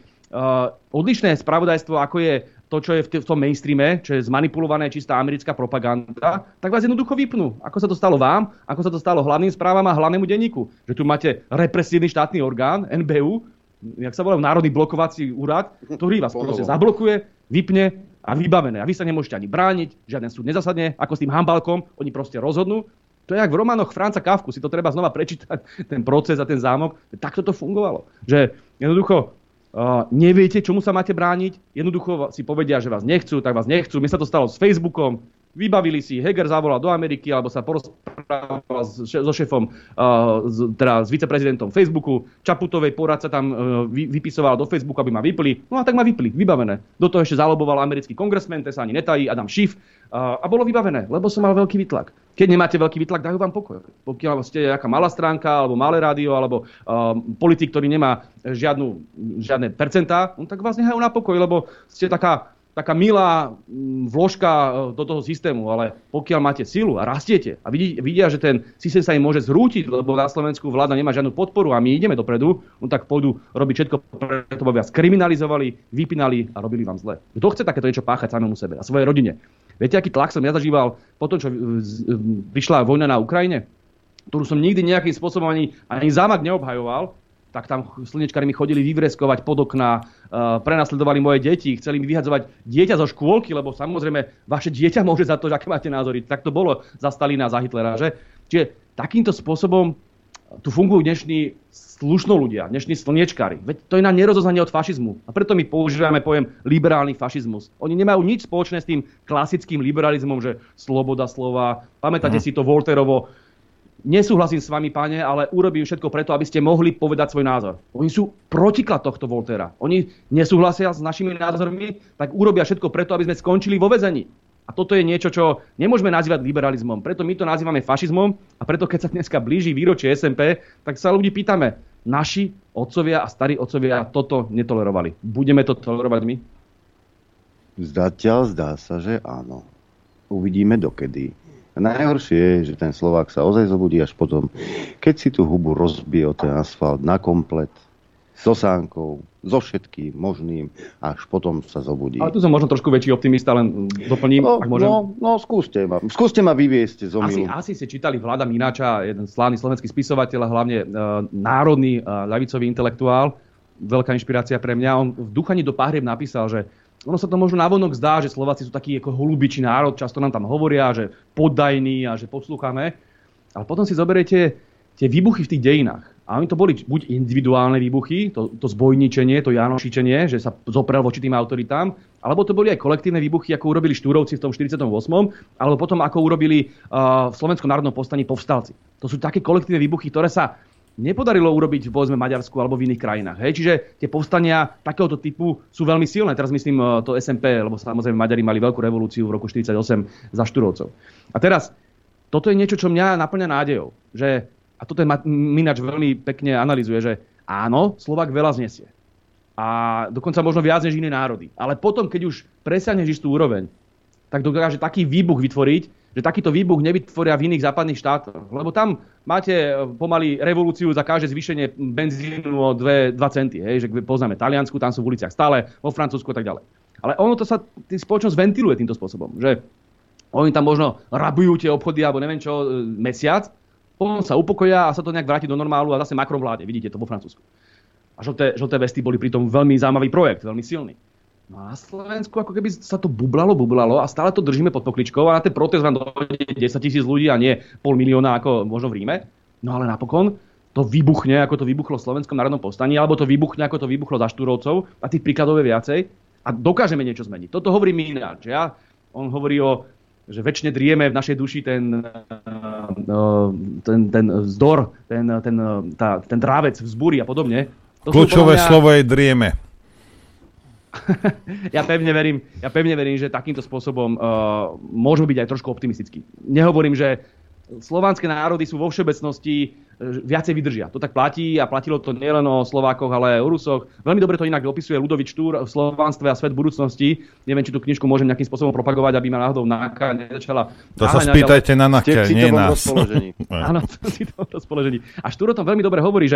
odlišné spravodajstvo, ako je to, čo je v, t- v tom mainstreame, čo je zmanipulované čistá americká propaganda, tak vás jednoducho vypnú. Ako sa to stalo vám, ako sa to stalo hlavným správam a hlavnému denníku. Že tu máte represívny štátny orgán, en bé ú, jak sa volá, Národný blokovací úrad, ktorý vás proste zablokuje, vypne a vybavené. A vy sa nemôžete ani brániť, žiaden súd nezasadne, ako s tým hambalkom, oni proste rozhodnú. To je jak v románoch Franza Kafku, si to treba znova prečítať, ten proces a ten zámok. Takto to fungovalo. Že jednoducho Uh, neviete, čomu sa máte brániť, jednoducho si povedia, že vás nechcú, tak vás nechcú. Mne sa to stalo s Facebookom, vybavili si, Heger zavolal do Ameriky, alebo sa porozprával so šéfom, uh, z, teda s viceprezidentom Facebooku, Čaputovej poradca tam uh, vy, vypisoval do Facebooku, aby ma vypli. No a tak ma vypli, vybavené. Do toho ešte zaloboval americký kongresmen, ten sa ani netají, Adam Schiff, uh, a bolo vybavené, lebo som mal veľký výtlak. Keď nemáte veľký výtlak, dajú vám pokoj. Pokiaľ ste nejaká malá stránka, alebo malé rádio, alebo uh, politik, ktorý nemá žiadnu, žiadne percentá, no tak vás nehajú na pokoj, lebo ste taká, taká milá vložka do toho systému. Ale pokiaľ máte silu a rastiete a vidí, vidia, že ten systém sa im môže zrútiť, lebo na Slovensku vláda nemá žiadnu podporu a my ideme dopredu, no tak pôjdu robiť všetko preto, aby vás kriminalizovali, vypínali a robili vám zle. Kto chce takéto niečo páchať samému sebe a svojej rodine? Viete, aký tlak som ja zažíval po tom, čo prišla vojna na Ukrajine, ktorú som nikdy nejakým spôsobom ani, ani zámak neobhajoval, tak tam slnečkári mi chodili vyvreskovať pod okná, uh, prenasledovali moje deti, chceli mi vyhadzovať dieťa zo škôlky, lebo samozrejme vaše dieťa môže za to, že aké máte názory. Tak to bolo za Stalina, za Hitlera, že? Čiže takýmto spôsobom tu fungujú dnešní slušno ľudia, dnešní slniečkári. Veď to je na nerozoznanie od fašizmu. A preto my používame pojem liberálny fašizmus. Oni nemajú nič spoločné s tým klasickým liberalizmom, že sloboda slova. Pamätáte mm. si to Voltairovo? Nesúhlasím s vami, páne, ale urobím všetko preto, aby ste mohli povedať svoj názor. Oni sú protiklad tohto Voltaira. Oni nesúhlasia s našimi názormi, tak urobia všetko preto, aby sme skončili vo väzení. A toto je niečo, čo nemôžeme nazývať liberalizmom. Preto my to nazývame fašizmom a preto, keď sa dneska blíži výročie es en pé, tak sa ľudí pýtame, naši otcovia a starí otcovia toto netolerovali. Budeme to tolerovať my? Zatiaľ zdá sa, že áno. Uvidíme dokedy. A najhoršie je, že ten Slovák sa ozaj zobudí až potom, keď si tú hubu rozbije o ten asfalt na komplet, so sánkou, so všetkým možným, až potom sa zobudí. Ale tu som možno trošku väčší optimista, len doplním, no, ak môžem. No, no skúste ma. Skúste ma vyviesť z omylu. Asi, asi ste čítali Vlada Mináča, jeden slávny slovenský spisovateľ a hlavne e, národný e, ľavicový intelektuál. Veľká inšpirácia pre mňa. On v Duchani do pahrieb napísal, že ono sa to možno navonok zdá, že Slováci sú takí ako holubičí národ, často nám tam hovoria, že poddajní a že poslúchame. Ale potom si zoberiete tie výbuchy v tých dejinách. A oni to boli buď individuálne výbuchy, to, to zbojničenie, to janošičenie, že sa zoprel voči tým autoritám, alebo to boli aj kolektívne výbuchy, ako urobili Štúrovci v tom štyridsiatom ôsmom, alebo potom ako urobili uh, v Slovenskom národnom povstaní povstalci. To sú také kolektívne výbuchy, ktoré sa nepodarilo urobiť povedzme v Maďarsku alebo v iných krajinách. Hej? Čiže tie povstania takéhoto typu sú veľmi silné. Teraz myslím uh, to es en pé, lebo samozrejme Maďari mali veľkú revolúciu v roku štyridsaťosem za Štúrovcov. A teraz, toto je niečo, čo mňa naplňa nádejou, že a toto je Mináč veľmi pekne analyzuje, že áno, Slovák veľa znesie. A dokonca možno viac než iné národy. Ale potom, keď už presiahneš istú úroveň, tak dokáže taký výbuch vytvoriť, že takýto výbuch nevytvoria v iných západných štátoch. Lebo tam máte pomaly revolúciu za každé zvýšenie benzínu o dva centy. Hej, že poznáme Taliansku, tam sú v uliciach stále, vo Francúzsku a tak ďalej. Ale ono to sa, tý spoločnosť ventiluje týmto spôsobom. Že oni tam možno rabujú tie obchody alebo neviem čo, mesiac, potom sa upokoja a sa to nejak vráti do normálu a zase Macron vládne. Vidíte to vo Francúzsku. A žlté, žlté vesty boli pritom veľmi zaujímavý projekt, veľmi silný. No a na Slovensku ako keby sa to bublalo, bublalo a stále to držíme pod pokličkou a na ten protest vám dojde desaťtisíc ľudí a nie pol milióna ako možno v Ríme. No ale napokon to vybuchne, ako to vybuchlo v Slovenskom národnom povstaní, alebo to vybuchne, ako to vybuchlo za Štúrovcov a tých príkladov je viacej a dokážeme niečo zmeniť. Toto hovorí Mináč. Ja? On hovorí o že väčšine drieme v našej duši ten, ten, ten vzdor, ten, ten, tá, ten drávec vzbúry a podobne. To kľúčové mňa... slovo je drieme. ja, pevne verím, ja pevne verím, že takýmto spôsobom uh, môžeme byť aj trošku optimistickí. Nehovorím, že slovanské národy sú vo všeobecnosti viacej vydržia. To tak platí a platilo to nielen o Slovákoch, ale aj o Rusoch. Veľmi dobre to inak opisuje Ľudovít Štúr v Slovanstve a svet budúcnosti. Neviem, či tú knižku môžem nejakým spôsobom propagovať, aby ma náhodou náka nezačala. To sa spýtajte ale... na Náka, nie nás. Áno, to si to v rozpoložení. A Štúr o tom veľmi dobre hovorí, že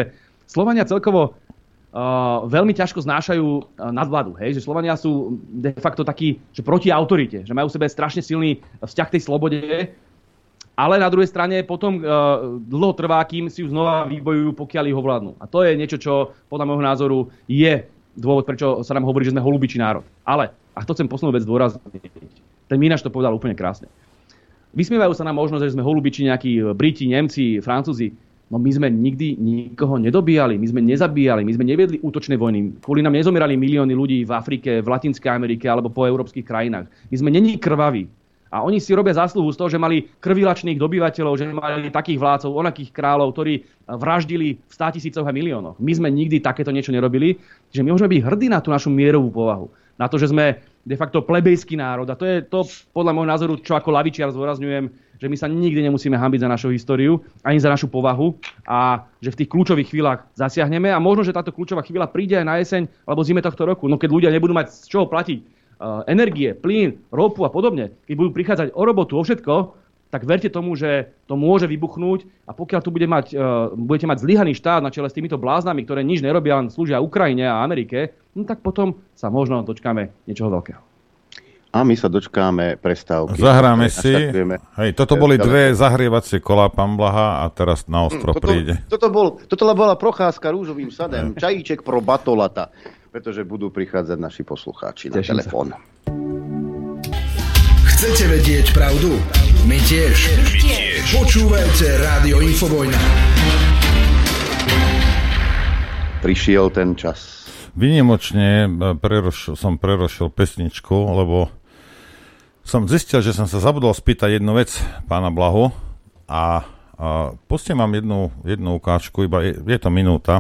Slovania celkovo Uh, veľmi ťažko znášajú uh, nadvládu. Hej? Že Slovania sú de facto takí, že proti autorite, že majú v sebe strašne silný vzťah k tej slobode, ale na druhej strane potom uh, dlho trvá, kým si ju znova vybojujú, pokiaľ ich ovládnu. A to je niečo, čo podľa môjho názoru je dôvod, prečo sa nám hovorí, že sme holubičí národ. Ale, a to chcem poslednú vec zdôrazniť, ten Mínaš to povedal úplne krásne. Vysmievajú sa nám možnosť, že sme holubiči nejakí Briti, Nemci, Francúzi. No my sme nikdy nikoho nedobíjali, my sme nezabíjali, my sme neviedli útočné vojny. Kvôli nám nezomierali milióny ľudí v Afrike, v Latinskej Amerike alebo po európskych krajinách. My sme není krvaví. A oni si robia zásluhu z toho, že mali krvilačných dobyvateľov, že mali takých vládcov, onakých kráľov, ktorí vraždili v státisícoch a miliónoch. My sme nikdy takéto niečo nerobili, že my môžeme byť hrdí na tú našu mierovú povahu. Na to, že sme de facto plebejský národ. A to je to, podľa môjho názoru, čo ako lavičiar zdôrazňujem, že my sa nikdy nemusíme hanbiť za našu históriu, ani za našu povahu a že v tých kľúčových chvíľach zasiahneme a možno, že táto kľúčová chvíľa príde aj na jeseň alebo zime tohto roku. No keď ľudia nebudú mať z čoho platiť uh, energie, plyn, ropu a podobne, keď budú prichádzať o robotu, o všetko, tak verte tomu, že to môže vybuchnúť a pokiaľ tu bude mať, uh, budete mať zlyhaný štát na čele s týmito bláznami, ktoré nič nerobia, len slúžia Ukrajine a Amerike, no tak potom sa možno dočkáme niečoho veľkého. A my sa dočkáme prestávky. Zahráme si. Hej, toto boli dve zahrievacie kolá, pán Blaha, a teraz na ostro toto, príde. Toto, bol, toto bola procházka rúžovým sadem. Čajíček pro batolata. Pretože budú prichádzať naši poslucháči na Teším telefón. Chcete vedieť pravdu? My tiež. My tiež. Počúvajte Rádio Infovojna. Prišiel ten čas. Výnimočne prerošil, som prerošil pesničku, lebo som zistil, že som sa zabudol spýtať jednu vec pána Blahu a, a pustím vám jednu, jednu ukážku, iba je, je to minúta.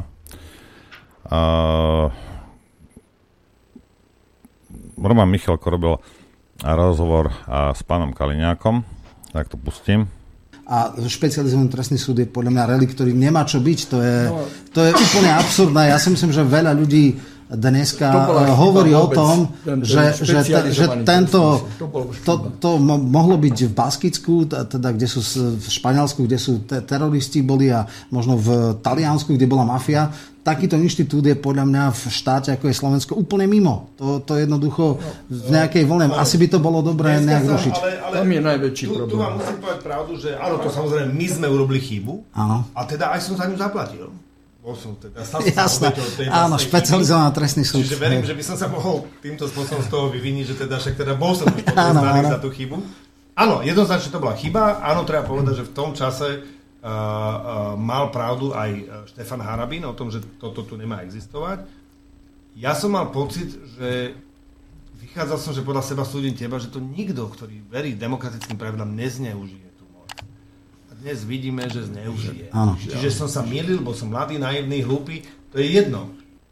A, Roman Michalko robil rozhovor a, s pánom Kaliňákom, tak to pustím. A špecializovaný trestný súd je podľa mňa relikt, ktorý nemá čo byť. To je, to je úplne absurdné. Ja si myslím, že veľa ľudí dneska hovorí o tom, ten, ten že, že, te, že tento to, to mohlo byť v Baskicku, teda kde sú v Španielsku, kde sú te, teroristi boli a možno v Taliansku, kde bola mafia. Takýto inštitút je podľa mňa v štáte, ako je Slovensko, úplne mimo. To, to jednoducho v nejakej vlne. Asi by to bolo dobré nejak rušiť. Ale, ale tam je najväčší tu, problém. Tu vám musím povedať pravdu, že áno, to samozrejme my sme urobili chybu. Áno. A teda aj som za ňu zaplatil. Bol som teda, jasné, áno, špecializovaný trestný súd. Čiže verím, že by som sa mohol týmto spôsobom z toho vyviniť, že teda však teda bol som už potrestaný za tú chybu. Áno, jednoznačne to bola chyba. Áno, treba povedať, že v tom čase uh, uh, mal pravdu aj Štefan Harabín o tom, že toto tu nemá existovať. Ja som mal pocit, že vychádzal som, že podľa seba súdim teba, že to nikto, ktorý verí demokratickým pravidlám, nezneužije. Dnes vidíme, že zneužije. Áno. Čiže som sa mýlil, bol som mladý, naivný, hlúpy. To je jedno.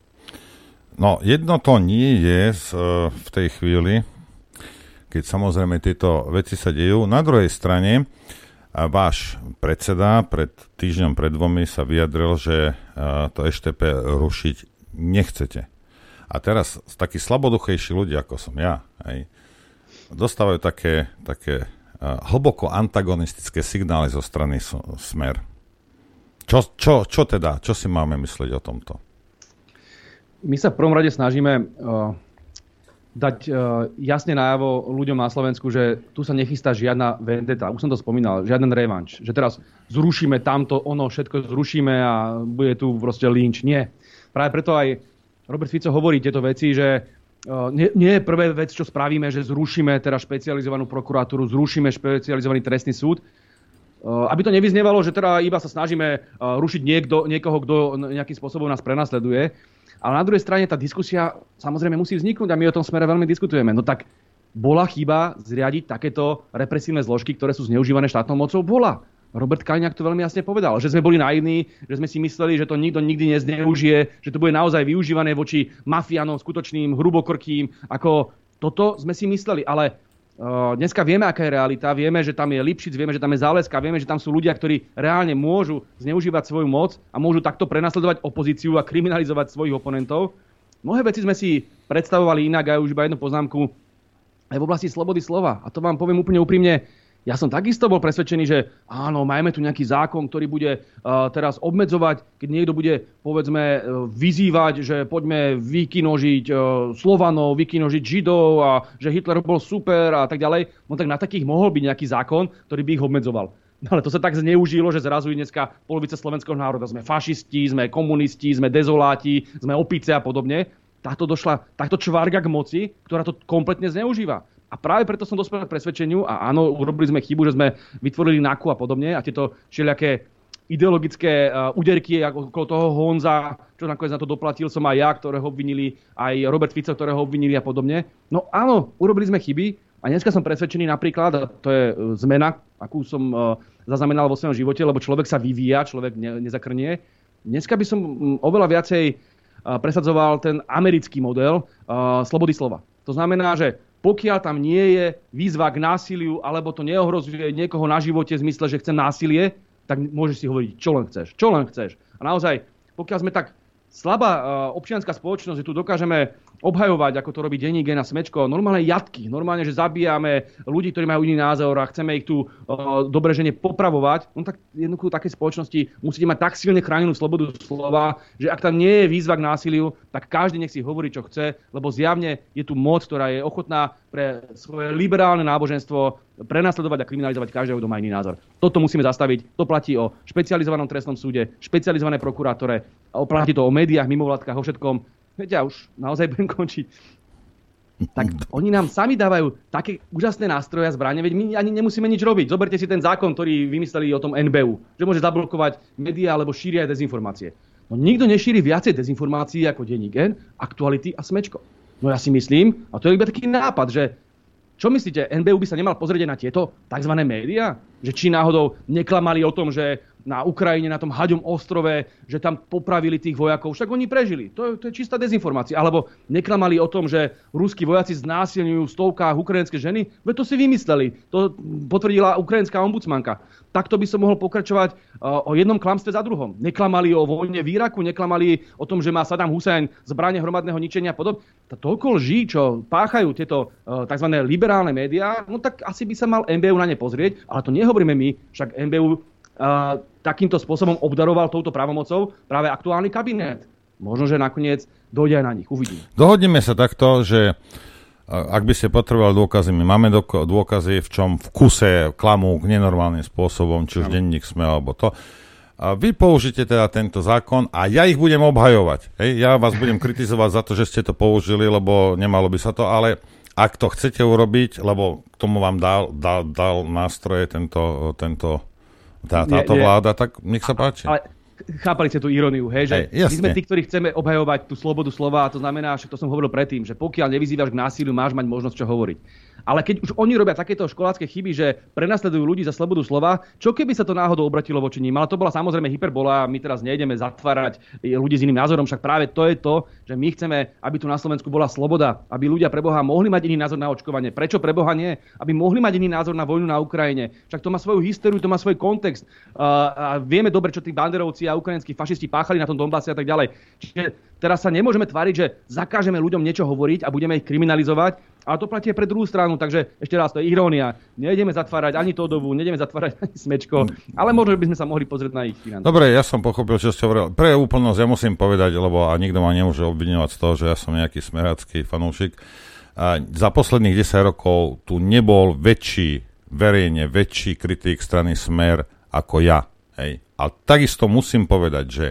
No, jedno to nie je v tej chvíli, keď samozrejme tieto veci sa dejú. Na druhej strane, váš predseda pred týždňom, pred dvomi sa vyjadril, že to eš té pé rušiť nechcete. A teraz takí slaboduchejší ľudia, ako som ja, hej, dostávajú také, také hlboko antagonistické signály zo strany Smer. Čo, čo, čo teda? Čo si máme myslieť o tomto? My sa v prvom rade snažíme uh, dať uh, jasne najavo ľuďom na Slovensku, že tu sa nechystá žiadna vendeta. Už som to spomínal, žiaden revanš. Že teraz zrušíme tamto, ono, všetko zrušíme a bude tu proste lynč. Nie. Práve preto aj Robert Fico hovorí tieto veci, že Nie, nie je prvé vec, čo spravíme, že zrušíme teraz špecializovanú prokuratúru, zrušíme špecializovaný trestný súd. Aby to nevyznievalo, že teda iba sa snažíme rušiť niekto, niekoho, kto nejakým spôsobom nás prenasleduje. Ale na druhej strane tá diskusia samozrejme musí vzniknúť a my o tom Smere veľmi diskutujeme. No tak bola chyba zriadiť takéto represívne zložky, ktoré sú zneužívané štátnou mocou? Bola. Robert Kaliňák to veľmi jasne povedal, že sme boli naivní, že sme si mysleli, že to nikto nikdy nezneužije, že to bude naozaj využívané voči mafiánom, skutočným, hrubokrkým, ako toto sme si mysleli. Ale uh, dneska vieme, aká je realita, vieme, že tam je Lipšic, vieme, že tam je Záleska, vieme, že tam sú ľudia, ktorí reálne môžu zneužívať svoju moc a môžu takto prenasledovať opozíciu a kriminalizovať svojich oponentov. Mnohé veci sme si predstavovali inak a už iba jednu poznámku aj v oblasti slobody slova. A to vám poviem úplne úprimne, Ja som takisto bol presvedčený, že áno, majme tu nejaký zákon, ktorý bude uh, teraz obmedzovať, keď niekto bude, povedzme, uh, vyzývať, že poďme vykinožiť uh, Slovanov, vykinožiť Židov a že Hitler bol super a tak ďalej. No tak na takých mohol byť nejaký zákon, ktorý by ich obmedzoval. No ale to sa tak zneužilo, že zrazu je dneska polovica slovenského národa. Sme fašisti, sme komunisti, sme dezoláti, sme opice a podobne. Takto došla takto čvarga k moci, ktorá to kompletne zneužíva. A práve preto som dospel k presvedčeniu, a áno, urobili sme chybu, že sme vytvorili NAKU a podobne, a tieto všelijaké ideologické uh, úderky okolo toho Honza, čo nakoniec na to doplatil som aj ja, ktorého obvinili, aj Robert Fico, ktorého obvinili a podobne. No áno, urobili sme chyby a dneska som presvedčený napríklad, a to je zmena, akú som uh, zaznamenal vo svojom živote, lebo človek sa vyvíja, človek ne, nezakrnie. Dneska by som um, oveľa viacej uh, presadzoval ten americký model uh, slobody slova. To znamená, že pokiaľ tam nie je výzva k násiliu, alebo to neohrozuje niekoho na živote v zmysle, že chce násilie, tak môžeš si hovoriť, čo len chceš. Čo len chceš. A naozaj, pokiaľ sme tak slabá občianská spoločnosť, že tu dokážeme obhajovať, ako to robí denník N a Smečko, normálne jatky, normálne, že zabíjame ľudí, ktorí majú iný názor a chceme ich tu uh, dobre žene popravovať, no tak jednoducho v takej spoločnosti musíte mať tak silne chránenú slobodu slova, že ak tam nie je výzva k násiliu, tak každý nech si hovorí, čo chce, lebo zjavne je tu moc, ktorá je ochotná pre svoje liberálne náboženstvo prenasledovať a kriminalizovať každého, kto má iný názor. Toto musíme zastaviť. To platí o špecializovanom trestnom súde, špecializované prokurátore, platí to o médiách, mimovládkach, o všetkom. Viete, ja už naozaj budem končiť. Tak oni nám sami dávajú také úžasné nástroje a zbrane, veď my ani nemusíme nič robiť. Zoberte si ten zákon, ktorý vymysleli o tom N B U, že môže zablokovať médiá alebo šíria dezinformácie. No nikto nešíri viacej dezinformácií ako denník N, Aktuality a Smečko. No ja si myslím, a to je iba taký nápad, že čo myslíte, N B U by sa nemal pozrieť na tieto tzv. Médiá? Že či náhodou neklamali o tom, že na Ukrajine, na tom Haďom ostrove, že tam popravili tých vojakov. Však oni prežili. To, to je čistá dezinformácia. Alebo neklamali o tom, že ruskí vojaci znásilňujú v stovkách ukrajinské ženy. Veď to si vymysleli. To potvrdila ukrajinská ombudsmanka. Takto by som mohol pokračovať uh, o jednom klamstve za druhom. Neklamali o vojne v Iraku, neklamali o tom, že má Saddam Hussein zbrane hromadného ničenia a podobne. Toľko lží, čo páchajú tieto uh, tzv. Liberálne médiá, no tak asi by sa mal N B U na ne pozrieť, ale to nehovoríme my, však N B U Uh, takýmto spôsobom obdaroval touto právomocou práve aktuálny kabinet. Možno, že nakoniec dojde aj na nich. Uvidíme. Dohodneme sa takto, že ak by ste potrebovali dôkazy, my máme dôkazy, v čom v kuse klamú nenormálnym spôsobom, či už no. denník Sme alebo to. A vy použite teda tento zákon a ja ich budem obhajovať. Hej? Ja vás budem kritizovať za to, že ste to použili, lebo nemalo by sa to, ale ak to chcete urobiť, lebo k tomu vám dal, dal, dal nástroje tento, tento Tá, táto nie, vláda, tak nech sa páči. Ale chápali ste tú iróniu, hej, že hej, my sme tí, ktorí chceme obhajovať tú slobodu slova, a to znamená, že to som hovoril predtým, že pokiaľ nevyzývaš k násiliu, máš mať možnosť čo hovoriť. Ale keď už oni robia takéto školácké chyby, že prenasledujú ľudí za slobodu slova, čo keby sa to náhodou obratilo voči ním? Ale to bola samozrejme hyperbola, my teraz nejdeme zatvárať ľudí s iným názorom, však práve to je to, že my chceme, aby tu na Slovensku bola sloboda, aby ľudia pre Boha mohli mať iný názor na očkovanie. Prečo pre Boha nie? Aby mohli mať iný názor na vojnu na Ukrajine. Však to má svoju históriu, to má svoj kontext. A vieme dobre, čo tí banderovci a ukrajinskí fašisti páchali na tom Donbase a tak ďalej. Čiže teraz sa nemôžeme tváriť, že zakážeme ľuďom niečo hovoriť a budeme ich kriminalizovať, ale to platí aj pre druhú stranu, takže ešte raz, to je irónia. Nejdeme zatvárať ani Todovu, nejdeme zatvárať ani Smečko, ale možno by sme sa mohli pozrieť na ich financie. Dobre, ja som pochopil, čo ste hovorili. Pre úplnosť ja musím povedať, lebo a nikto ma nemôže obviňovať z toho, že ja som nejaký smerácky fanúšik. A za posledných desať rokov tu nebol väčší, verejne väčší kritik strany Smer ako ja. Hej. A takisto musím povedať, že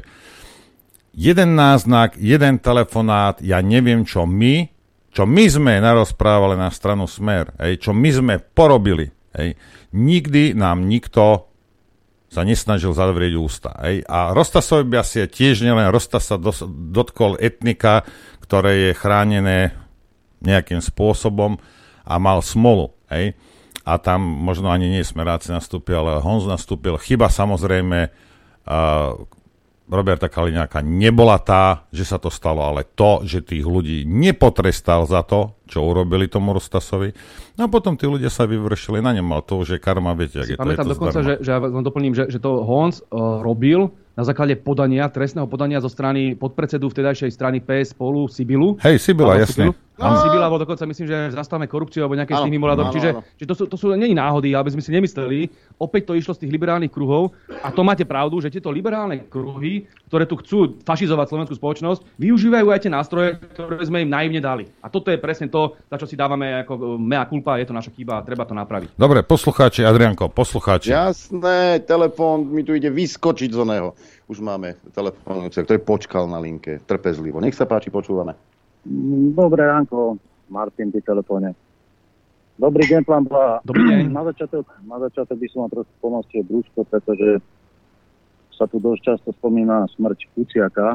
jeden náznak, jeden telefonát, ja neviem, čo my, čo my sme narozprávali na stranu Smer, hej, čo my sme porobili. Hej. Nikdy nám nikto sa nesnažil zavrieť ústa. Hej. A Rostasovi by asi tiež nielen Rostas sa dos- dotkol etnika, ktoré je chránené nejakým spôsobom a mal smolu. Hej. A tam možno ani nie Smeráci nastúpil, ale Honz nastúpil. Chyba samozrejme uh, Roberta Kaliňáka nebola tá, že sa to stalo, ale to, že tých ľudí nepotrestal za to, čo urobili tomu Rostasovi. No a potom tí ľudia sa vyvršili na ňom, ale to už je karma, viete, jak je to. Pamätám dokonca, že, že ja vám doplním, že, že to Honz uh, robil na základe podania, trestného podania zo strany podpredsedu vtedajšej strany pé es Spolu Sibilu. Hej, Sibila, jasne. Áno, Sibila, alebo dokonca myslím, že zastavíme korupciu alebo nejaké z tých mimoľadov. Čiže, čiže to sú, to sú nie náhody, aby sme si nemysleli. Opäť to išlo z tých liberálnych kruhov. A to máte pravdu, že tieto liberálne kruhy, ktoré tu chcú fašizovať slovenskú spoločnosť, využívajú aj tie nástroje, ktoré sme im naivne dali. A toto je presne to, za čo si dávame ako mea culpa, je to naša chyba a treba to napraviť. Dobre, poslucháči, Adrianko, poslucháči. Jasné, telefón mi tu ide vyskočiť z oného. Už máme telefónujúceho, ktorý počkal na linke trpezlivo. Nech sa páči, počúvame. Dobré ránko, Martin, pri telefóne. Dobrý deň, pán Blaha. Dobrý deň. Na začiatok, na začiatok by som vám trošku pomostil brúško, pretože sa tu dosť často spomína smrť Kuciaka,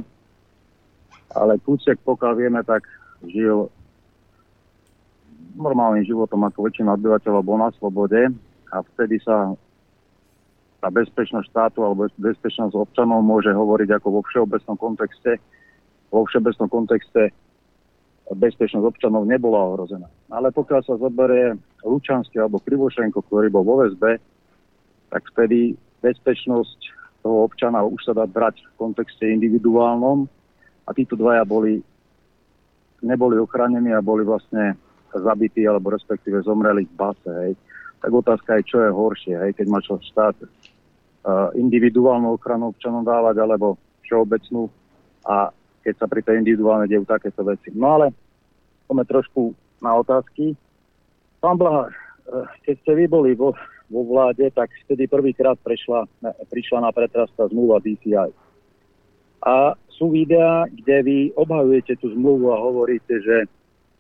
ale Kuciak, pokiaľ vieme, tak žil normálnym životom ako väčšina obyvateľov, bol na slobode a vtedy sa tá bezpečnosť štátu alebo bezpečnosť občanov môže hovoriť ako vo všeobecnom kontexte. Vo všeobecnom kontexte bezpečnosť občanov nebola ohrozená. Ale pokiaľ sa zoberie Lučanský alebo Krivošenko, ktorý bol vo väzbe, tak vtedy bezpečnosť toho občana už sa dá brať v kontexte individuálnom a títo dvaja boli, neboli ochránení a boli vlastne zabití alebo respektíve zomreli v base. Hej. Tak otázka je, čo je horšie, hej, keď má čo štát uh, individuálnu ochranu občanom dávať alebo všeobecnú a keď sa pri tej individuálne dejú takéto veci. No ale poďme trošku na otázky. Pán Blaha, keď ste vy boli vo, vo vláde, tak vtedy prvýkrát prešla, prišla na pretras tá zmluva dé cé í. A sú videá, kde vy obhajujete tú zmluvu a hovoríte, že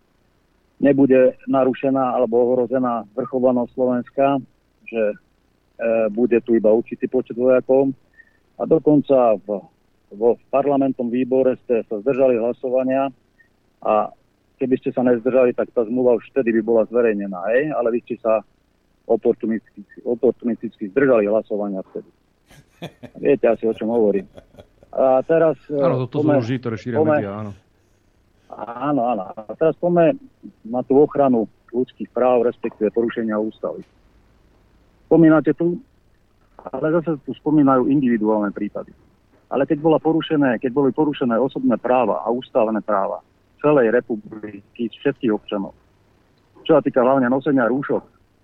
nebude narušená alebo ohrozená vrchovanosť Slovenska, že e, bude tu iba určitý počet vojakov. A dokonca v vo parlamentnom výbore ste sa zdržali hlasovania a keby ste sa nezdržali, tak tá zmluva už vtedy by bola zverejnená, hej? Ale vy ste sa oportunisticky, oportunisticky zdržali hlasovania vtedy. Viete asi, o čom hovorím. A teraz... Áno, to sú lži, ktoré šíria médiá, áno. Áno, áno. A teraz poďme na tú ochranu ľudských práv, respektíve porušenia ústavy. Spomínate tu, ale zase tu spomínajú individuálne prípady. Ale keď, bola porušené, keď boli porušené osobné práva a ústavné práva celej republiky, všetkých občanov, čo sa týka hlavne nosenia rúšok,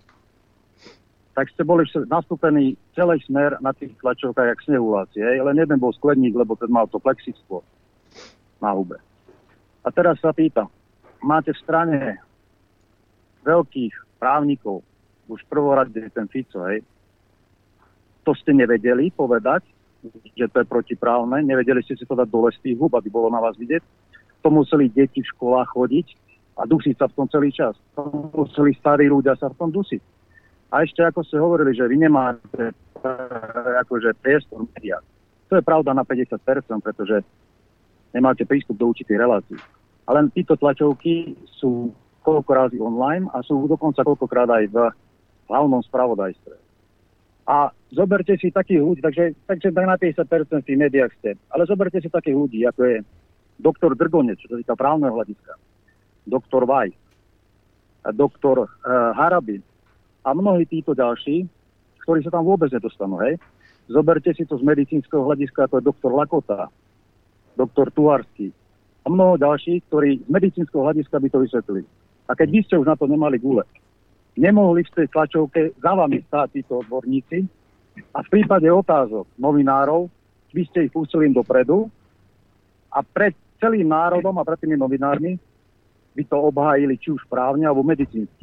tak ste boli nastúpení celý smer na tých tlačovkách, jak snehuláci. Len jeden bol skleník, lebo ten mal to plexisklo na hube. A teraz sa pýtam, máte v strane veľkých právnikov, už prvorade ten Fico, hej, to ste nevedeli povedať, že to je protiprávne, nevedeli ste si to dať dole z tých hub, aby bolo na vás vidieť. To museli deti v školách chodiť a dusiť sa v tom celý čas. To museli starí ľudia sa v tom dusiť. A ešte ako ste hovorili, že vy nemáte akože priestor v médiách. To je pravda na päťdesiat percent, pretože nemáte prístup do určitých relácií. Ale títo tlačovky sú koľko razy online a sú dokonca koľkokrát aj v hlavnom spravodajstve. A zoberte si takých ľudí, takže, takže na päťdesiat percent v tých médiách ste, ale zoberte si takých ľudí, ako je doktor Drgonec, čo sa týka právneho hľadiska, doktor Vaj, doktor uh, Harabin a mnohí títo ďalší, ktorí sa tam vôbec nedostanú, hej. Zoberte si to z medicínskeho hľadiska, ako je doktor Lakota, doktor Tuharský a mnoho ďalších, ktorí z medicínskeho hľadiska by to vysvetlili. A keď vy ste už na to nemali gule, nemohli v tej tlačovke za vami stáť títo odborníci a v prípade otázok novinárov by ste ich pustili dopredu a pred celým národom a pred tými novinármi by to obhájili či už právne alebo medicínsky.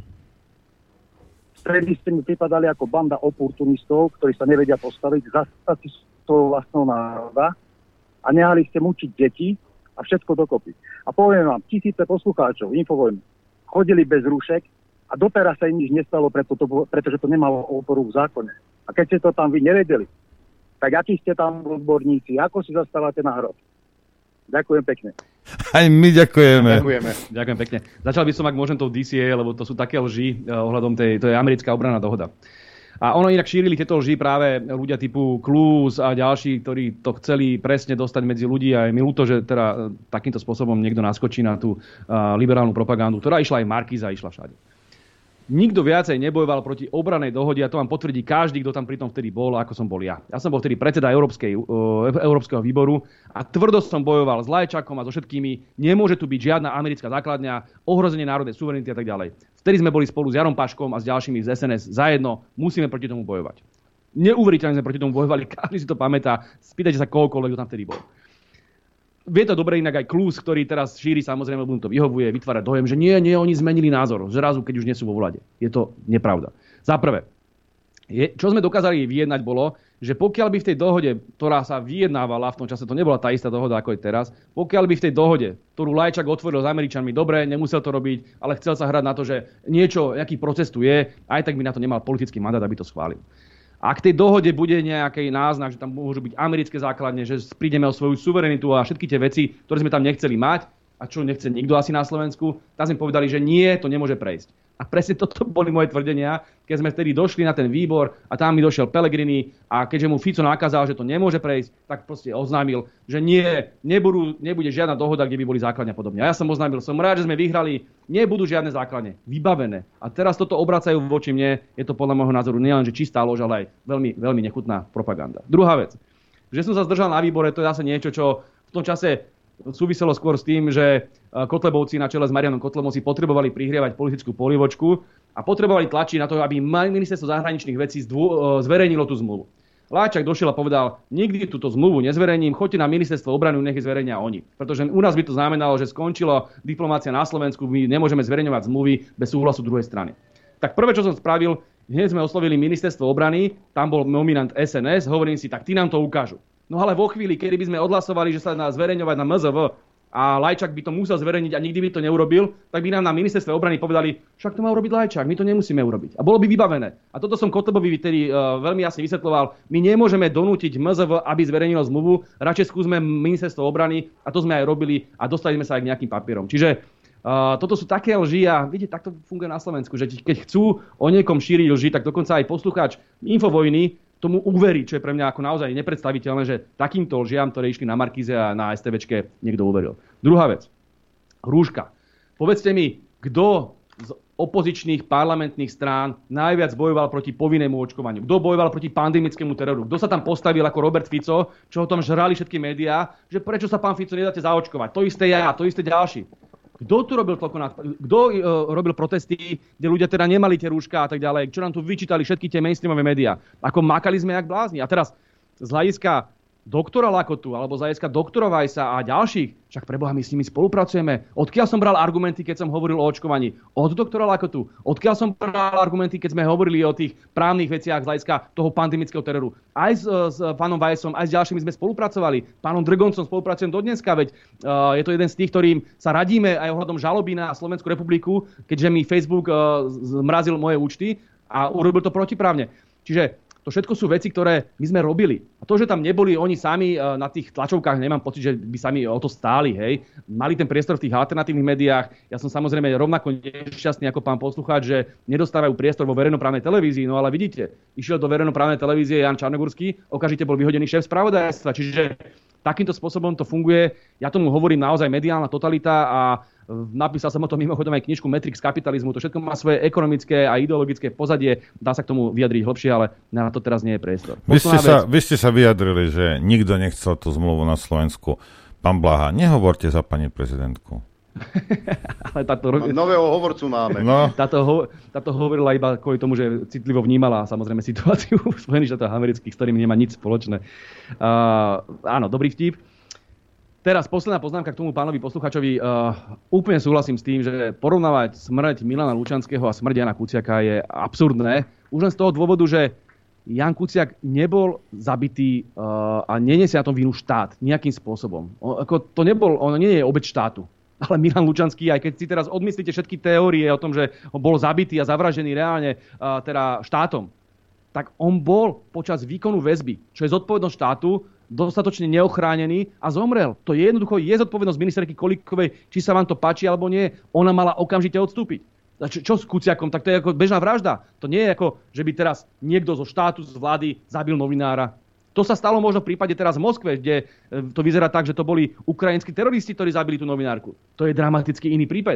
Vtedy ste mi pripadali ako banda oportunistov, ktorí sa nevedia postaviť, zastať si toho vlastného národa a nehali ste mučiť deti a všetko dokopy. A poviem vám, tisíce poslucháčov Infovojny chodili bez rúšek a doteraz sa im nič nestalo, preto to, pretože to nemalo oporu v zákone. A keď ste to tam vy nevedeli, tak akí ste tam odborníci, ako si zastávate národ? Ďakujem pekne. Aj my ďakujeme. Ďakujeme. Ďakujem pekne. Začal by som, ak môžem, tou dé cé á, lebo to sú také lži eh, ohľadom tej, to je americká obranná dohoda. A ono inak šírili tieto lži práve ľudia typu Klus a ďalší, ktorí to chceli presne dostať medzi ľudí a je mi ľúto, že teda takýmto spôsobom niekto naskočí na tú uh, liberálnu propagandu, ktorá išla aj Markíza, išla všade. Nikto viacej nebojoval proti obranej dohode a to vám potvrdí každý, kto tam pritom vtedy bol, ako som bol ja. Ja som bol vtedy predseda Európskej, uh, Európskeho výboru a tvrdo som bojoval s Lajčákom a so všetkými. Nemôže tu byť žiadna americká základňa, ohrozenie národnej suverenity a tak ďalej. Vtedy sme boli spolu s Jarom Paškom a s ďalšími z es en es zajedno. Musíme proti tomu bojovať. Neuveriteľne sme proti tomu bojovali, každý si to pamätá. Spýtajte sa kohokoľvek, kto tam vtedy bol. Vie to dobre inak aj Klus, ktorý teraz šíri, samozrejme, mu to vyhovuje, vytvára dojem, že nie, nie, oni zmenili názor. Zrazu, keď už nie sú vo vláde. Je to nepravda. Za prvé, je, čo sme dokázali vyjednať bolo, že pokiaľ by v tej dohode, ktorá sa vyjednávala, v tom čase to nebola tá istá dohoda, ako je teraz, pokiaľ by v tej dohode, ktorú Lajčák otvoril s Američanmi, dobre, nemusel to robiť, ale chcel sa hrať na to, že niečo, nejaký proces tu je, aj tak by na to nemal politický mandát, aby to schválil. A k tej dohode bude nejaký náznak, že tam môžu byť americké základne, že prídeme o svoju suverenitu a všetky tie veci, ktoré sme tam nechceli mať, a čo nechce nikto asi na Slovensku, tam sme povedali, že nie, to nemôže prejsť. A presne toto boli moje tvrdenia, keď sme vtedy došli na ten výbor a tam mi došiel Pellegrini a keďže mu Fico nakázal, že to nemôže prejsť, tak proste oznámil, že nie, nebudú, nebude žiadna dohoda, kde by boli základne a podobne. A ja som oznámil, som rád, že sme vyhrali, nebudú žiadne základne, vybavené. A teraz toto obracajú voči mne, je to podľa môjho názoru nielen že čistá lož, ale aj veľmi, veľmi nechutná propaganda. Druhá vec, že som sa zdržal na výbore, to je zase niečo, čo v tom čase súviselo skôr s tým, že Kotlebovci na čele s Marianom Kotlebom si potrebovali prihrievať politickú polivočku a potrebovali tlačiť na to, aby ministerstvo zahraničných vecí zverejnilo tú zmluvu. Lajčák došiel a povedal, nikdy túto zmluvu nezverejním, choďte na ministerstvo obrany, nech ich zverejnia oni. Pretože u nás by to znamenalo, že skončila diplomácia na Slovensku, my nemôžeme zverejňovať zmluvy bez súhlasu druhej strany. Tak prvé, čo som spravil, hneď sme oslovili ministerstvo obrany, tam bol nominant es en es, hovorím si, tak tí nám to ukážu. No ale vo chvíli, kedy by sme odhlasovali, že sa dá zverejňovať na em zet vé a Lajčák by to musel zverejniť a nikdy by to neurobil, tak by nám na ministerstve obrany povedali, však to má urobiť Lajčák, my to nemusíme urobiť. A bolo by vybavené. A toto som Kotlebovi vtedy uh, veľmi jasne vysvetľoval. My nemôžeme donútiť em zet vé, aby zverejnilo zmluvu, radšej skúsme ministerstvo obrany a to sme aj robili a dostali sme sa aj k nejakým papierom. Čiže uh, toto sú také lži a vidíte, takto funguje na Slovensku, že keď chcú o niekom šíriť lži, tak dokonca aj poslucháč Infovojny tomu uverí, čo je pre mňa ako naozaj nepredstaviteľné, že takýmto lžiam, ktoré išli na Markíze a na STVčke, niekto uveril. Druhá vec. Rúška. Povedzte mi, kto z opozičných parlamentných strán najviac bojoval proti povinnému očkovaniu? Kto bojoval proti pandemickému teroru? Kto sa tam postavil ako Robert Fico, čo ho tam žrali všetky médiá, že prečo sa pán Fico nedáte zaočkovať? To isté ja, to isté ďalší. Kto tu robil toľko nad... Kto uh, robil protesty, kde ľudia teda nemali tie rúška a tak ďalej? Čo nám tu vyčítali všetky tie mainstreamové médiá? Ako makali sme jak blázni. A teraz z hľadiska doktora Lakotu alebo z hľadiska doktora Vajsa a ďalších, však preboha my s nimi spolupracujeme. Odkiaľ som bral argumenty, keď som hovoril o očkovaní? Od doktora Lakotu. Odkiaľ som bral argumenty, keď sme hovorili o tých právnych veciach z hľadiska toho pandemického teroru? Aj s, s pánom Vajsom, aj s ďalšími sme spolupracovali. Pánom Drgoncom spolupracujem do dneska, veď uh, je to jeden z tých, ktorým sa radíme aj ohľadom žaloby na Slovenskú republiku, keďže mi Facebook uh, zmrazil moje účty a urobil to protiprávne. Čiže to všetko sú veci, ktoré my sme robili. A to, že tam neboli oni sami na tých tlačovkách, nemám pocit, že by sami o to stáli. Hej. Mali ten priestor v tých alternatívnych médiách. Ja som samozrejme rovnako nešťastný ako pán poslucháč, že nedostávajú priestor vo verejnoprávnej televízii. No ale vidíte, išiel do verejnoprávnej televízie Jan Čarnogurský, okamžite bol vyhodený šéf spravodajstva. Čiže takýmto spôsobom to funguje. Ja tomu hovorím naozaj mediálna totalita a napísal som o tom mimochodom aj knižku Matrix kapitalizmu. To všetko má svoje ekonomické a ideologické pozadie. Dá sa k tomu vyjadriť hlbšie, ale na to teraz nie je priestor. Vy ste, sa, vy ste sa vyjadrili, že nikto nechcel tú zmluvu na Slovensku. Pán Blaha, nehovorte za pani prezidentku. Ale táto... Nového hovorcu máme. No. Táto, ho... táto hovorila iba kvôli tomu, že citlivo vnímala samozrejme situáciu v Spojených štátoch amerických, s ktorými nemá nič spoločné. Uh, áno, dobrý vtip. Teraz posledná poznámka k tomu pánovi posluchačovi. Uh, úplne súhlasím s tým, že porovnávať smrť Milana Lučanského a smrť Jana Kuciaka je absurdné. Už len z toho dôvodu, že Jan Kuciak nebol zabitý uh, a neniesie na tom vinu štát nejakým spôsobom. On, ako to nebol, on nie je obeť štátu. Ale Milan Lučanský, aj keď si teraz odmyslíte všetky teórie o tom, že bol zabitý a zavražený reálne uh, teda štátom, tak on bol počas výkonu väzby, čo je zodpovednosť štátu, dostatočne neochránený a zomrel. To je jednoducho je zodpovednosť ministerky Kolíkovej, či sa vám to páči alebo nie. Ona mala okamžite odstúpiť. Čo, čo s Kuciakom? Tak to je ako bežná vražda. To nie je ako, že by teraz niekto zo štátu, z vlády zabil novinára. To sa stalo možno v prípade teraz v Moskve, kde to vyzerá tak, že to boli ukrajinskí teroristi, ktorí zabili tú novinárku. To je dramaticky iný prípad.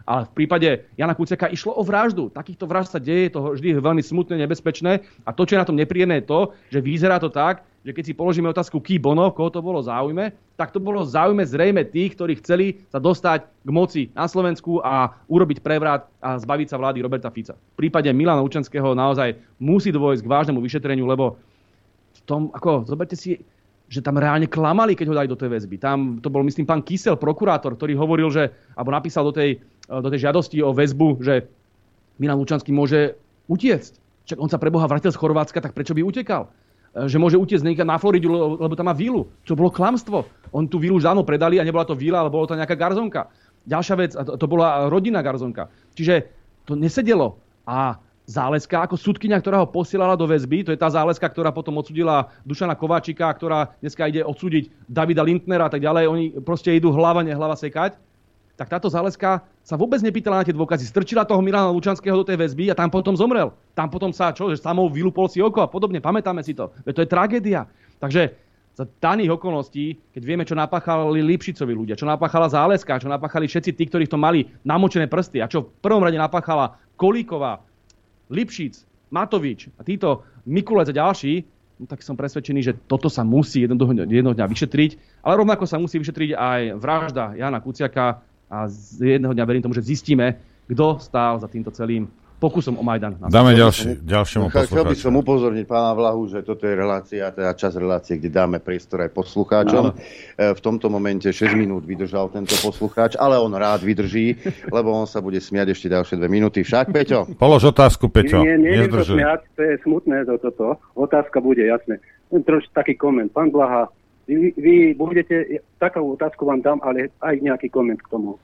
Ale v prípade Jana Kuciaka išlo o vraždu. Takýchto vražd sa deje, to vždy je veľmi smutné, nebezpečné. A to, čo je na tom nepríjemné, je to, že vyzerá to tak, že keď si položíme otázku ký bono, koho to bolo záujme, tak to bolo záujme zrejme tých, ktorí chceli sa dostať k moci na Slovensku a urobiť prevrat a zbaviť sa vlády Roberta Fica. V prípade Milana Lučanského naozaj musí dôjsť k vážnemu vyšetreniu, lebo v tom, ako, zoberte si, že tam reálne klamali, keď ho dali do tej väzby. Tam to bol, myslím, pán Kysel, prokurátor, ktorý hovoril, že, alebo napísal do tej, do tej žiadosti o väzbu, že Milan Lučanský môže utiecť. Čak on sa pre Boha vrátil z Chorvátska, tak prečo by utekal? Že môže utiecť niekam na Floridu, lebo tam má vílu. Čo bolo klamstvo. On tú vílu už dávno predali a nebola to víla, ale bolo to nejaká garzonka. Ďalšia vec, to, to bola rodinná garzonka. Čiže to nesedelo. A Záleska ako sudkyňa, ktorá ho posielala do väzby, to je tá Záleska, ktorá potom odsudila Dušana Kováčika, ktorá dneska ide odsúdiť Davida Lindnera a tak ďalej. Oni proste idú hlava, nehlava sekať. Tak táto Záleska sa vôbec nepýtala na tie dôkazy. Strčila toho Milana Lučanského do tej väzby a tam potom zomrel. Tam potom sa, čo, že samou vylúpol si oko a podobne. Pamätáme si to. To je tragédia. Takže za daných okolností, keď vieme, čo napáchali Lipšicovi ľudia, čo napáchala Záleska, čo napáchali všetci tí, ktorí to mali namočené prsty a čo v prvom rade napáchala Kolíková, Lipšic, Matovič a títo Mikulec a ďalší, no tak som presvedčený, že toto sa musí jednoho dňa vyšetriť, ale rovnako sa musí vyšetriť aj vražda Jana Kuciaka a z jedného dňa verím tomu, že zistíme, kto stál za týmto celým pokusom o Majdan. Dáme ďalší, ďalšiemu poslucháču. Chcel by som upozorniť pána Vlahu, že toto je relácia, teda čas relácie, kde dáme priestor aj poslucháčom. No. V tomto momente šesť minút vydržal tento poslucháč, ale on rád vydrží, lebo on sa bude smiať ešte ďalšie dve minúty. Však, Peťo? Polož otázku, Peťo. Nie, nie, nie to smiať, to je smutné to, toto. Otázka bude, jasné. Trošku taký koment. Pán Blaha, vy, vy budete, takú otázku vám dám, ale aj nejaký koment k tomu,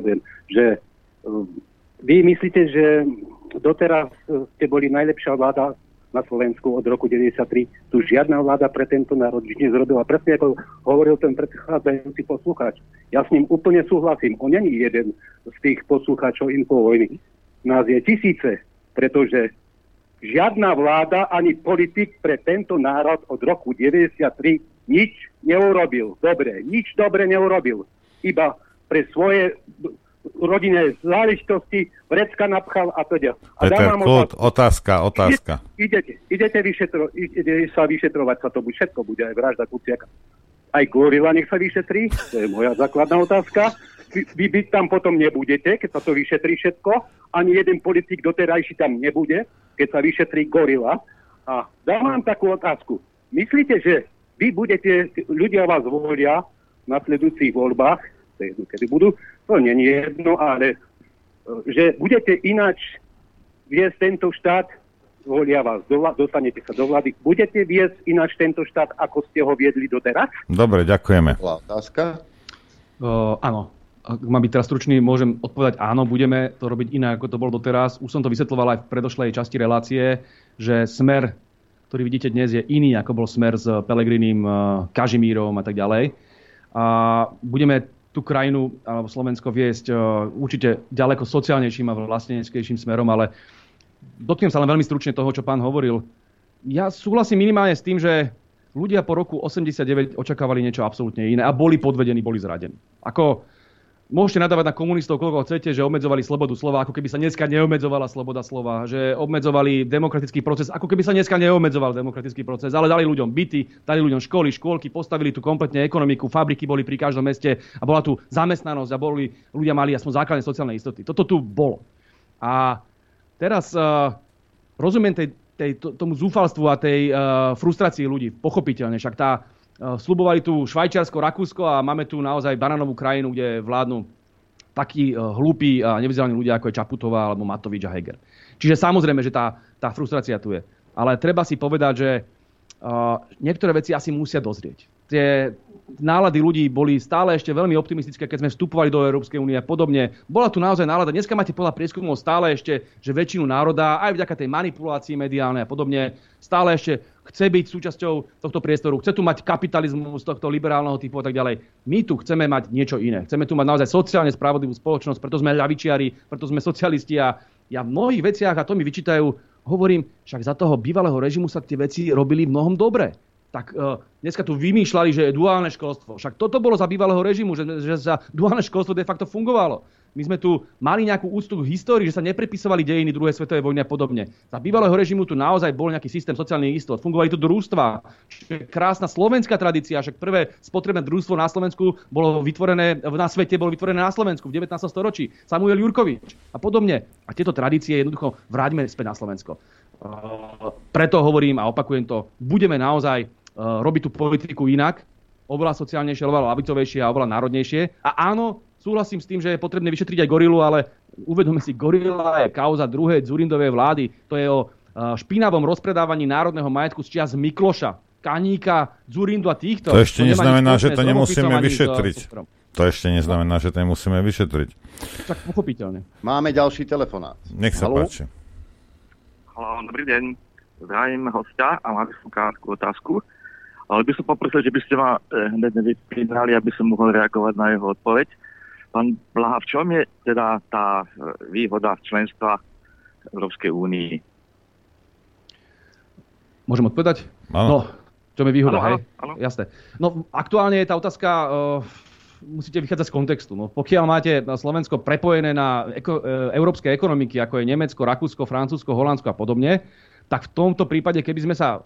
že vy myslíte, že doteraz ste boli najlepšia vláda na Slovensku od roku deväťdesiattri. Tu žiadna vláda pre tento národ nič nezrobila. Presne ako hovoril ten predchádzajúci poslucháč. Ja s ním úplne súhlasím. On není jeden z tých poslucháčov Infovojny. Nás je tisíce, pretože žiadna vláda ani politik pre tento národ od roku deväťdesiattri nič neurobil. Dobre, nič dobre neurobil. Iba pre svoje rodinné záležitosti, vrecka napchal a teda. Peter, kľud, otázka, otázka. Idete, idete, vyšetro, idete sa vyšetrovať, sa to bude, všetko bude, aj vražda Kuciaka. Aj Gorila nech sa vyšetrí, to je moja základná otázka. Vy, vy, vy tam potom nebudete, keď sa to vyšetrí všetko, ani jeden politik doterajší tam nebude, keď sa vyšetrí Gorila. A dám vám takú otázku. Myslíte, že vy budete, ľudia vás volia v nasledujúcich voľbách, to je jedno, kedy budú, to nie je jedno, ale že budete ináč viesť tento štát, volia vás, dostanete sa do vlády, budete viesť ináč tento štát, ako ste ho viedli doteraz? Dobre, ďakujeme. Otázka? Uh, áno. Ak mám byť teraz stručný, môžem odpovedať áno, budeme to robiť inak, ako to bolo doteraz. Už som to vysvetľoval aj v predošlej časti relácie, že smer, ktorý vidíte dnes, je iný, ako bol smer s Pelegrinim, Kažimírom a tak ďalej. A budeme tú krajinu alebo Slovensko viesť uh, určite ďaleko sociálnejším a vlasteneckejším smerom, ale dotknem sa len veľmi stručne toho, čo pán hovoril. Ja súhlasím minimálne s tým, že ľudia po roku osemdesiatdeväť očakávali niečo absolútne iné a boli podvedení, boli zradení. Ako môžete nadávať na komunistov, koľko chcete, že obmedzovali slobodu slova, ako keby sa dneska neobmedzovala sloboda slova, že obmedzovali demokratický proces, ako keby sa dneska neobmedzoval demokratický proces, ale dali ľuďom byty, dali ľuďom školy, škôlky, postavili tu kompletne ekonomiku, fabriky boli pri každom meste a bola tu zamestnanosť a boli, ľudia mali aspoň základné sociálne istoty. Toto tu bolo. A teraz uh, rozumiem tej, tej, tomu zúfalstvu a tej uh, frustrácii ľudí, pochopiteľne, však tá sľubovali tu Švajčiarsko, Rakúsko a máme tu naozaj banánovú krajinu, kde vládnu takí hlúpi a nevyzeraní ľudia, ako je Čaputová alebo Matovič a Heger. Čiže samozrejme, že tá, tá frustrácia tu je. Ale treba si povedať, že uh, niektoré veci asi musia dozrieť. Tie nálady ľudí boli stále ešte veľmi optimistické, keď sme vstupovali do Európskej únie a podobne. Bola tu naozaj nálada. Dneska máte podľa prieskumov stále ešte, že väčšinu národa, aj vďaka tej manipulácii mediálnej a podobne, stále ešte chce byť súčasťou tohto priestoru, chce tu mať kapitalizmus tohto liberálneho typu a tak ďalej. My tu chceme mať niečo iné. Chceme tu mať naozaj sociálne spravodlivú spoločnosť, preto sme ľavičiari, preto sme socialisti a ja v mnohých veciach, a to mi vyčítajú, hovorím, však za toho bývalého režimu sa tie veci robili v mnohom dobre. Tak uh, dneska tu vymýšľali, že je duálne školstvo. Však toto bolo za bývalého režimu, že, že za duálne školstvo de facto fungovalo. My sme tu mali nejakú úctu k histórii, že sa neprepisovali dejiny druhej svetovej vojny a podobne. Za bývalého režimu tu naozaj bol nejaký systém sociálnych istot. Fungovali tu družstva. Krásna slovenská tradícia, však prvé spotrebné družstvo na Slovensku bolo vytvorené, na svete bolo vytvorené na Slovensku v devätnástom storočí. Samuel Jurkovič a podobne. A tieto tradície jednoducho vráťme späť na Slovensko. Uh, preto hovorím a opakujem to, budeme naozaj uh, robiť tú politiku inak, oveľa sociálnejšie, oveľa ľavicovejšie a oveľa národnejšie. A áno, súhlasím s tým, že je potrebné vyšetriť aj gorilu, ale uvedome si, gorila je kauza druhej Dzurindovej vlády. To je o uh, špinavom rozpredávaní národného majetku z čias Mikloša, Kaníka, Dzurindu a týchto. To ešte to neznamená, že to nemusíme vyšetriť. To ešte neznamená, že to nemusíme vyšetriť. Tak pochopiteľne. Máme ďalší telefonát. Nech sa Haló? páči. Haló, dobrý deň. Zdravím hostia a mám som krátku otázku. Ale by som poprosil, že by ste ma hneď nevypínali, aby som mohol reagovať na jeho odpoveď. Pán Blaha, v čom je teda tá výhoda členstva Európskej únii? Môžem odpovedať? Áno. No, čo je výhoda, ano, hej? Ano. Jasné. No, aktuálne je tá otázka, uh, musíte vychádzať z kontextu. No, pokiaľ máte Slovensko prepojené na eko, uh, európske ekonomiky, ako je Nemecko, Rakúsko, Francúzsko, Holandsko a podobne, tak v tomto prípade, keby sme sa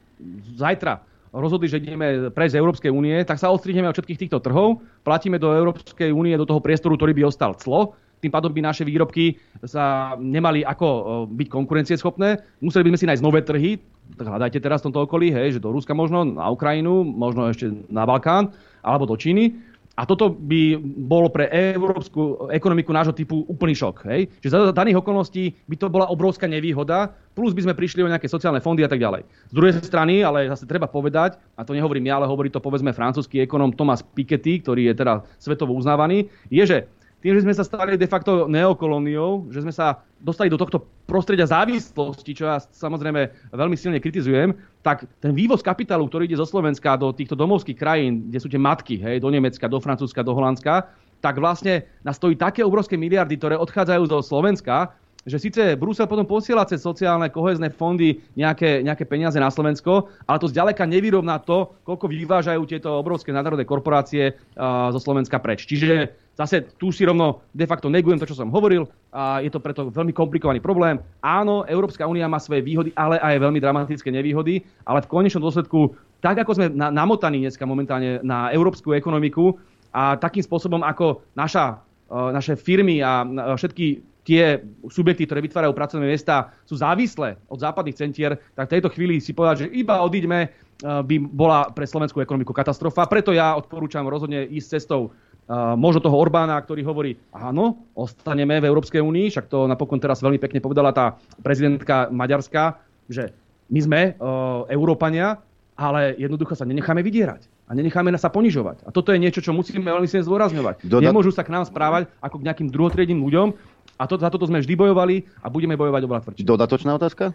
zajtra rozhodli, že ideme prejsť z Európskej únie, tak sa odstrihneme od všetkých týchto trhov, platíme do Európskej únie, do toho priestoru, ktorý by ostal clo, tým pádom by naše výrobky sa nemali ako byť konkurencieschopné, museli by sme si nájsť nové trhy, tak hľadajte teraz v tomto okolí, hej, že do Ruska možno, na Ukrajinu, možno ešte na Balkán, alebo do Číny. A toto by bolo pre európsku ekonomiku nášho typu úplný šok. Hej? Že za daných okolností by to bola obrovská nevýhoda, plus by sme prišli o nejaké sociálne fondy a tak ďalej. Z druhej strany, ale zase treba povedať, a to nehovorím ja, ale hovorí to povedzme francúzsky ekonóm Thomas Piketty, ktorý je teda svetovo uznávaný, je, že tým, že sme sa stali de facto neokolóniou, že sme sa dostali do tohto prostredia závislosti, čo ja samozrejme veľmi silne kritizujem, tak ten vývoz kapitálu, ktorý ide zo Slovenska do týchto domovských krajín, kde sú tie matky, hej, do Nemecka, do Francúzska, do Holandska, tak vlastne nás stojí také obrovské miliardy, ktoré odchádzajú do Slovenska, že síce Brusel potom posiela cez sociálne kohézne fondy nejaké, nejaké peniaze na Slovensko, ale to zďaleka nevyrovná to, koľko vyvážajú tieto obrovské nadnárodné korporácie uh, zo Slovenska preč. Čiže zase tu si rovno de facto negujem to, čo som hovoril, a je to preto veľmi komplikovaný problém. Áno, Európska únia má svoje výhody, ale aj veľmi dramatické nevýhody, ale v konečnom dôsledku, tak ako sme na, namotaní dneska momentálne na európsku ekonomiku a takým spôsobom, ako naša, uh, naše firmy a uh, všetky tie subjekty, ktoré vytvárajú pracovné miesta, sú závislé od západných centier, tak v tejto chvíli si povedať, že iba odíďme, by bola pre slovenskú ekonomiku katastrofa. Preto ja odporúčam rozhodne ísť cestou uh, možno toho Orbána, ktorý hovorí, áno, ostaneme v Európskej únii, však to napokon teraz veľmi pekne povedala tá prezidentka Maďarská, že my sme uh, Európania, ale jednoducho sa nenecháme vydierať. A nenecháme sa ponižovať. A toto je niečo, čo musíme veľmi silne zdôrazňovať. Dodat- Nemôžu sa k nám správať ako k nejakým druhotriednym ľuďom. A to, za toto sme vždy bojovali a budeme bojovať oveľa tvrdšie. Dodatočná otázka?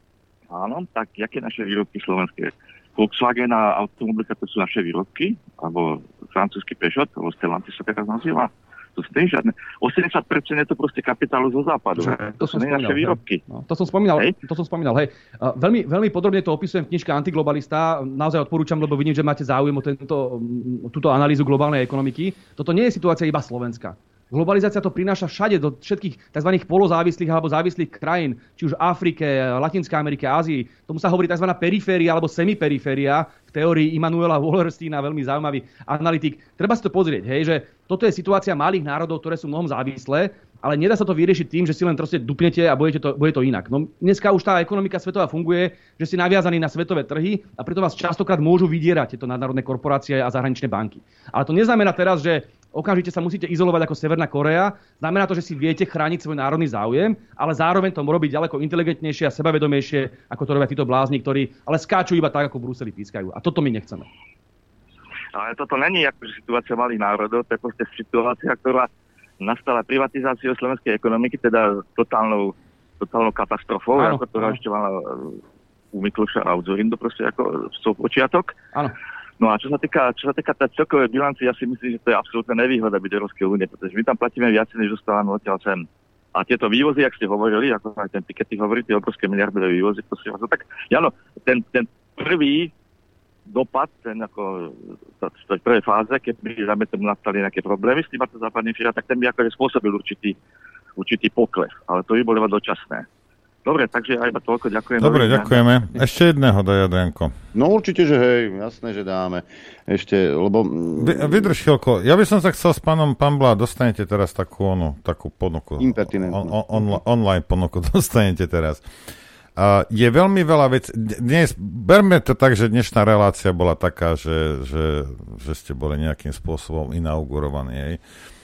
Áno, tak jaké naše výrobky slovenské? Volkswagen a automobilka, to sú naše výrobky? Alebo francúzsky Peugeot, alebo Stellantis sa teraz nazýva? To sú žiadne. osemdesiat percent je to proste kapitálu zo západu. Že, to, to sú naše výrobky. No, to som spomínal, hej. to som spomínal, hej. Uh, veľmi, veľmi podrobne to opisujem v knižke Antiglobalista. Naozaj odporúčam, lebo vidím, že máte záujem o tento, túto analýzu globálnej ekonomiky. Toto nie je situácia iba Slovenska. Globalizácia to prináša všade, do všetkých tzv. Polozávislých alebo závislých krajín, či už Afrike, Latinskej Amerike, Ázii. Tomu sa hovorí tzv. Periféria alebo semiperiféria v teórii Immanuela Wallersteina, veľmi zaujímavý analytik. Treba si to pozrieť, hej, že toto je situácia malých národov, ktoré sú mnohom závislé, ale nedá sa to vyriešiť tým, že si len proste dupnete a budete to, bude to inak. No, dneska už tá ekonomika svetová funguje, že ste naviazaní na svetové trhy a preto vás častokrát môžu vydierať tieto nadnárodné korporácie a zahraničné banky. Ale to neznamená teraz, že okamžite sa musíte izolovať ako Severná Korea. Znamená to, že si viete chrániť svoj národný záujem, ale zároveň to robiť ďaleko inteligentnejšie a sebavedomejšie, ako to robia títo blázni, ktorí ale skáču iba tak, ako v Bruseli pískajú. A toto my nechceme. Ale toto není akože situácia malých národov, to je proste situácia, ktorá nastala privatizáciou slovenskej ekonomiky, teda totálnou, totálnou katastrofou, áno, ako to ešte mala u Mikloša a u Dzurindu proste ako počiatok. Áno. No a čo sa týka, čo sa týka tá celkovej bilancie, ja si myslím, že to je absolútne nevýhoda byť Európskej únie, pretože my tam platíme viac, než dostávame odtiaľ sem. A tieto vývozy, ak ste hovorili, ako aj ten Piketty hovorí, tie obrovské miliardové vývozy, to si vás tak, áno, ten, ten prvý dopad, ten ako v tej prvej fáze, keď by záme tomu nastali nejaké problémy s tým západným Sýriom, tak ten by akože spôsobil určitý, určitý pokles. Ale to by bolo iba dočasné. Dobre, takže aj iba toľko, ďakujem. Dobre, ďakujeme. Ešte jedného daj, Adrianko. No určite, že hej, jasné, že dáme. Ešte, lebo... Vy, vydrž chvíľko. Ja by som sa chcel s pánom Pambla, dostanete teraz takú, onu, takú ponuku. Impertinentnú. On, on, online ponuku dostanete teraz. Uh, je veľmi veľa vecí. Dnes, berme to tak, že dnešná relácia bola taká, že, že, že ste boli nejakým spôsobom inaugurovaní. Hej.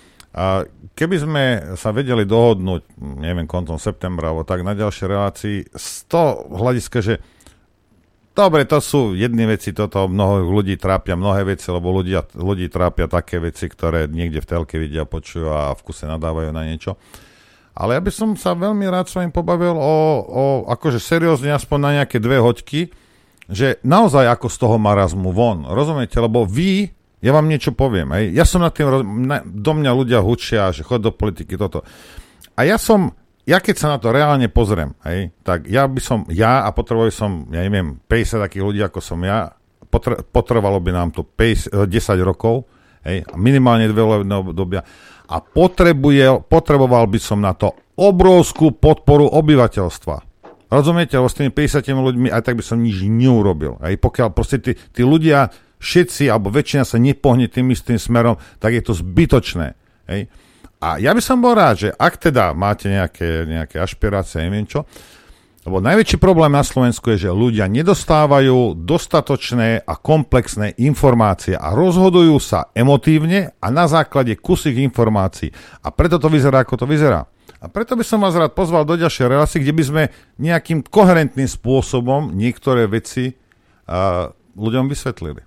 A keby sme sa vedeli dohodnúť, neviem, koncom septembra alebo tak na ďalšej relácii, z toho hľadiska, že dobre, to sú jedné veci, toto mnoho ľudí trápia mnohé veci, lebo ľudia, ľudí trápia také veci, ktoré niekde v telke vidia, počujú a v kuse nadávajú na niečo. Ale ja by som sa veľmi rád s vami pobavil o, o akože seriózne aspoň na nejaké dve hoďky, že naozaj ako z toho marazmu von, rozumiete, lebo vy, ja vám niečo poviem, aj. Ja som na tým, na, do mňa ľudia hučia, že chod do politiky, toto. A ja som, ja keď sa na to reálne pozriem, aj, tak ja by som, ja a potreboval som, ja neviem, päťdesiat takých ľudí, ako som ja, potr- potrebovalo by nám to päťdesiat, desať rokov, aj, minimálne dve volebné obdobia, a potrebuje, potreboval by som na to obrovskú podporu obyvateľstva. Rozumiete? Lebo s tými päťdesiatimi ľuďmi aj tak by som nič neurobil. Aj pokiaľ proste tí, tí ľudia, všetci, alebo väčšina sa nepohne tým istým smerom, tak je to zbytočné. Hej. A ja by som bol rád, že ak teda máte nejaké, nejaké ašpirácie, neviem čo, lebo najväčší problém na Slovensku je, že ľudia nedostávajú dostatočné a komplexné informácie a rozhodujú sa emotívne a na základe kusých informácií. A preto to vyzerá, ako to vyzerá. A preto by som vás rád pozval do ďalšej relácie, kde by sme nejakým koherentným spôsobom niektoré veci uh, ľuďom vysvetlili.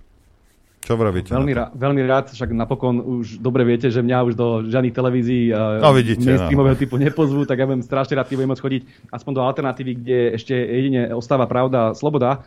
Čo vravíte? Veľmi, rá, veľmi rád, však napokon už dobre viete, že mňa už do žiadnych televízií no, vidíte, mainstreamového no. typu nepozvú, tak ja budem strašne rád, keď budem môcť chodiť aspoň do alternatívy, kde ešte jedine ostáva pravda a sloboda.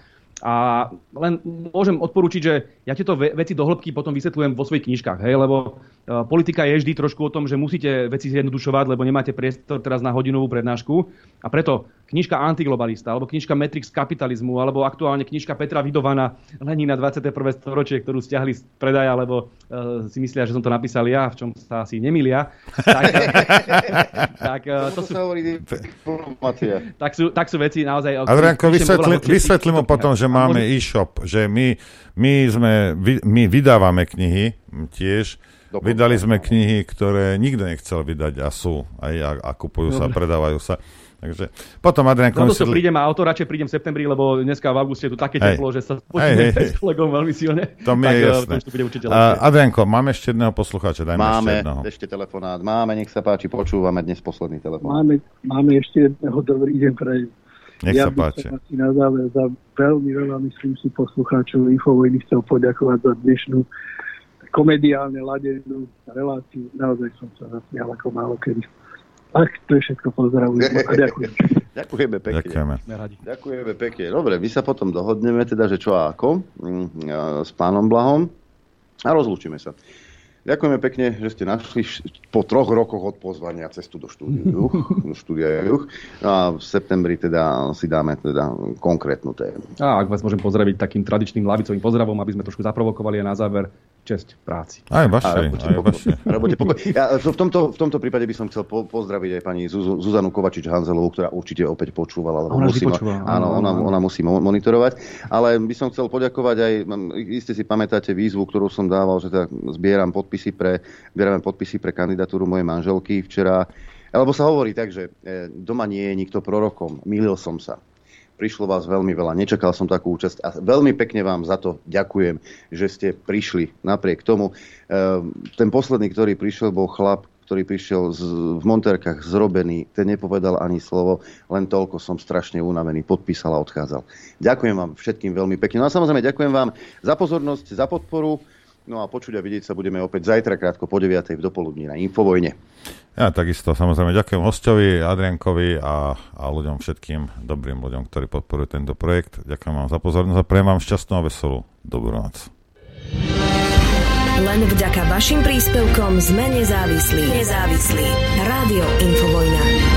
A len môžem odporúčiť, že ja tieto ve- veci do hĺbky potom vysvetľujem vo svojich knižkách, hej, lebo uh, politika je vždy trošku o tom, že musíte veci zjednodušovať, lebo nemáte priestor teraz na hodinovú prednášku. A preto knižka Antiglobalista, alebo knižka Matrix kapitalizmu, alebo aktuálne knižka Petra Vidovana Lenin na dvadsiate prvé storočie, ktorú stiahli z predaja, lebo uh, si myslia, že som to napísal ja, v čom sa asi nemýlia. Tak, tak, uh, to sú, tak, sú, tak sú veci naozaj... Adrianko, vysvetli, vysvetlím mu potom, že máme môžem... e-shop, že my, my, sme, my vydávame knihy tiež. Dobre. Vydali sme knihy, ktoré nikto nechcel vydať a sú. Aj, a, a kupujú sa, Dobre. predávajú sa. Takže potom Adrianko... No to vysvetli... prídem a auto radšej prídem v septembri, lebo dneska v auguste je tu také teplo, že sa počujeme s kolegom veľmi silne. To mi je jasné. Uh, Adrianko, máme ešte jedného poslucháča. Dajme máme ešte jedného. ešte telefonát. Máme, nech sa páči, počúvame dnes posledný telefón. Máme, máme ešte jedného. Dobrý deň pre... Nech ja sa páči. Ja by som asi na záver za veľmi veľa, myslím si, poslucháčov Infovojny chcel poďakovať za dnešnú komediálne ladenú reláciu. Naozaj som sa zasmial ako málo kedy. Ach, to je všetko, pozdravujem a ďakujem. Ďakujeme pekne. Ďakujeme. Ďakujeme pekne. Dobre, my sa potom dohodneme, teda, že čo a ako s pánom Blahom a rozlúčime sa. Ďakujeme pekne, že ste našli po troch rokoch od pozvania cestu do štúdia Juch, do štúdia Juch. A v septembri teda si dáme teda konkrétnu tému. A ak vás môžem pozdraviť takým tradičným lavicovým pozdravom, aby sme trošku zaprovokovali a na záver česť práci. Aj vašej, aj vašej. Ja, v, tomto, v tomto prípade by som chcel po, pozdraviť aj pani Zuzu, Zuzanu Kovačič-Hanzelovú, ktorá určite opäť počúvala. Lebo ona musí, počúvala. Áno, ona, ona musí monitorovať. Ale by som chcel poďakovať aj, iste si pamätáte výzvu, ktorú som dával, že teda zbieram podpisy pre, zbierame podpisy pre kandidatúru mojej manželky včera. Lebo sa hovorí tak, že doma nie je nikto prorokom. Mýlil som sa. Prišlo vás veľmi veľa, nečakal som takú účasť a veľmi pekne vám za to ďakujem, že ste prišli napriek tomu. Ten posledný, ktorý prišiel, bol chlap, ktorý prišiel z, v monterkách zrobený, ten nepovedal ani slovo, len toľko som strašne unavený, podpísal a odchádzal. Ďakujem vám všetkým veľmi pekne. No a samozrejme ďakujem vám za pozornosť, za podporu. No a počuť a vidieť sa budeme opäť zajtra krátko po deviatej v dopoludní na Infovojne. Ja takisto samozrejme ďakujem hosťovi, Adriankovi a, a ľuďom všetkým, dobrým ľuďom, ktorí podporujú tento projekt. Ďakujem vám za pozornosť a prajem vám šťastnú a veselú dobrú noc. Len vďaka vašim príspevkom sme nezávislí. Nezávislí. Rádio Infovojna.